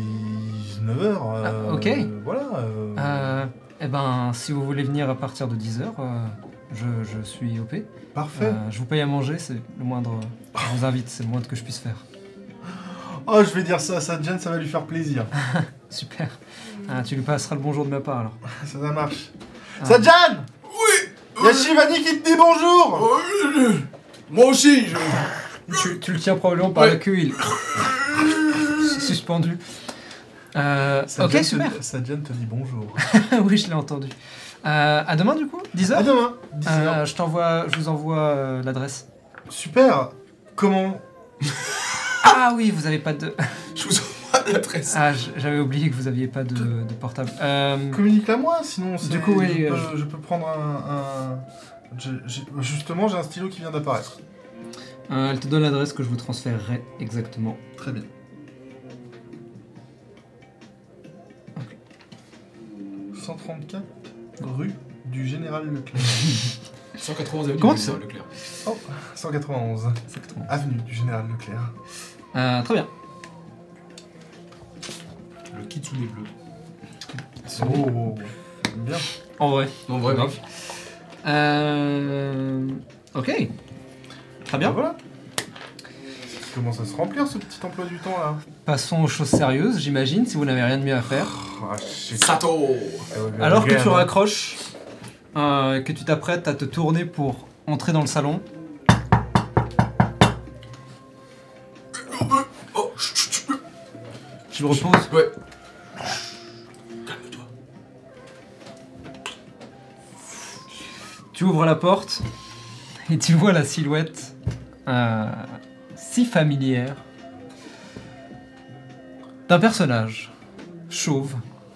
E: 19h.
A: ok.
E: Voilà.
A: si vous voulez venir à partir de 10h, je suis OP.
E: Parfait.
A: Je vous paye à manger, c'est le moindre... Je vous invite, c'est le moindre que je puisse faire.
E: Oh, je vais dire ça à Sajan, ça va lui faire plaisir.
A: Super. Tu lui passeras le bonjour de ma part, alors.
E: Ça marche. Sajan! Oui! Y'a Shivani qui te dit bonjour!
G: Moi aussi,
A: Tu le tiens probablement par
G: Ouais.
A: la queue, il... suspendu. Ok, super.
E: Sajan te dit bonjour.
A: Oui, je l'ai entendu. À demain du coup 10h
E: À demain, 10h.
A: Je vous envoie l'adresse.
E: Super. Comment...
A: Ah oui, vous avez pas de...
G: Je vous envoie l'adresse.
A: Ah, j'avais oublié que vous aviez pas de portable.
E: Communique-la moi, sinon c'est...
A: Du coup, oui,
E: je peux prendre justement, j'ai un stylo qui vient d'apparaître.
A: Elle te donne l'adresse que je vous transférerai exactement.
E: Très bien. 134 rue du Général Leclerc.
G: 191 avenue
A: Comment
G: du
A: tu
G: Général Leclerc.
E: Oh, 191
A: Exactement.
E: avenue du Général Leclerc.
A: Très bien.
G: Le kitsune bleu.
E: Oh, bien.
A: En vrai.
G: Non, vrai,
A: Grave. Ok. Très bien.
E: Ben voilà. Ça commence à se remplir ce petit emploi du temps là.
A: Passons aux choses sérieuses, j'imagine, si vous n'avez rien de mieux à faire.
E: Ah, shit.
G: Sato.
A: Alors que tu
E: Regarde, hein.
A: raccroches, que tu t'apprêtes à te tourner pour entrer dans le salon,
G: Oh, chut.
A: je me repose.
G: Ouais. Calme-toi.
A: Tu ouvres la porte et tu vois la silhouette si familière d'un personnage chauve,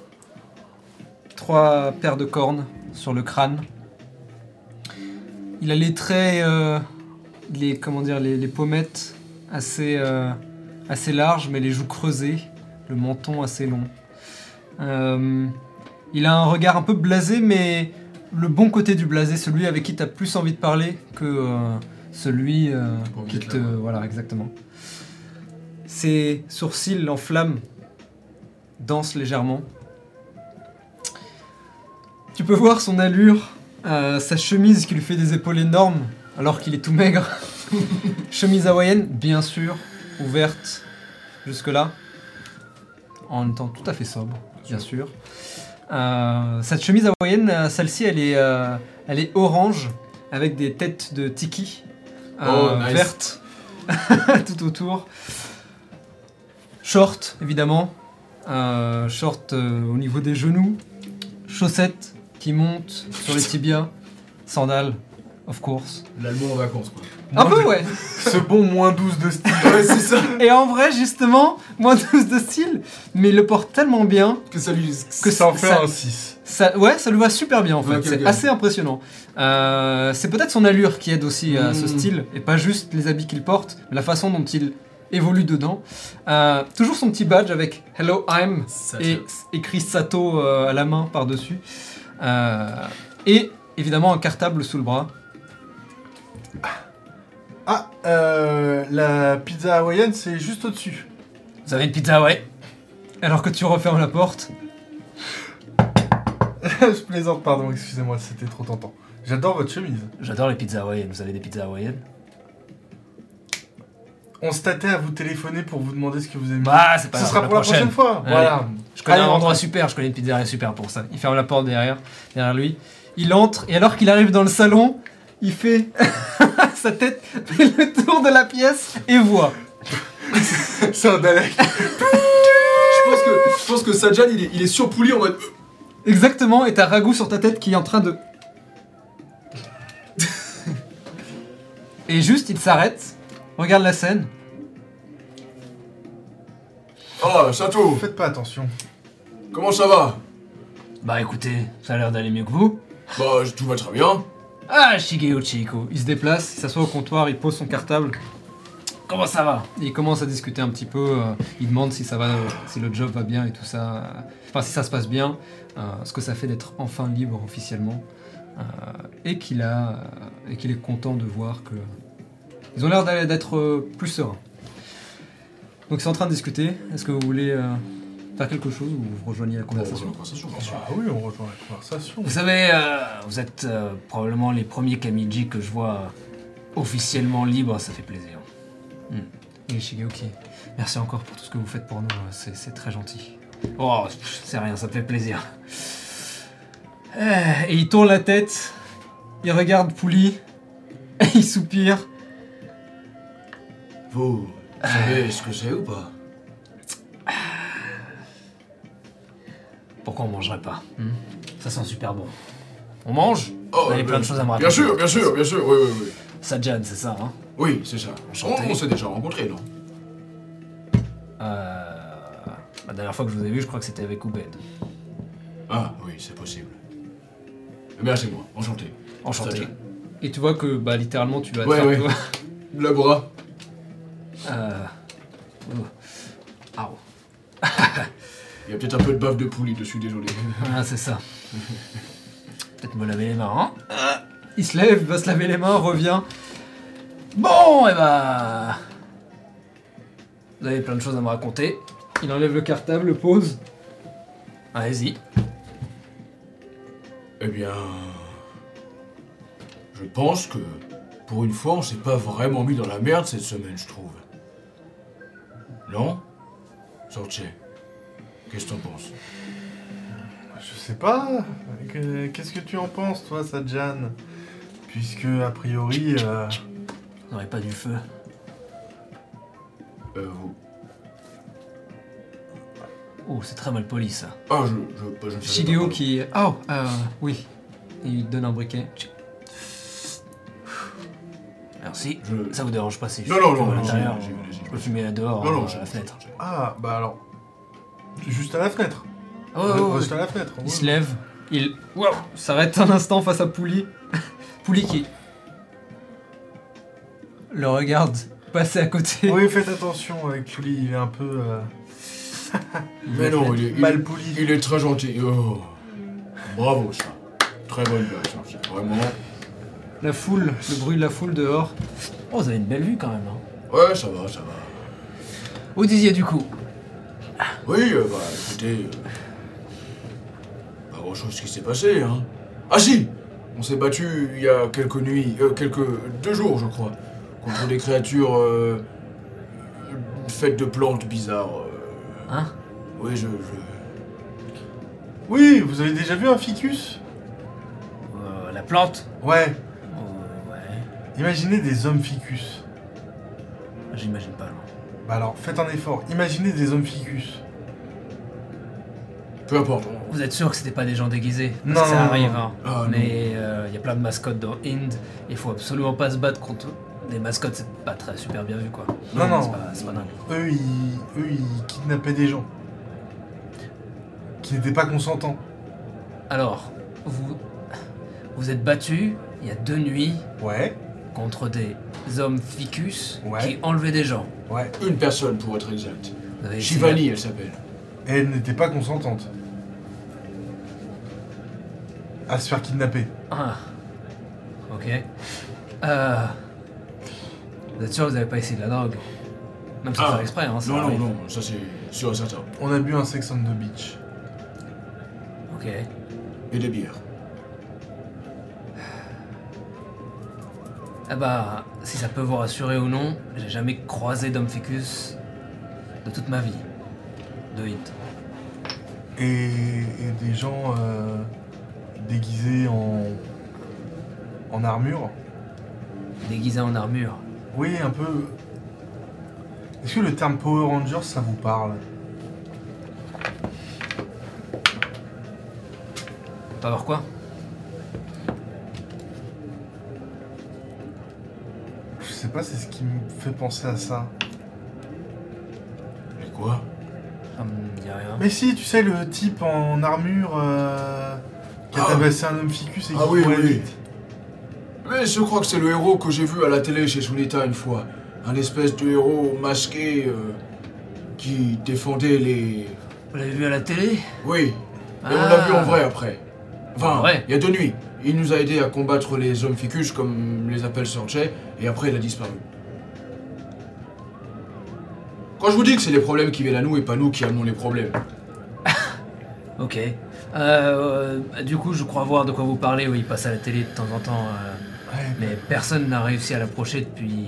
A: 3 paires de cornes sur le crâne. Il a les traits, les pommettes assez larges, mais les joues creusées, le menton assez long. Il a un regard un peu blasé, mais le bon côté du blasé, celui avec qui tu as plus envie de parler que celui qui te... Voilà, exactement. Ses sourcils en flammes dansent légèrement. Tu peux voir son allure, sa chemise qui lui fait des épaules énormes alors qu'il est tout maigre. Chemise hawaïenne, bien sûr, ouverte jusque-là, en étant tout à fait sobre, bien sûr. Cette chemise hawaïenne, celle-ci, elle est orange avec des têtes de tiki
G: Nice.
A: vertes tout autour. Short, évidemment. Short au niveau des genoux. Chaussettes qui montent sur les tibias. Sandales, of course.
G: L'allemand en vacances, quoi.
A: Un peu, ouais.
E: Ce bon moins 12 de style.
G: Ouais, c'est ça.
A: Et en vrai, justement, moins 12 de style, mais il le porte tellement bien
G: Que ça lui...
A: que
E: Ça en fait
A: ça-
E: un 6.
A: ça lui va super bien en fait.
G: Ok,
A: C'est
G: ok.
A: assez impressionnant. C'est peut-être son allure qui aide aussi à ce style, et pas juste les habits qu'il porte, mais la façon dont il évolue dedans. Toujours son petit badge avec Hello I'm et écrit Sato à la main par-dessus. Et évidemment un cartable sous le bras.
E: Ah, la pizza hawaïenne, c'est juste au-dessus.
A: Vous avez une pizza, ouais. Alors que tu refermes la porte.
E: Je plaisante, pardon, excusez-moi, c'était trop tentant. J'adore votre chemise.
A: J'adore les pizzas hawaïennes. Vous avez des pizzas hawaïennes?
E: On se tâtait à vous téléphoner pour vous demander ce que vous aimez.
A: Bah, c'est pas
E: Ce
A: grave,
E: sera pour la prochaine fois.
A: Allez.
E: Voilà.
A: Je connais
E: Allez,
A: un
E: on
A: endroit
E: va-
A: super, je connais une pizzeria super pour ça. Il ferme la porte derrière lui. Il entre, et alors qu'il arrive dans le salon, il fait sa tête fait le tour de la pièce et voit.
E: C'est un Dalek.
G: Je pense que Sajan, il est surpouli en mode...
A: Exactement, et t'as Ragout sur ta tête qui est en train de... Et juste, il s'arrête, regarde la scène.
G: Oh, Château,
E: Faites pas attention.
G: comment ça va?
A: Bah écoutez, ça a l'air d'aller mieux que vous.
G: Bah, tout va très bien.
A: Ah, Shigeo Chieko. Il se déplace, il s'assoit au comptoir, il pose son cartable. Comment ça va? Et il commence à discuter un petit peu. Il demande si ça va, si le job va bien et tout ça. Enfin, si ça se passe bien, ce que ça fait d'être enfin libre officiellement, et qu'il est content de voir que ils ont l'air d'être plus sereins. Donc, c'est en train de discuter. Est-ce que vous voulez faire quelque chose ou vous rejoignez la conversation?
G: Bien sûr.
E: Ah oui, on rejoint la conversation.
A: Vous savez, vous êtes probablement les premiers Kamiji que je vois officiellement libres, ça fait plaisir. Et Shigeoki, merci encore pour tout ce que vous faites pour nous, c'est très gentil. Oh, c'est rien, ça me fait plaisir. Et il tourne la tête, il regarde Pouli, et il soupire.
G: Vous savez ce que c'est ou pas?
A: Pourquoi on mangerait pas? Ça sent super bon. On mange?
G: Oh,
A: Vous avez plein de choses à me raconter.
G: bien sûr, oui.
A: Sadjan, c'est ça, hein?
G: Oui, c'est ça.
A: Enchanté.
G: On s'est déjà rencontrés, non?
A: La dernière fois que je vous ai vu, je crois que c'était avec Ubed.
G: Ah, oui, c'est possible. Eh bien, c'est moi, enchanté.
A: Enchanté.
G: Sadjan.
A: Et tu vois que, bah, littéralement, tu vas te
G: Ouais,
A: faire...
G: ouais.
A: toi.
G: Le bras.
A: Au.
G: Il y a peut-être un peu de bave de poulie dessus, désolé.
A: Ah, c'est ça. Peut-être me laver les mains, hein? Il se lève, va se laver les mains, revient. Bon, et bah... Vous avez plein de choses à me raconter. Il enlève le cartable, le pose. Allez-y.
G: Eh bien... Je pense que, pour une fois, on s'est pas vraiment mis dans la merde cette semaine, je trouve. Non? Sorche, qu'est-ce que t'en penses?
E: Je sais pas. Qu'est-ce que tu en penses, toi, Sadjan? Puisque, a priori...
A: Vous n'aurez pas du feu.
G: Vous...
A: Oh, c'est très mal poli, ça.
G: Ah, je ne savais
A: Shigeo
G: pas.
A: qui... Oh, oui. Il lui donne un briquet. Merci. Ça vous dérange pas si je
G: Non, non,
A: fume
G: non,
A: à
G: non,
A: l'intérieur?
G: j'y vais.
A: Je peux fumer dehors,
G: Non, non,
A: à la fenêtre.
E: Ah, bah alors... Juste à la fenêtre.
A: Oh,
E: Juste à la fenêtre.
A: il se lève, il s'arrête un instant face à Pouli. Pouli qui le regarde passer à côté.
E: Oui, faites attention avec Pouli, il est un peu...
G: Mais non,
E: mal poli.
G: il est très gentil. Oh. Bravo, ça. Très bonne blague, ça. C'est vraiment...
A: La foule, le bruit de la foule dehors. Oh, vous avez une belle vue quand même. Hein.
G: Ouais, ça va.
A: Vous disiez du coup?
G: Oui, bah, écoutez... pas grand-chose qui s'est passé, hein. Ah si! On s'est battu il y a quelques nuits... 2 jours, je crois. Contre des créatures... faites de plantes bizarres.
A: Hein?
G: Oui,
E: Oui, vous avez déjà vu un ficus?
A: La plante?
E: Ouais.
A: Ouais.
E: Imaginez des hommes ficus.
A: J'imagine pas, non.
E: Bah alors, faites un effort. Imaginez des hommes ficus.
G: Peu importe.
A: Vous êtes sûr que c'était pas des gens déguisés? Parce
E: Non,
A: que ça
E: non,
A: arrive,
E: non.
A: hein.
G: Ah,
A: Mais il y a plein de mascottes dans Inde. Il faut absolument pas se battre contre des mascottes, c'est pas très super bien vu, quoi.
E: Non.
A: C'est pas dingue.
E: Eux, ils kidnappaient des gens. Qui n'étaient pas consentants.
A: Alors, vous êtes battus il y a 2 nuits
E: Ouais.
A: contre des hommes ficus
E: Ouais.
A: qui enlevaient des gens.
E: Ouais.
G: Une personne, pour être exact.
A: Vous avez essayé-
G: Shivani, elle s'appelle.
E: Et elles n'étaient pas consentantes. À se faire kidnapper.
A: Ah. Ok. Vous êtes sûr que vous avez pas essayé de la drogue? Même sans
G: Ah.
A: faire exprès, hein. Ça
G: Non,
A: arrive.
G: non, ça c'est sûr et certain.
E: On a bu un Sex on the Beach.
A: Ok.
G: Et des bières.
A: Ah bah, si ça peut vous rassurer ou non, j'ai jamais croisé d'homme ficus de toute ma vie. De hit.
E: Et des gens déguisés en armure.
A: Déguisé en armure.
E: Oui, un peu. Est-ce que le terme Power Rangers, ça vous parle?
A: Pas voir quoi?
E: Je sais pas, c'est ce qui me fait penser à ça.
G: Mais quoi?
A: Ça me dit rien.
E: Mais si, tu sais, le type en armure qui a
G: Ah.
E: tabassé un homme ficus et qui
G: Ah oui,
E: courait
G: oui.
E: vite.
G: Mais je crois que c'est le héros que j'ai vu à la télé chez Sunita une fois. Un espèce de héros masqué qui défendait les...
A: Vous l'avez vu à la télé?
G: Oui. Et on
A: Ah.
G: l'a vu en vrai après. Enfin,
A: En vrai?
G: il y a 2 nuits. Il nous a aidé à combattre les hommes ficus, comme les appelle Sorche, et après il a disparu. Quand je vous dis que c'est les problèmes qui viennent à nous et pas nous qui amenons les problèmes.
A: Ok. Du coup, je crois voir de quoi vous parlez. Oui, il passe à la télé de temps en temps.
E: Ouais.
A: Mais personne n'a réussi à l'approcher depuis...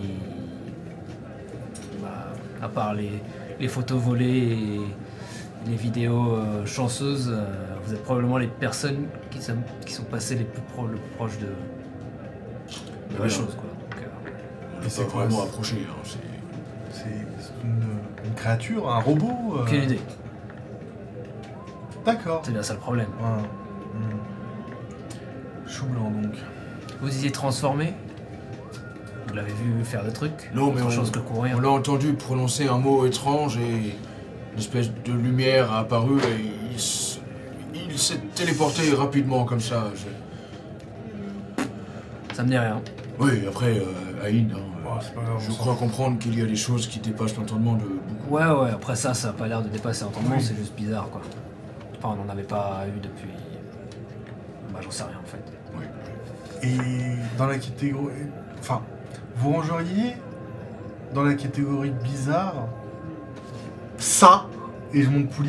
A: Bah, à part les photos volées et les vidéos chanceuses, vous êtes probablement les personnes qui sont passées le plus proches de la
G: Bien.
A: chose, quoi. Donc,
G: On
E: Et
G: n'est
E: c'est
G: pas
E: quoi,
G: vraiment
E: c'est-
G: approché. Hein,
E: C'est une créature, un robot
A: aucune idée.
E: D'accord.
A: C'est bien ça le problème.
E: Ouais. Chou blanc donc.
H: Vous y êtes transformé? Vous l'avez vu faire des trucs?
G: Non, mais
H: Autre
G: on-
H: chose que courir.
G: On l'a entendu prononcer un mot étrange et une espèce de lumière a apparu et il s'est téléporté rapidement comme ça.
H: Ça me dit rien.
G: Oui, après, Aïn, hein,
E: Oh, c'est pas grave.
G: je crois comprendre qu'il y a des choses qui dépassent l'entendement de beaucoup.
H: Ouais, après ça a pas l'air de dépasser l'entendement, c'est juste bizarre quoi. Enfin, on n'en avait pas eu depuis. Bah, j'en sais rien en fait.
E: Et dans la catégorie... Enfin, vous rangeriez dans la catégorie bizarre ça, et je monte Pouli.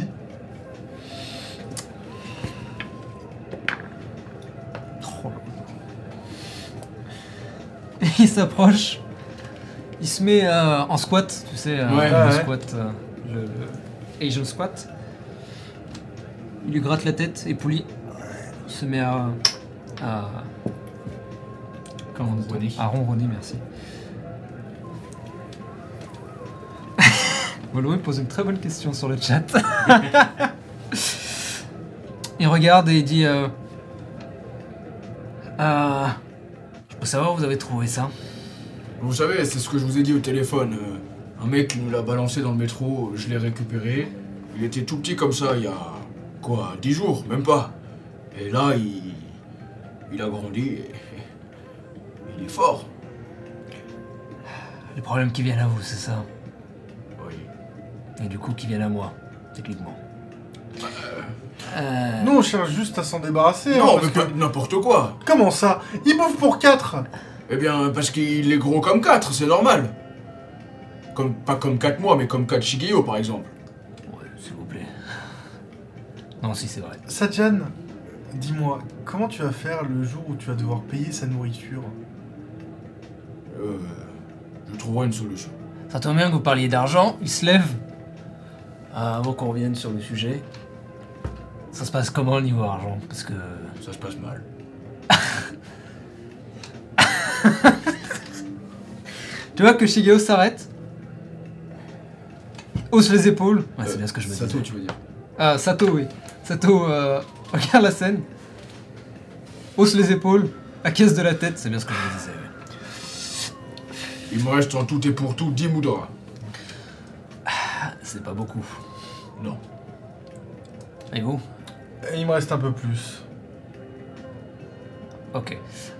A: Il s'approche. Il se met en squat, tu sais,
G: Ouais,
A: le
E: ouais.
A: squat, le Asian squat. Il lui gratte la tête et Pouli se met à comment dit-on?
G: Ronronner.
A: À ronronner, merci. Voloé pose une très bonne question sur le chat. Il regarde et il dit je peux savoir où vous avez trouvé ça?
G: Vous savez, c'est ce que je vous ai dit au téléphone. Un mec nous l'a balancé dans le métro, je l'ai récupéré. Il était tout petit comme ça il y a, quoi, 10 jours, même pas. Et là, il a grandi et il est fort.
H: Les problèmes qui viennent à vous, c'est ça?
G: Oui.
H: Et du coup, qui viennent à moi, techniquement.
E: Nous, on cherche juste à s'en débarrasser.
G: Non,
E: hein,
G: mais
E: parce
G: pas
E: que...
G: n'importe quoi.
E: Comment ça? Il bouffe pour 4.
G: Eh bien, parce qu'il est gros comme 4, c'est normal. Pas comme 4 mois, mais comme 4 Shigeo, par exemple.
H: Ouais, s'il vous plaît. Non, si, c'est vrai.
E: Sadjan, dis-moi, comment tu vas faire le jour où tu vas devoir payer sa nourriture?
G: Je trouverai une solution.
H: Ça tombe bien que vous parliez d'argent. Il se lève. Avant qu'on revienne sur le sujet. Ça se passe comment le niveau argent? Parce que...
G: Ça se passe mal.
A: Tu vois que Shigeo s'arrête, hausse les épaules.
H: Ouais, c'est bien ce que je me
G: Sato,
H: disais.
G: tu veux dire.
A: Ah, Sato, oui. Sato regarde la scène, hausse les épaules, acquiesce de la tête.
H: C'est bien ce que je me disais, ouais.
G: Il me reste en tout et pour tout 10 Moudora.
H: C'est pas beaucoup.
G: Non.
H: Et vous?
E: Et il me reste un peu plus.
H: Ok.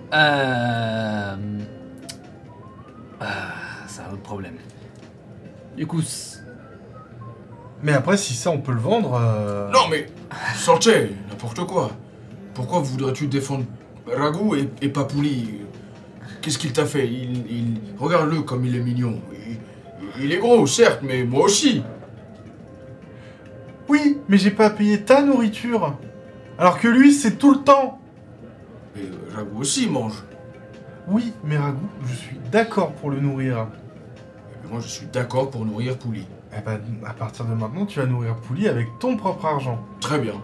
H: C'est un autre problème. Du coup,
E: Mais après, si ça, on peut le vendre...
G: Non, mais sortez, n'importe quoi. Pourquoi voudrais-tu défendre Ragu et pas Pouli? Qu'est-ce qu'il t'a fait? Regarde-le comme il est mignon. Il est gros, certes, mais moi aussi.
E: Oui, mais j'ai pas payé ta nourriture. Alors que lui, c'est tout le temps.
G: Et Ragu aussi mange.
E: Oui, mais Ragout, je suis d'accord pour le nourrir.
G: Et moi, je suis d'accord pour nourrir Pouli.
E: Eh ben, à partir de maintenant, tu vas nourrir Pouli avec ton propre argent.
G: Très bien.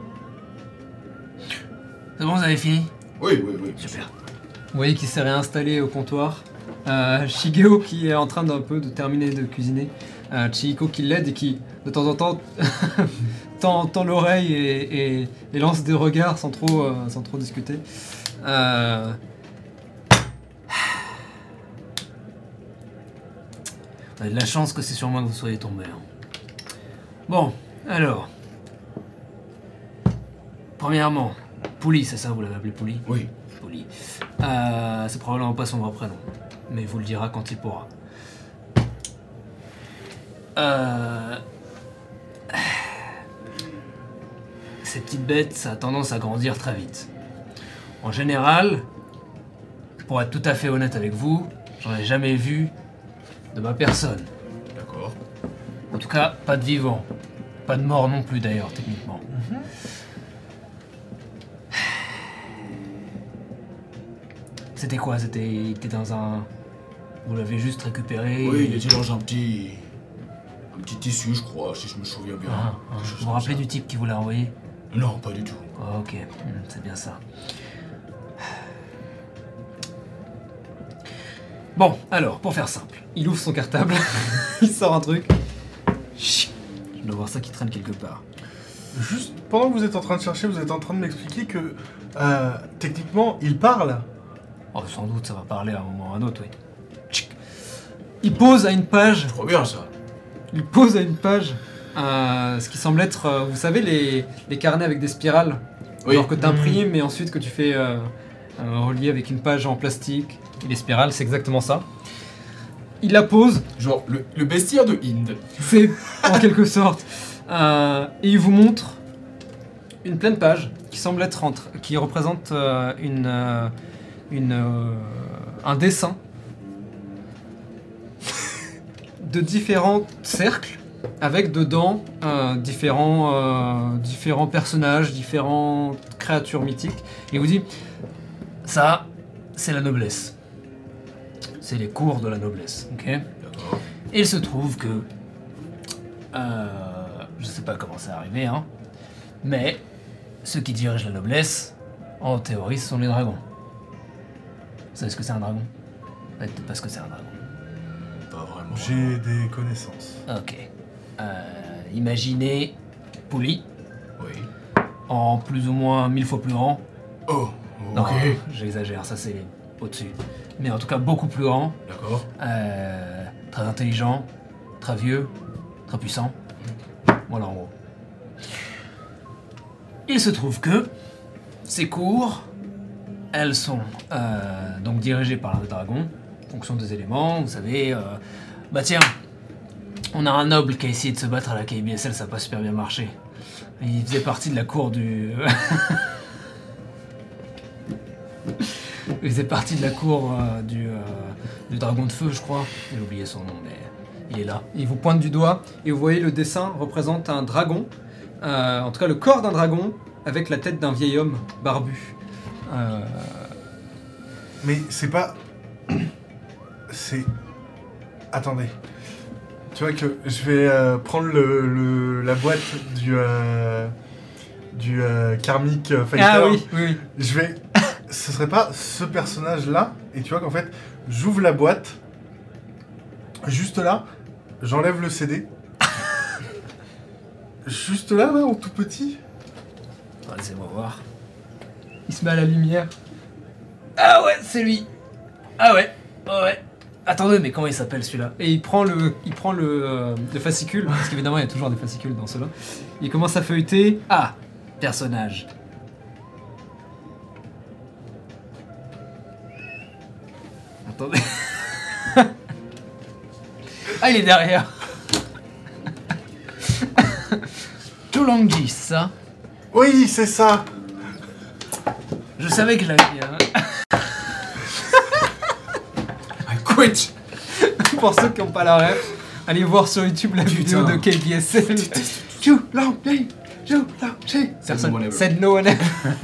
H: c'est bon, vous avez fini?
G: Oui, oui, oui.
H: Super.
A: Vous voyez qu'il s'est réinstallé au comptoir. Shigeo qui est en train d'un peu de terminer de cuisiner. Chihiko qui l'aide et qui, de temps en temps, tend l'oreille et lance des regards sans trop discuter.
H: Vous avez de la chance que c'est sur moi que vous soyez tombé. Hein. Bon, alors. Premièrement, Pouli, c'est ça, vous l'avez appelé Pouli?
G: Oui.
H: Pouli. C'est probablement pas son vrai prénom, mais il vous le dira quand il pourra. Ces petites bêtes, ça a tendance à grandir très vite. En général, pour être tout à fait honnête avec vous, j'en ai jamais vu de ma personne.
G: D'accord.
H: En tout cas, pas de vivant. Pas de mort non plus d'ailleurs, techniquement. C'était quoi? Il était dans un... Vous l'avez juste récupéré?
G: Oui, il était dans un petit tissu, je crois, si je me souviens bien. Quelque chose
H: Vous vous
G: comme
H: rappelez
G: ça.
H: du type qui vous l'a envoyé?
G: Non, pas du tout.
H: Oh, ok, c'est bien ça.
A: Bon, alors, pour faire simple, il ouvre son cartable, il sort un truc. Chut, je dois voir ça qui traîne quelque part.
E: Juste pendant que vous êtes en train de chercher, vous êtes en train de m'expliquer que techniquement, il parle.
H: Oh, sans doute, ça va parler à un moment ou à un autre, oui. Tchic.
A: Il pose à une page.
G: Trop bien ça.
A: Il pose à une page ce qui semble être, vous savez, les carnets avec des spirales.
G: Oui.
A: Genre que tu imprimes et ensuite que tu fais relier avec une page en plastique. Et les spirales, c'est exactement ça. Il la pose,
G: Genre le bestiaire de Inde.
A: c'est en quelque sorte. Et il vous montre une pleine page qui semble être qui représente un dessin de différents cercles avec dedans différents personnages, différentes créatures mythiques. Et il vous dit, ça, c'est la noblesse. C'est les cours de la noblesse, ok ?
G: D'accord.
A: Et il se trouve que, je sais pas comment c'est arrivé, hein, mais ceux qui dirigent la noblesse, en théorie, ce sont les dragons. Vous savez ce que c'est un dragon ? Peut-être pas ce que c'est un dragon.
G: Pas vraiment.
E: J'ai des connaissances.
A: Ok. Imaginez Pouli
G: Oui.
A: en plus ou moins 1000 fois plus grand.
G: Oh.
A: Non,
G: Ok.
A: j'exagère, ça c'est au-dessus. Mais en tout cas beaucoup plus grand,
G: D'accord.
A: très intelligent, très vieux, très puissant. Voilà en gros. Il se trouve que ces cours, elles sont donc dirigées par un dragon, en fonction des éléments, vous savez. Bah tiens, on a un noble qui a essayé de se battre à la KBSL, ça n'a pas super bien marché. Il faisait partie de la cour du... Il faisait partie de la cour du dragon de feu, je crois. J'ai oublié son nom, mais il est là. Il vous pointe du doigt et vous voyez le dessin représente un dragon. En tout cas, le corps d'un dragon avec la tête d'un vieil homme barbu.
E: Mais c'est pas... C'est... Attendez. Tu vois que je vais prendre la boîte du Karmic Fighter.
A: Ah oui, oui, oui.
E: Je vais... Ce serait pas ce personnage-là. Et tu vois qu'en fait, j'ouvre la boîte. Juste là, j'enlève le CD. Juste là, en tout petit.
A: Laissez-moi voir. Il se met à la lumière. Ah ouais, c'est lui. Ah ouais, ouais. Attendez, mais comment il s'appelle celui-là ? Et il prend le fascicule, parce qu'évidemment il y a toujours des fascicules dans ceux-là. Il commence à feuilleter. Ah, personnage. Attendez. Ah, il est derrière. Tolangji, c'est ça ?
E: Oui, c'est ça.
A: Je savais que je l'avais dit. Hein.
G: I quit.
A: Pour ceux qui n'ont pas la ref, allez voir sur YouTube la vidéo de KBSL. Tolangji, Tolangji. Personne said no one ever.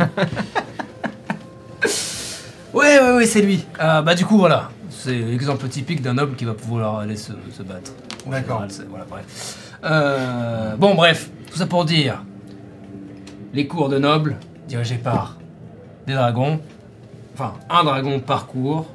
A: Ouais, c'est lui. Bah du coup, voilà. C'est l'exemple typique d'un noble qui va pouvoir aller se battre. En
E: D'accord.
A: général, voilà, bref. Bon, bref, tout ça pour dire. Les cours de nobles, dirigés par des dragons. Enfin, un dragon par cours.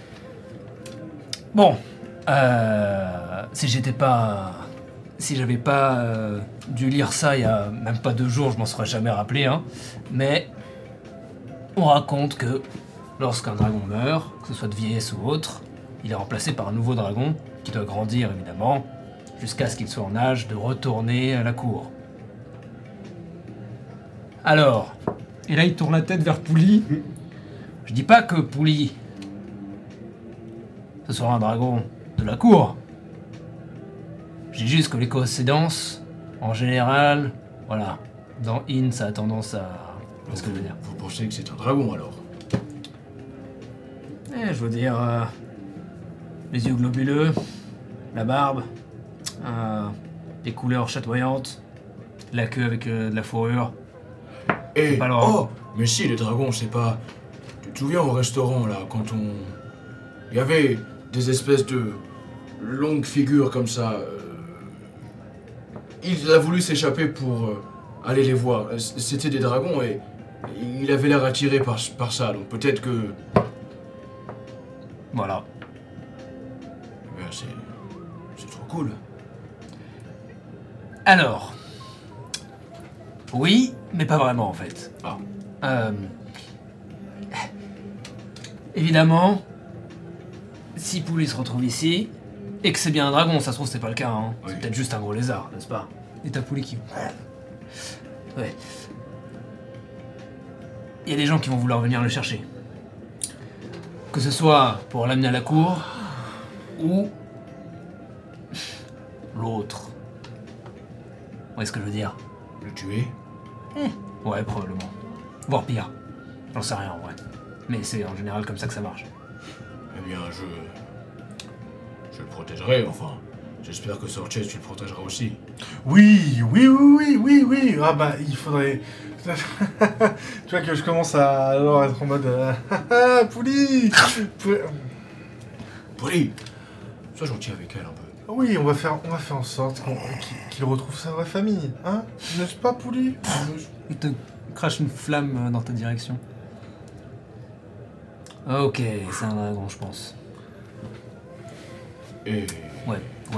A: Bon, si j'avais pas dû lire ça il y a même pas 2 jours, je m'en serais jamais rappelé, hein. Mais on raconte que lorsqu'un dragon meurt, que ce soit de vieillesse ou autre, il est remplacé par un nouveau dragon qui doit grandir évidemment, jusqu'à ce qu'il soit en âge de retourner à la cour. Alors, et là il tourne la tête vers Pouli. Je dis pas que Pouli ce soit un dragon de la cour. Je dis juste que les coïncidences, en général, voilà, dans In ça a tendance à... Qu'est-ce que je veux dire ?
G: Vous pensez que c'est un dragon alors?
A: Je veux dire, les yeux globuleux, la barbe, des couleurs chatoyantes, la queue avec de la fourrure.
G: Eh,
A: pas loin.
G: oh, mais si, les dragons, c'est pas... Tu te souviens au restaurant, là, quand on... Il y avait des espèces de longues figures comme ça. Il a voulu s'échapper pour aller les voir. C'était des dragons et il avait l'air attiré par ça, donc peut-être que...
A: Voilà.
G: Ben, c'est trop cool.
A: Alors,
H: Oui, mais pas vraiment en fait.
G: Ah.
H: Évidemment, si Pouli se retrouve ici, et que c'est bien un dragon, ça se trouve c'est pas le cas, hein.
G: Oui.
H: C'est peut-être juste un gros lézard, n'est-ce pas?
A: Et t'as Pouli qui...
H: Ouais. Il y a des gens qui vont vouloir venir le chercher. Que ce soit pour l'amener à la cour, ou... l'autre. Vous voyez ce que je veux dire?
G: Le tuer?
H: Ouais, probablement. Voire pire. J'en sais rien en vrai. Mais c'est en général comme ça que ça marche.
G: Eh bien, je le protégerai, enfin. J'espère que Sorchet, tu le protégeras aussi.
E: Oui. Ah bah, il faudrait... tu vois que je commence à alors être en mode... Pouli.
G: Pouli, sois gentil avec elle un peu.
E: Oui, on va faire en sorte qu'il retrouve sa vraie famille, hein? N'est-ce pas, Pouli?
A: Il te crache une flamme dans ta direction.
H: Ok, c'est un dragon, je pense.
G: Et...
H: Ouais.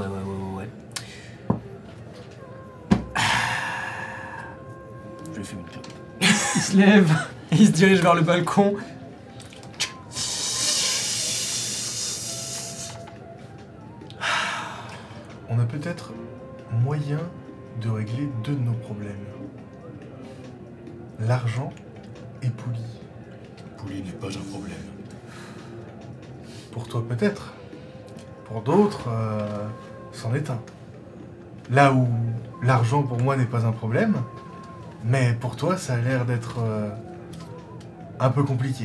H: Je vais fumer une clope.
A: Il se lève et il se dirige vers le balcon.
E: On a peut-être moyen de régler deux de nos problèmes. L'argent et Pouli.
G: Pouli n'est pas un problème.
E: Pour toi peut-être. Pour d'autres, c'en est un. Là où l'argent pour moi n'est pas un problème, mais pour toi ça a l'air d'être un peu compliqué.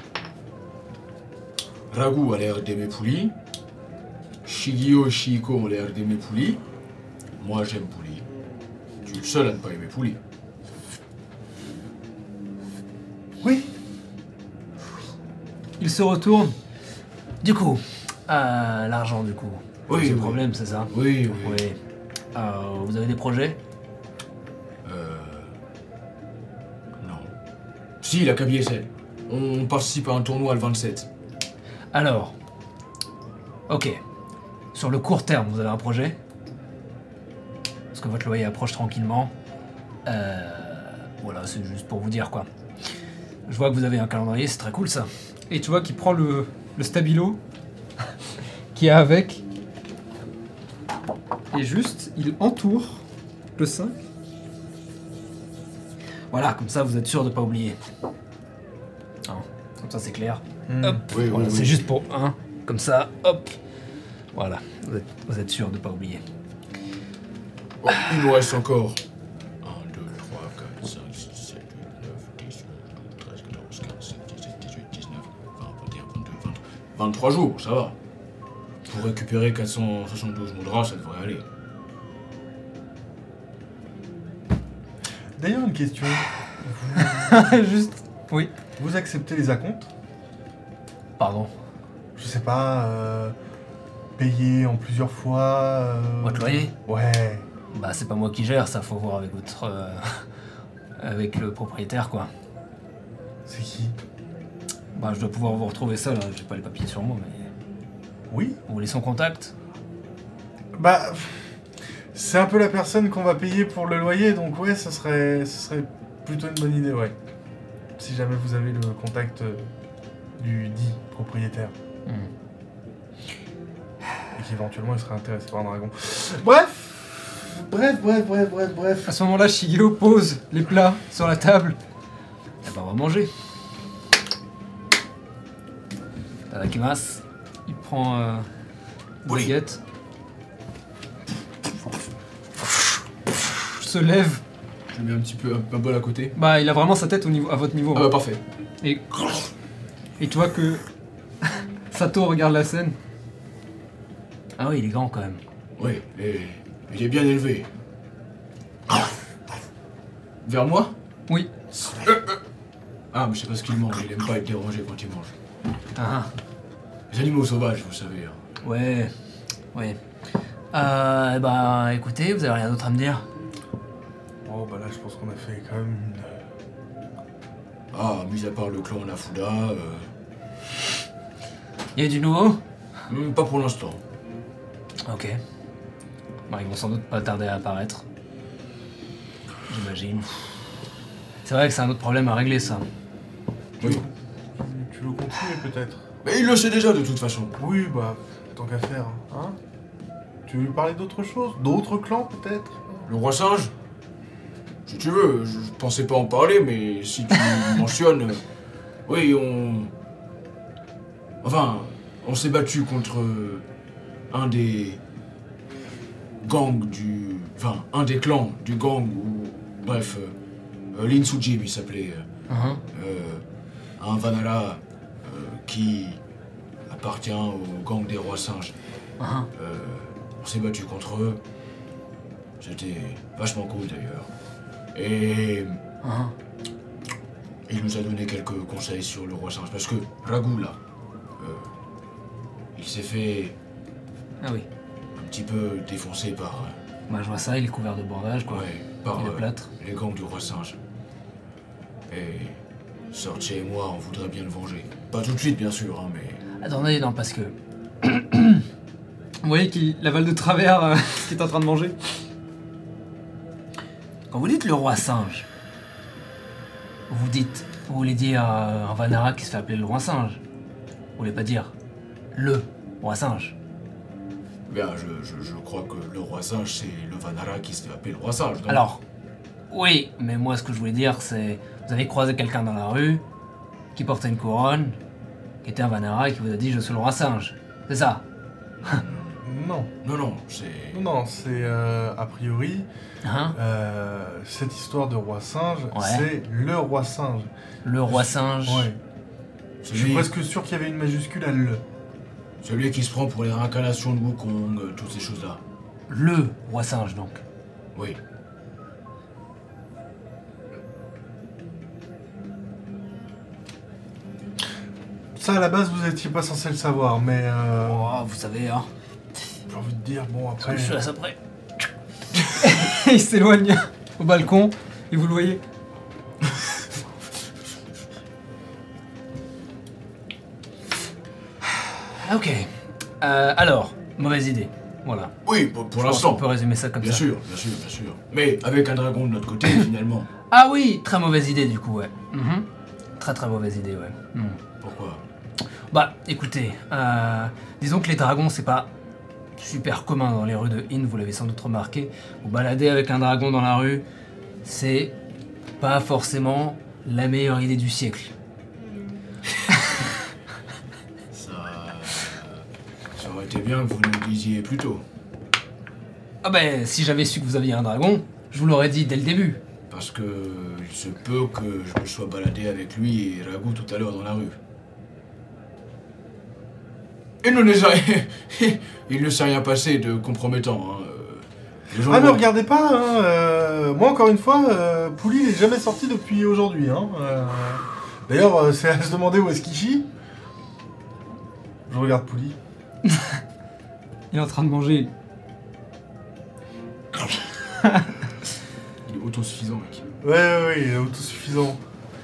G: Ragu a l'air d'aimer Pouli. Shigio et Shihiko ont l'air d'aimer Pouli. Moi j'aime Pouli. Tu es le seul à ne pas aimer Pouli.
E: Oui.
A: Il se retourne.
H: Du coup, l'argent du coup.
G: Oui,
H: c'est le
G: oui.
H: problème, c'est ça?
G: Oui.
H: Oui. Vous avez des projets?
G: Non. Si, la KBSL. On participe à un tournoi le 27.
H: Alors, ok. Sur le court terme, vous avez un projet? Parce que votre loyer approche tranquillement. Voilà, c'est juste pour vous dire quoi. Je vois que vous avez un calendrier, c'est très cool ça.
A: Et tu vois qu'il prend le stabilo qui est avec. Et juste, il entoure le 5.
H: Voilà, comme ça vous êtes sûr de pas oublier. Hein, comme ça c'est clair. Hop,
G: Oui,
H: voilà,
G: oui,
H: c'est
G: oui.
H: juste pour un. Comme ça, hop. Voilà, vous êtes sûr de pas oublier.
G: Oh, il nous reste encore 1, 2, 3, 4, 5, 6, 7, 8, 9, 10, 11, 12, 13, 14, 15, 16, 17, 18, 19, 20, 21, 22, 23 jours, ça va. Pour récupérer 472 moudras, ça devrait aller.
E: D'ailleurs une question.
A: Juste. Oui.
E: Vous acceptez les acomptes?
H: Pardon.
E: Je sais pas, payer en plusieurs fois.
H: Votre loyer?
E: Ouais.
H: Bah c'est pas moi qui gère, ça faut voir avec votre... avec le propriétaire quoi.
E: C'est qui?
H: Bah je dois pouvoir vous retrouver ça là, j'ai pas les papiers sur moi mais...
E: Oui.
H: Vous voulez son contact?
E: Bah, c'est un peu la personne qu'on va payer pour le loyer, donc ouais, ce serait plutôt une bonne idée, ouais. Si jamais vous avez le contact du dit propriétaire. Et qu'éventuellement il serait intéressé par un dragon. Bref.
A: À ce moment-là, Shigeo pose les plats sur la table.
H: Eh ben on va manger. Tadakimasu.
A: Il prend une
G: Oui.
A: baguette. Se lève.
G: Je mets un petit peu un bol à côté.
A: Bah, il a vraiment sa tête à votre niveau.
G: Ah bah parfait.
A: Et tu vois que Sato regarde la scène.
H: Ah oui, il est grand quand même.
G: Oui, et il est bien élevé. Vers moi?
A: Oui.
G: Ah, mais je sais pas ce qu'il mange, il aime pas être dérangé quand il mange.
H: Ah
G: Les animaux sauvages, vous savez. Hein.
H: ouais. Bah écoutez, vous avez rien d'autre à me dire?
E: Oh bah là je pense qu'on a fait quand même une...
G: Ah, mis à part le clan Nafuda,
H: Y a du nouveau?
G: pas pour l'instant.
H: Ok. Bah ils vont sans doute pas tarder à apparaître. J'imagine. C'est vrai que c'est un autre problème à régler, ça.
G: Oui.
E: Tu veux continuer peut-être?
G: Mais il le sait déjà de toute façon.
E: Oui, bah, tant qu'à faire, hein. Tu veux lui parler d'autre chose? D'autres clans peut-être?
G: Le roi singe? Si tu veux, je pensais pas en parler, mais si tu mentionnes... oui, on s'est battu contre un des gangs du... Enfin, un des clans du gang où... Bref, Lin Sujib, il s'appelait. Un Vanala qui appartient au gang des rois singes. On s'est battu contre eux. C'était vachement cool d'ailleurs. Et il nous a donné quelques conseils sur le roi singe. Parce que Ragou, là, il s'est fait
H: Ah oui.
G: un petit peu défoncer par...
H: Bah, je vois ça, il est couvert de bandages, quoi.
G: ouais, par
H: Et le plâtre.
G: les gangs du roi singe. Et Sorche et moi, on voudrait bien le venger. Pas tout de suite, bien sûr, hein, mais...
H: Attendez, non, parce que...
A: Vous voyez qu'il avale de travers ce qu'il est en train de manger.
H: Quand vous dites le roi singe, vous voulez dire un Vanara qui se fait appeler le roi singe. Vous voulez pas dire le roi singe.
G: Bien, je crois que le roi singe, c'est le Vanara qui se fait appeler le roi singe. Donc...
H: Alors, oui, mais moi ce que je voulais dire c'est... Vous avez croisé quelqu'un dans la rue, qui portait une couronne, qui était un Vanara et qui vous a dit je suis le roi singe. C'est ça.
E: Non.
G: Non, c'est...
E: Non, c'est a priori,
H: Hein?
E: cette histoire de roi singe,
H: Ouais.
E: c'est le roi singe.
H: Le roi singe.
E: Ouais. Je suis
G: Celui,
E: presque sûr qu'il y avait une majuscule à le.
G: celui qui se prend pour les réincarnations de Wukong, toutes ces choses-là.
H: Le roi singe donc.
G: Oui.
E: Ça, à la base, vous étiez pas censé le savoir, mais
H: Oh, vous savez, hein.
E: j'ai envie de dire, bon, après.
H: Je suis là après.
A: Il s'éloigne au balcon et vous le voyez.
H: Ok. Alors, mauvaise idée. Voilà.
G: Oui, pour
H: Je pense
G: l'instant.
H: qu'on peut résumer ça comme
G: Bien
H: ça.
G: sûr, bien sûr, bien sûr. Mais avec un dragon de notre côté, finalement.
H: Ah oui, très mauvaise idée du coup, ouais. Très très mauvaise idée, ouais.
G: Pourquoi?
H: Bah, écoutez, disons que les dragons, c'est pas super commun dans les rues de Inn, vous l'avez sans doute remarqué. Vous baladez avec un dragon dans la rue, c'est pas forcément la meilleure idée du siècle.
G: Ça aurait été bien que vous nous le disiez plus tôt.
H: Ah ben, si j'avais su que vous aviez un dragon, je vous l'aurais dit dès le début.
G: Parce que il se peut que je me sois baladé avec lui et Ragou tout à l'heure dans la rue. Il ne s'est rien passé de compromettant. Hein. Les gens
E: Ah, ne
G: vont-
E: regardez pas, hein. Moi, encore une fois, Pouli n'est jamais sorti depuis aujourd'hui. Hein. D'ailleurs, c'est à se demander où est-ce qu'il chie. Je regarde Pouli.
A: Il est en train de manger.
G: Il est autosuffisant, mec.
E: Ouais, il est autosuffisant.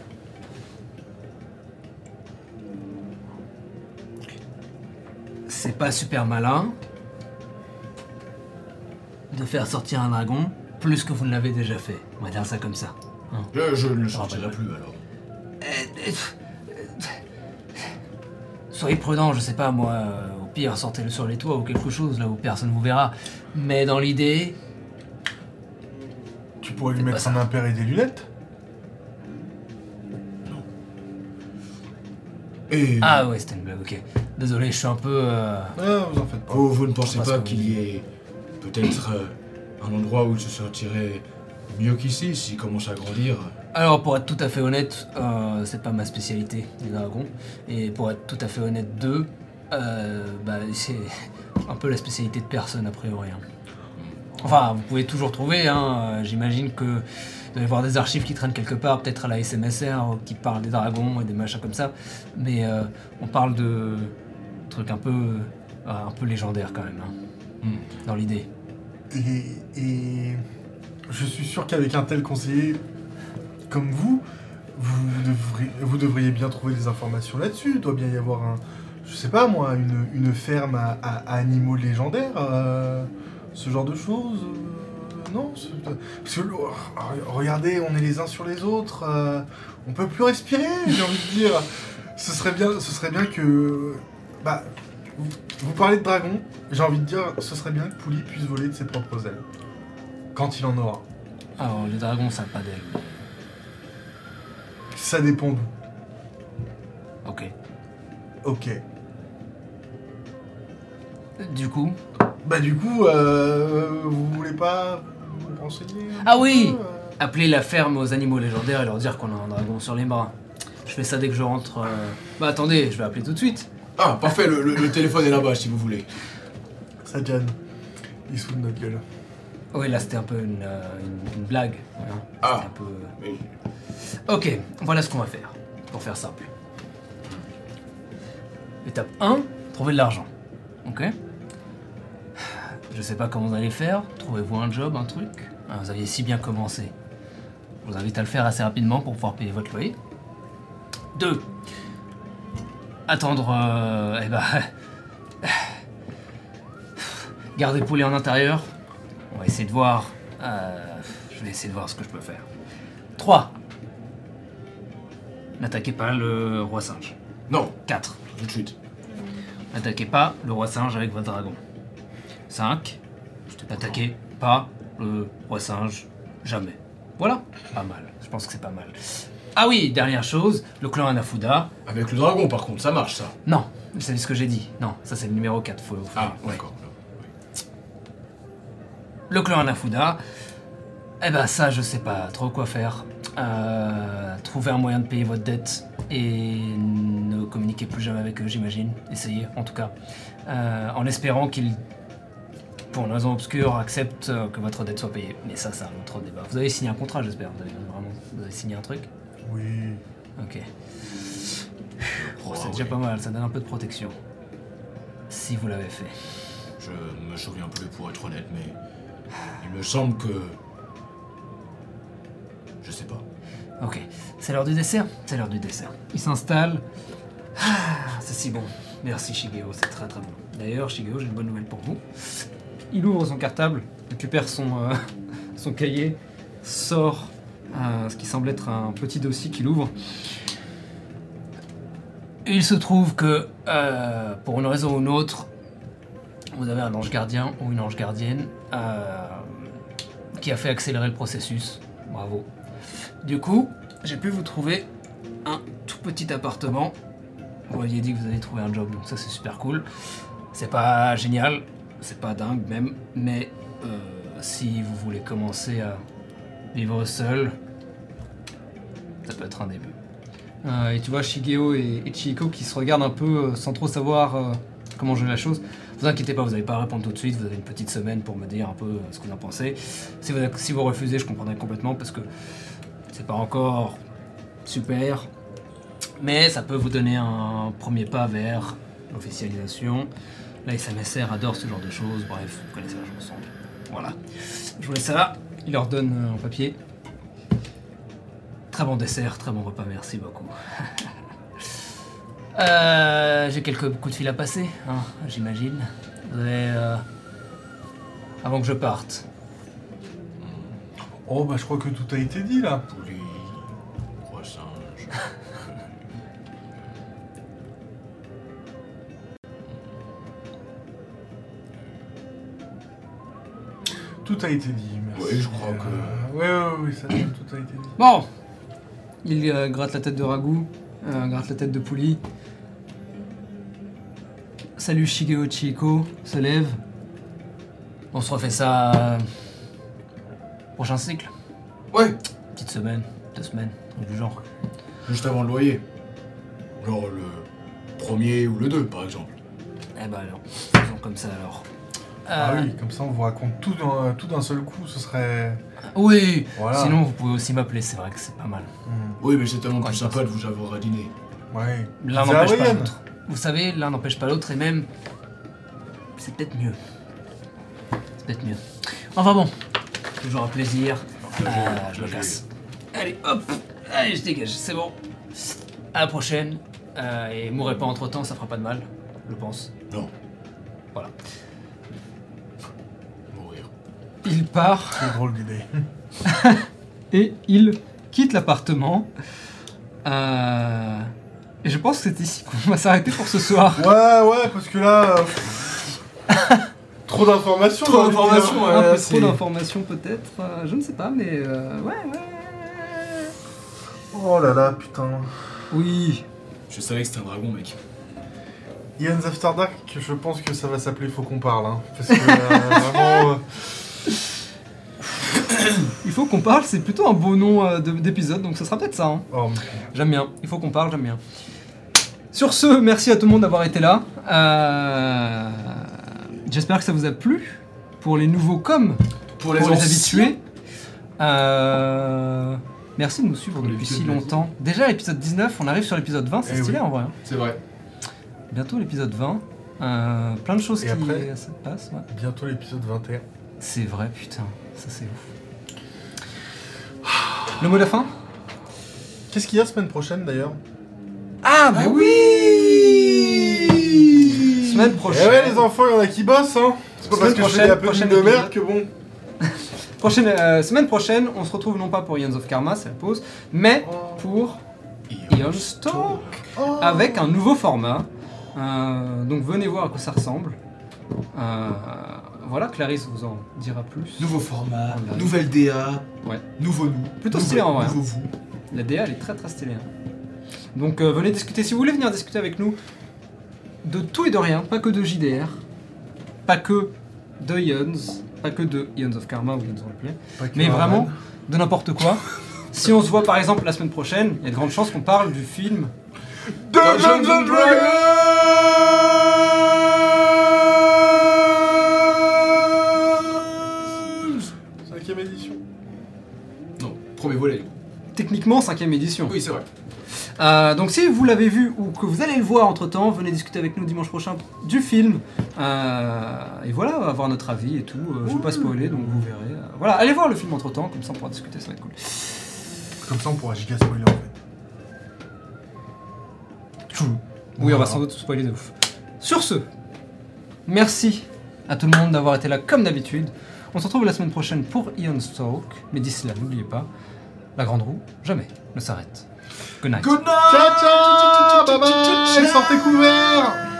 H: C'est pas super malin de faire sortir un dragon plus que vous ne l'avez déjà fait. On va dire ça comme ça.
G: Je ne le sortirai plus alors.
H: Soyez prudent, je sais pas moi, au pire sortez-le sur les toits ou quelque chose là où personne vous verra. Mais dans l'idée,
E: Tu pourrais lui
H: C'est pas
E: mettre
H: ça.
E: un impair et des lunettes.
G: Et
H: ah ouais c'était une blague, ok. Désolé, je suis un peu...
E: Ah, vous en faites pas.
G: vous ne pensez
H: Parce
G: pas
H: que
G: qu'il
H: vous
G: y ait peut-être un endroit où il se sortirait mieux qu'ici s'il commence à grandir?
H: Alors pour être tout à fait honnête, c'est pas ma spécialité, les dragons. Et pour être tout à fait honnête, c'est un peu la spécialité de personne a priori. Hein. Enfin, vous pouvez toujours trouver, hein, j'imagine que vous allez voir des archives qui traînent quelque part, peut-être à la SMSR, qui parlent des dragons et des machins comme ça. Mais on parle de trucs un peu légendaires quand même, hein, dans l'idée.
E: Et je suis sûr qu'avec un tel conseiller comme vous devriez bien trouver des informations là-dessus. Il doit bien y avoir je sais pas moi, une ferme à animaux légendaires, ce genre de choses, non, parce que, regardez, on est les uns sur les autres, on peut plus respirer, j'ai envie de dire. Ce serait bien que... Bah, vous parlez de dragon, j'ai envie de dire, ce serait bien que Pouli puisse voler de ses propres ailes. Quand il en aura.
H: Alors, les dragons, ça n'a pas d'ailes.
E: Ça dépend d'où.
H: Ok.
E: Ok.
H: Du coup...
E: Bah du coup, vous voulez pas vous renseigner
H: Ah oui
E: peu,
H: Appeler la ferme aux animaux légendaires et leur dire qu'on a un dragon sur les bras. Je fais ça dès que je rentre... Bah attendez, je vais appeler tout de suite.
G: Ah, parfait, le téléphone est là-bas si vous voulez.
E: Sadjan, il se fout de notre gueule.
H: Oui, là c'était un peu une blague. Voilà.
G: Ah.
H: C'était un peu...
G: Mais
H: Ok, voilà ce qu'on va faire, pour faire simple. Étape 1, trouver de l'argent. Ok. Je sais pas comment vous allez faire, trouvez-vous un job, un truc. Ah, vous aviez si bien commencé. Je vous invite à le faire assez rapidement pour pouvoir payer votre loyer. 2. Attendre... garder poulet en intérieur. On va essayer de voir... je vais essayer de voir ce que je peux faire. 3. N'attaquez pas le roi singe.
G: non,
H: 4.
G: tout de suite.
H: N'attaquez pas le roi singe avec votre dragon. 5. N'attaquez pas le roi singe jamais. Voilà, pas mal. Je pense que c'est pas mal. Ah oui, dernière chose, le clan Hanafuda.
G: Avec le dragon par contre, ça marche ça.
H: Non, c'est ce que j'ai dit. Non, ça c'est le numéro 4.
G: Ah,
H: ouais.
G: d'accord.
H: Le clan Hanafuda, eh ben ça je sais pas trop quoi faire. Trouver un moyen de payer votre dette et ne communiquer plus jamais avec eux, j'imagine. Essayez en tout cas. En espérant qu'ils, pour une raison obscure, acceptent que votre dette soit payée. Mais ça c'est un autre débat. Vous avez signé un contrat j'espère, vous avez signé un truc?
E: Oui.
H: Ok. C'est déjà pas mal, ça donne un peu de protection. Si vous l'avez fait.
G: Je me souviens plus pour être honnête, mais il me semble que... Je sais pas.
H: Ok, c'est l'heure du dessert. C'est l'heure du dessert. Il s'installe. Ah, c'est si bon. Merci Shigeo, c'est très très bon. D'ailleurs, Shigeo, j'ai une bonne nouvelle pour vous. Il ouvre son cartable, récupère son cahier, sort ce qui semble être un petit dossier qu'il ouvre. Et il se trouve que, pour une raison ou une autre, vous avez un ange gardien ou une ange gardienne qui a fait accélérer le processus. Bravo. Du coup, j'ai pu vous trouver un tout petit appartement. Vous m'aviez dit que vous alliez trouver un job, donc ça c'est super cool. C'est pas génial, c'est pas dingue même, mais si vous voulez commencer à vivre seul, ça peut être un début. Et tu vois Shigeo et Chihiko qui se regardent un peu sans trop savoir comment jouer la chose. Vous inquiétez pas, vous n'allez pas répondre tout de suite, vous avez une petite semaine pour me dire un peu ce que vous en pensez. Si vous refusez, je comprendrai complètement parce que c'est pas encore super, mais ça peut vous donner un premier pas vers l'officialisation. La SMSR adore ce genre de choses, bref, vous connaissez la chanson. Voilà. Je vous laisse ça là, il leur donne un papier. Très bon dessert, très bon repas, merci beaucoup. J'ai quelques coups de fil à passer, hein, j'imagine. Vous avez... avant que je parte.
E: Oh bah je crois que tout a été dit là.
G: Poulet, roi singe.
E: Tout a été dit, merci.
G: Oui, je crois que...
E: Oui, ça, tout a été dit.
H: Bon. Il gratte la tête de Ragout, gratte la tête de Pouli. Salut Shigeo Chihiko, se lève. On se refait ça... prochain cycle.
G: Ouais,
H: Petite semaine, 2 semaines, truc du genre.
G: juste avant le loyer. Genre le 1er ou le 2, par exemple.
H: Eh ben alors, faisons comme ça alors.
E: Ah oui, comme ça on vous raconte tout d'un seul coup, ce serait...
H: Oui,
E: Voilà.
H: sinon vous pouvez aussi m'appeler, c'est vrai que c'est pas mal.
G: Oui, mais c'est tellement
H: Ouais,
G: plus
H: je
G: sympa
H: pense.
G: de vous avoir à dîner.
E: Ouais.
H: L'un
E: Pizza
H: n'empêche pas
E: hawaïenne.
H: l'autre. Vous savez, l'un n'empêche pas l'autre et même... c'est peut-être mieux. C'est peut-être mieux. Enfin bon, toujours un plaisir. Je me casse. Allez, hop. Allez, je dégage, c'est bon. À la prochaine. Et mourrez pas entre temps, ça fera pas de mal, je pense.
G: Non,
H: Voilà.
G: mourir.
A: il part
E: C'est drôle d'idée.
A: et il quitte l'appartement. Et je pense que c'est ici qu'on va s'arrêter pour ce soir.
E: Ouais, parce que là... trop d'informations.
G: Trop
E: j'ai envie de dire.
G: d'informations,
A: Un peu
G: c'est-
A: trop d'informations peut-être, je ne sais pas, mais ouais.
E: Oh là là, putain.
A: Oui.
G: Je savais que c'était un dragon, mec.
E: Ian's After Dark, je pense que ça va s'appeler Faut qu'on parle. Hein, parce que vraiment...
A: Il faut qu'on parle, c'est plutôt un beau nom d'épisode, donc ça sera peut-être ça. Hein.
E: Oh,
A: J'aime bien, il faut qu'on parle, j'aime bien. Sur ce, merci à tout le monde d'avoir été là. J'espère que ça vous a plu. Pour les nouveaux comme
G: Pour les
A: pour les
G: anciens.
A: habitués. Merci de nous suivre
G: Pour
A: depuis si
G: l'épisode
A: longtemps. Déjà l'épisode 19, on arrive sur l'épisode 20, c'est
E: Eh
A: stylé
E: oui.
A: en vrai. Hein.
G: C'est vrai.
A: Bientôt l'épisode 20. Plein de choses
E: Et
A: qui
E: après
A: se passent. Ouais.
E: bientôt l'épisode 21.
A: C'est vrai, putain, ça c'est ouf. Le mot de la fin?
E: Qu'est-ce qu'il y a semaine prochaine d'ailleurs?
A: Ah, mais oui. Semaine
E: Eh
A: prochaine.
E: ouais les enfants, il y en a qui bossent hein. C'est pas parce
A: Semaine
E: que je fais la
A: prochaine,
E: petite de
A: prochain
E: merde que bon.
A: Semaine prochaine, on se retrouve non pas pour Eons of Karma, c'est la pause, mais pour Eons Talk avec un nouveau format. Donc venez voir à quoi ça ressemble. Voilà, Clarisse vous en dira plus.
G: Nouveau format,
A: Voilà.
G: nouvelle DA,
A: Ouais.
G: nouveau nous.
A: Plutôt
G: nouveau-
A: stylé en vrai, hein.
G: Nouveau vous.
A: La DA elle est très très stylée. Hein. Donc venez discuter, si vous voulez venir discuter avec nous de tout et de rien, pas que de JDR, pas que de Eons, pas que de Eons of Karma ou Eons of Replay,
E: Pas que
A: mais
E: un
A: vraiment
E: man.
A: de n'importe quoi. Si on se voit par exemple la semaine prochaine, il y a de grandes chances qu'on parle du film.
E: Dungeons and Dragons 5ème édition.
G: Non, premier volet.
A: Techniquement 5ème édition.
G: Oui, c'est vrai.
A: Donc si vous l'avez vu ou que vous allez le voir entre temps, venez discuter avec nous dimanche prochain du film. Et voilà, avoir notre avis et tout. Je ne vais pas spoiler, donc vous verrez. Voilà, allez voir le film entre temps, comme ça on pourra discuter, ça va être cool.
E: Comme ça on pourra giga spoiler en fait.
A: Oui, on va sans doute spoiler de ouf. Sur ce, merci à tout le monde d'avoir été là comme d'habitude. On se retrouve la semaine prochaine pour Eon's Talk. Mais d'ici là, n'oubliez pas, la grande roue, jamais ne s'arrête. Good night.
G: Good night!
E: Ciao ciao, bye bye, sortez couverts.